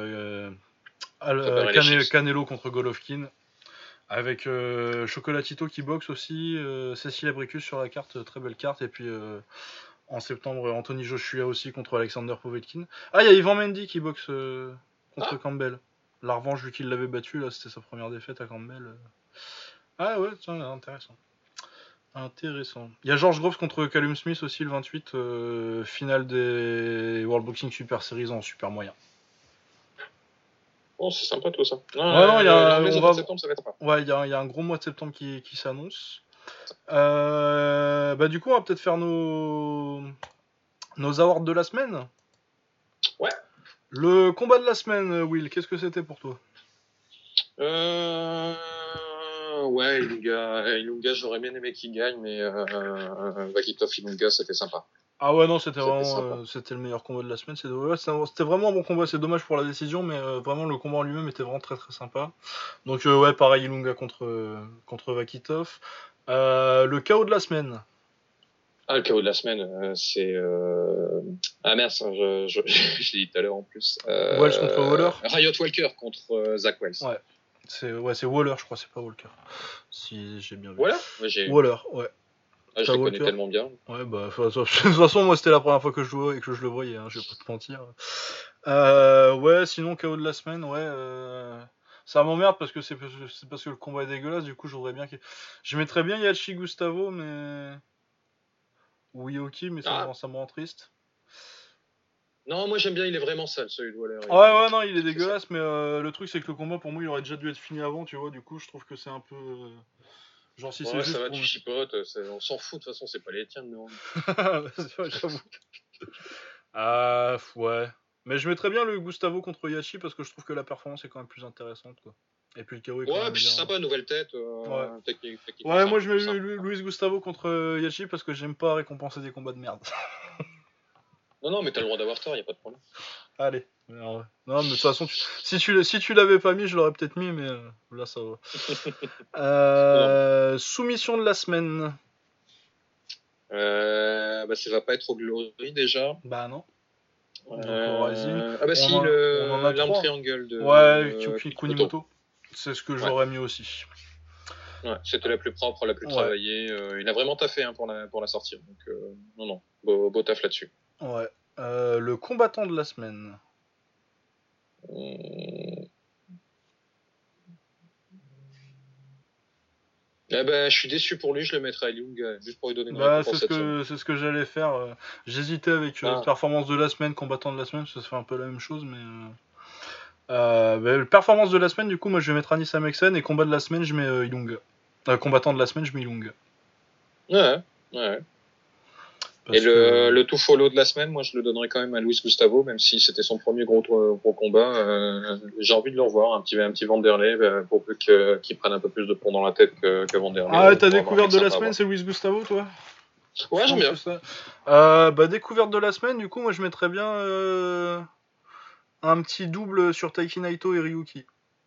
Canelo contre Golovkin. Avec Chocolatito qui boxe aussi, Cécile Abricus sur la carte, très belle carte. Et puis en septembre, Anthony Joshua aussi contre Alexander Povetkin. Ah, il y a Ivan Mendy qui boxe contre Campbell. La revanche, vu qu'il l'avait battu, là, c'était sa première défaite à Campbell. Ah ouais, tiens, intéressant. Intéressant. Il y a George Groves contre Callum Smith aussi le 28, finale des World Boxing Super Series en super moyen. Oh, c'est sympa tout ça. Non, l'anglaise au mois de septembre, ça va être sympa. Ouais, il y a un gros mois de septembre qui s'annonce. Du coup, on va peut-être faire nos awards de la semaine. Ouais. Le combat de la semaine, Will, qu'est-ce que c'était pour toi? Ouais, Ilunga, j'aurais bien aimé qu'il gagne, mais Vakitov Ilunga, c'était sympa. Ah ouais, non, c'était C'était vraiment sympa. c'était le meilleur combat de la semaine. C'était vraiment un bon combat. C'est dommage pour la décision, mais vraiment le combat en lui-même était vraiment très très sympa. Donc ouais, pareil, Ilunga contre Vakitov. Le KO de la semaine. Ah, le KO de la semaine, c'est... Ah merde, je l'ai dit tout à l'heure en plus. Wells contre Waller. Riot Walker contre Zach Wells. Ouais. C'est Waller, je crois, c'est pas Walker. Si j'ai bien vu. Voilà. Waller, ouais. Je le connais tellement bien. Ouais, bah, de toute façon, moi, c'était la première fois que je jouais et que je le voyais, hein, je vais pas te mentir. Ouais, sinon, KO de la semaine, ouais. Ça m'emmerde parce que c'est parce que le combat est dégueulasse, du coup, je voudrais bien que. Je mettrais bien Yachi Gustavo, mais. Ou Yoki, mais ça me rend triste. Non, moi j'aime bien, il est vraiment sale, celui de Waller. Ouais, non, il est dégueulasse, mais le truc, c'est que le combat, pour moi, il aurait déjà dû être fini avant, tu vois, du coup, je trouve que c'est un peu. Genre, si c'est Ouais, juste. ça va, tu chipotes, on s'en fout, de toute façon, c'est pas les tiens, non. C'est vrai, j'avoue. Ouais. Mais je mettrais bien le Gustavo contre Yachi parce que je trouve que la performance est quand même plus intéressante, quoi. Et puis le KO est quand Ouais, même puis bien. c'est sympa, nouvelle tête. Ouais. Techniquement, Ouais, moi je mets Luis Gustavo contre Yachi parce que j'aime pas récompenser des combats de merde. Non, mais t'as le droit d'avoir tort, y a pas de problème. Allez. Non, mais de toute façon, si tu l'avais pas mis, je l'aurais peut-être mis, mais là ça va. Soumission de la semaine. Bah, ça va pas être au Glory déjà. Bah non. Ah bah si, l'arme triangle de Ouais, Kyuki Kunimoto. C'est ce que j'aurais mis aussi. Ouais, c'était la plus propre, la plus travaillée. Il a vraiment taffé pour la sortir. Donc non, beau taf là-dessus. Ouais. Le combattant de la semaine. Eh ben, je suis déçu pour lui, je le mettrai à Young, juste pour lui donner une récompense cette semaine. C'est ce que j'allais faire. J'hésitais avec performance de la semaine, combattant de la semaine, ça se fait un peu la même chose, mais. Performance de la semaine, du coup, moi je vais mettre Anissa Mexen et combat de la semaine, je mets Young. Combattant de la semaine, je mets Young. Ouais. Et le tout follow de la semaine, moi je le donnerais quand même à Luis Gustavo, même si c'était son premier gros combat. J'ai envie de le revoir, un petit Vanderlei, pour peu qu'il prenne un peu plus de plomb dans la tête que Vanderlei. Ah, ta découverte de la semaine, c'est Luis Gustavo, toi? Ouais, j'aime bien. Découverte de la semaine, du coup, moi je mettrais bien un petit double sur Taiki Naito et Ryuki.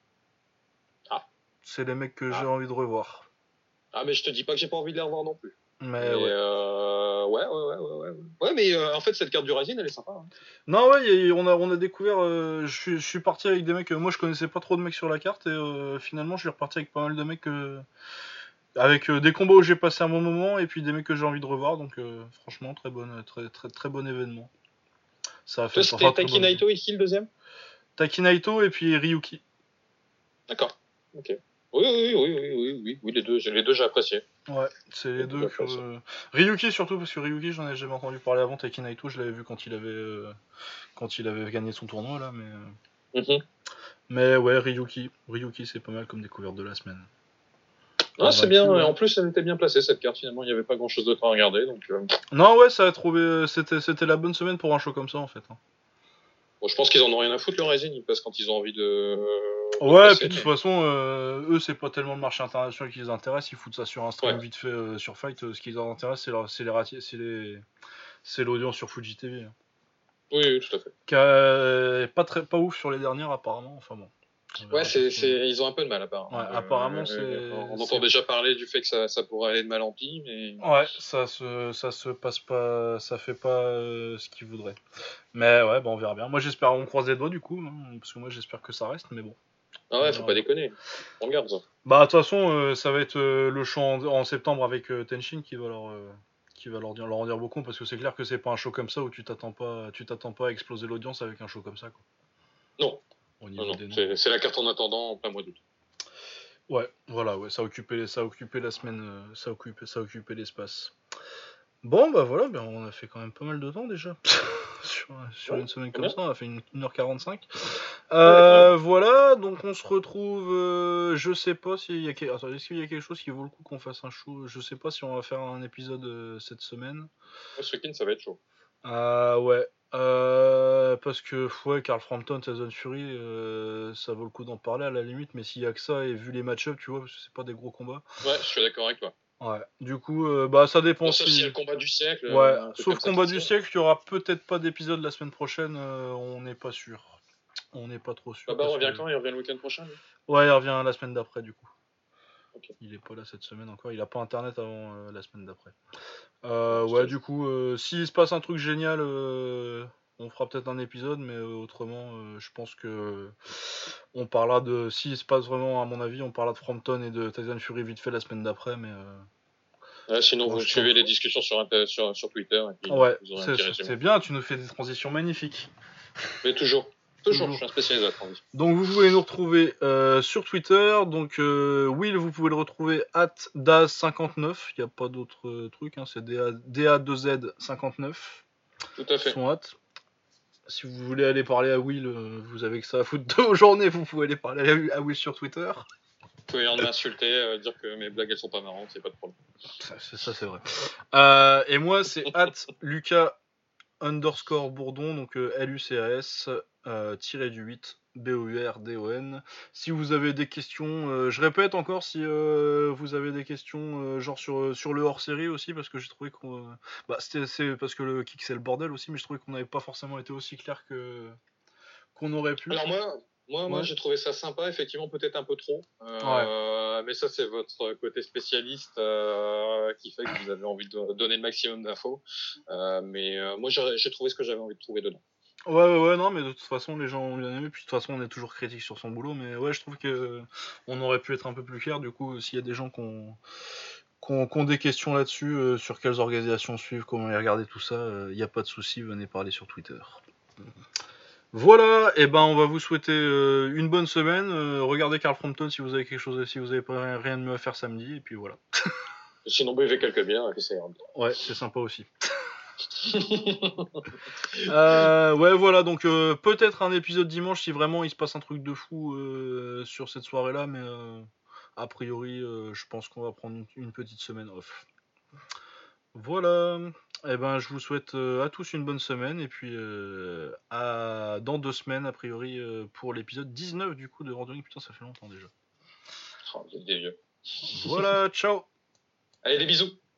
C'est les mecs que j'ai envie de revoir. Ah, mais je te dis pas que j'ai pas envie de les revoir non plus. Mais ouais. Ouais, mais en fait, cette carte du Rising, elle est sympa. Hein. Non, ouais, on a découvert. Je suis parti avec des mecs. Moi, je connaissais pas trop de mecs sur la carte et finalement, je suis reparti avec pas mal de mecs. Avec des combats où j'ai passé un bon moment et puis des mecs que j'ai envie de revoir. Donc, franchement, très bon événement. Ça a fait. Toi, c'était Taki Naito et qui le deuxième? Taki Naito et puis Ryuki. D'accord. Ok. Oui, les deux j'ai apprécié. Ouais, c'est les deux que. Ryuki surtout, parce que Ryuki, j'en ai jamais entendu parler avant. Taki Naito, je l'avais vu quand il avait gagné son tournoi, là, mais. Mais ouais, Ryuki, c'est pas mal comme découverte de la semaine. Ah, c'est bien, en plus, elle était bien placée cette carte, finalement, il n'y avait pas grand chose d'autre à regarder. Donc, Non, ouais, ça a trouvé. C'était la bonne semaine pour un show comme ça, en fait. Bon, je pense qu'ils en ont rien à foutre, le Rising, ils passent quand ils ont envie de. Ouais, puis de toute façon, eux, c'est pas tellement le marché international qui les intéresse, ils foutent ça sur un stream vite fait sur Fight. Ce qui les intéresse, c'est l'audience sur Fuji TV. Oui, tout à fait. Pas ouf sur les dernières, apparemment. Enfin bon. Ouais, ils ont un peu de mal, apparemment. Ouais, apparemment, on entend déjà parler du fait que ça pourrait aller de mal en pis, mais. Ouais, ça se passe pas, ça fait pas ce qu'ils voudraient. Mais ouais, on verra bien. Moi, j'espère, on croise les doigts du coup, hein, parce que moi, j'espère que ça reste, mais bon. Ah ouais, faut pas déconner. On regarde ça. Bah, de toute façon, ça va être le show en septembre avec Tenshin qui va leur en dire beaucoup, parce que c'est clair que c'est pas un show comme ça où tu t'attends pas à exploser l'audience avec un show comme ça, quoi. Non. C'est la carte en attendant en plein mois d'août. Ouais, voilà, ouais, ça a occupé la semaine, ça a occupé l'espace. Bon, bah voilà, on a fait quand même pas mal de temps déjà. sur une semaine comme ça, on a fait 1h45. Voilà, donc on se retrouve. Je sais pas s'il y a est-ce qu'il y a quelque chose qui vaut le coup qu'on fasse un show? Je sais pas si on va faire un épisode cette semaine. Ce week-end, ça va être chaud. Ouais. Parce que, ouais, Carl Frampton, Tyson Fury, ça vaut le coup d'en parler à la limite, mais s'il y a que ça, et vu les match-up, tu vois, parce que c'est pas des gros combats. Ouais, je suis d'accord avec toi. Ouais, du coup, ça dépend Bon, sauf s'il y a si. le combat du siècle, Ouais, un truc sauf comme ça qui combat du tire. siècle, il y aura peut-être pas d'épisode la semaine prochaine, on n'est pas sûr. On n'est pas trop sûr Baba parce revient que. quand? Il revient le week-end prochain, lui? Ouais, il revient la semaine d'après, du coup. Ok. Il est pas là cette semaine encore, il a pas internet avant la semaine d'après. Ouais, Ouais, du coup, s'il se passe un truc génial, on fera peut-être un épisode, mais autrement, je pense que on parlera de. S'il se passe vraiment, à mon avis, on parlera de Frampton et de Tyson Fury vite fait la semaine d'après, mais. Ouais, sinon, Pour vous l'instant. suivez les discussions sur Twitter et puis Ouais, vous aurez un petit résumé. c'est bien, tu nous fais des transitions magnifiques. Mais toujours, je Toujours. suis un spécialiste de la transition. Donc vous pouvez nous retrouver sur Twitter. Donc Will, vous pouvez le retrouver @daz59. Il n'y a pas d'autre truc, hein, c'est DA2Z59. Tout à fait. Son hâte. Si vous voulez aller parler à Will, vous avez que ça à foutre de vos journées, vous pouvez aller parler à Will sur Twitter. Vous pouvez m'insulter, dire que mes blagues elles sont pas marrantes, c'est pas de problème. Ça, c'est vrai. Et moi, c'est @Lucas_Bourdon, donc LUCAS tiré du 8 BOURDON. Si vous avez des questions, je répète encore, si vous avez des questions genre sur le hors-série aussi, parce que j'ai trouvé qu'on. C'est parce que le kick c'est le bordel aussi, mais je trouvais qu'on n'avait pas forcément été aussi clair qu'on aurait pu. Alors moi Ouais. j'ai trouvé ça sympa, effectivement peut-être un peu trop. Ouais. Mais ça c'est votre côté spécialiste qui fait que vous avez envie de donner le maximum d'infos. Mais moi j'ai trouvé ce que j'avais envie de trouver dedans. Ouais, non, mais de toute façon, les gens ont bien aimé. Puis de toute façon, on est toujours critique sur son boulot. Mais ouais, je trouve que on aurait pu être un peu plus clair. Du coup, s'il y a des gens qui ont des questions là-dessus, sur quelles organisations suivre, comment les regarder, tout ça, il n'y a pas de souci, venez parler sur Twitter. Voilà, et ben on va vous souhaiter une bonne semaine. Regardez Carl Frampton si vous avez quelque chose, si vous avez pas rien de mieux à faire samedi. Et puis voilà. Sinon buvez quelques bières et puis ça ira bien. Ouais, c'est sympa aussi. Ouais, voilà, donc peut-être un épisode dimanche si vraiment il se passe un truc de fou sur cette soirée-là, mais a priori, je pense qu'on va prendre une petite semaine off. Voilà, et ben je vous souhaite à tous une bonne semaine, et puis dans 2 semaines, a priori, pour l'épisode 19 du coup de Randoring. Putain, ça fait longtemps déjà. Oh, vous êtes des vieux. Voilà, ciao. Allez, des bisous.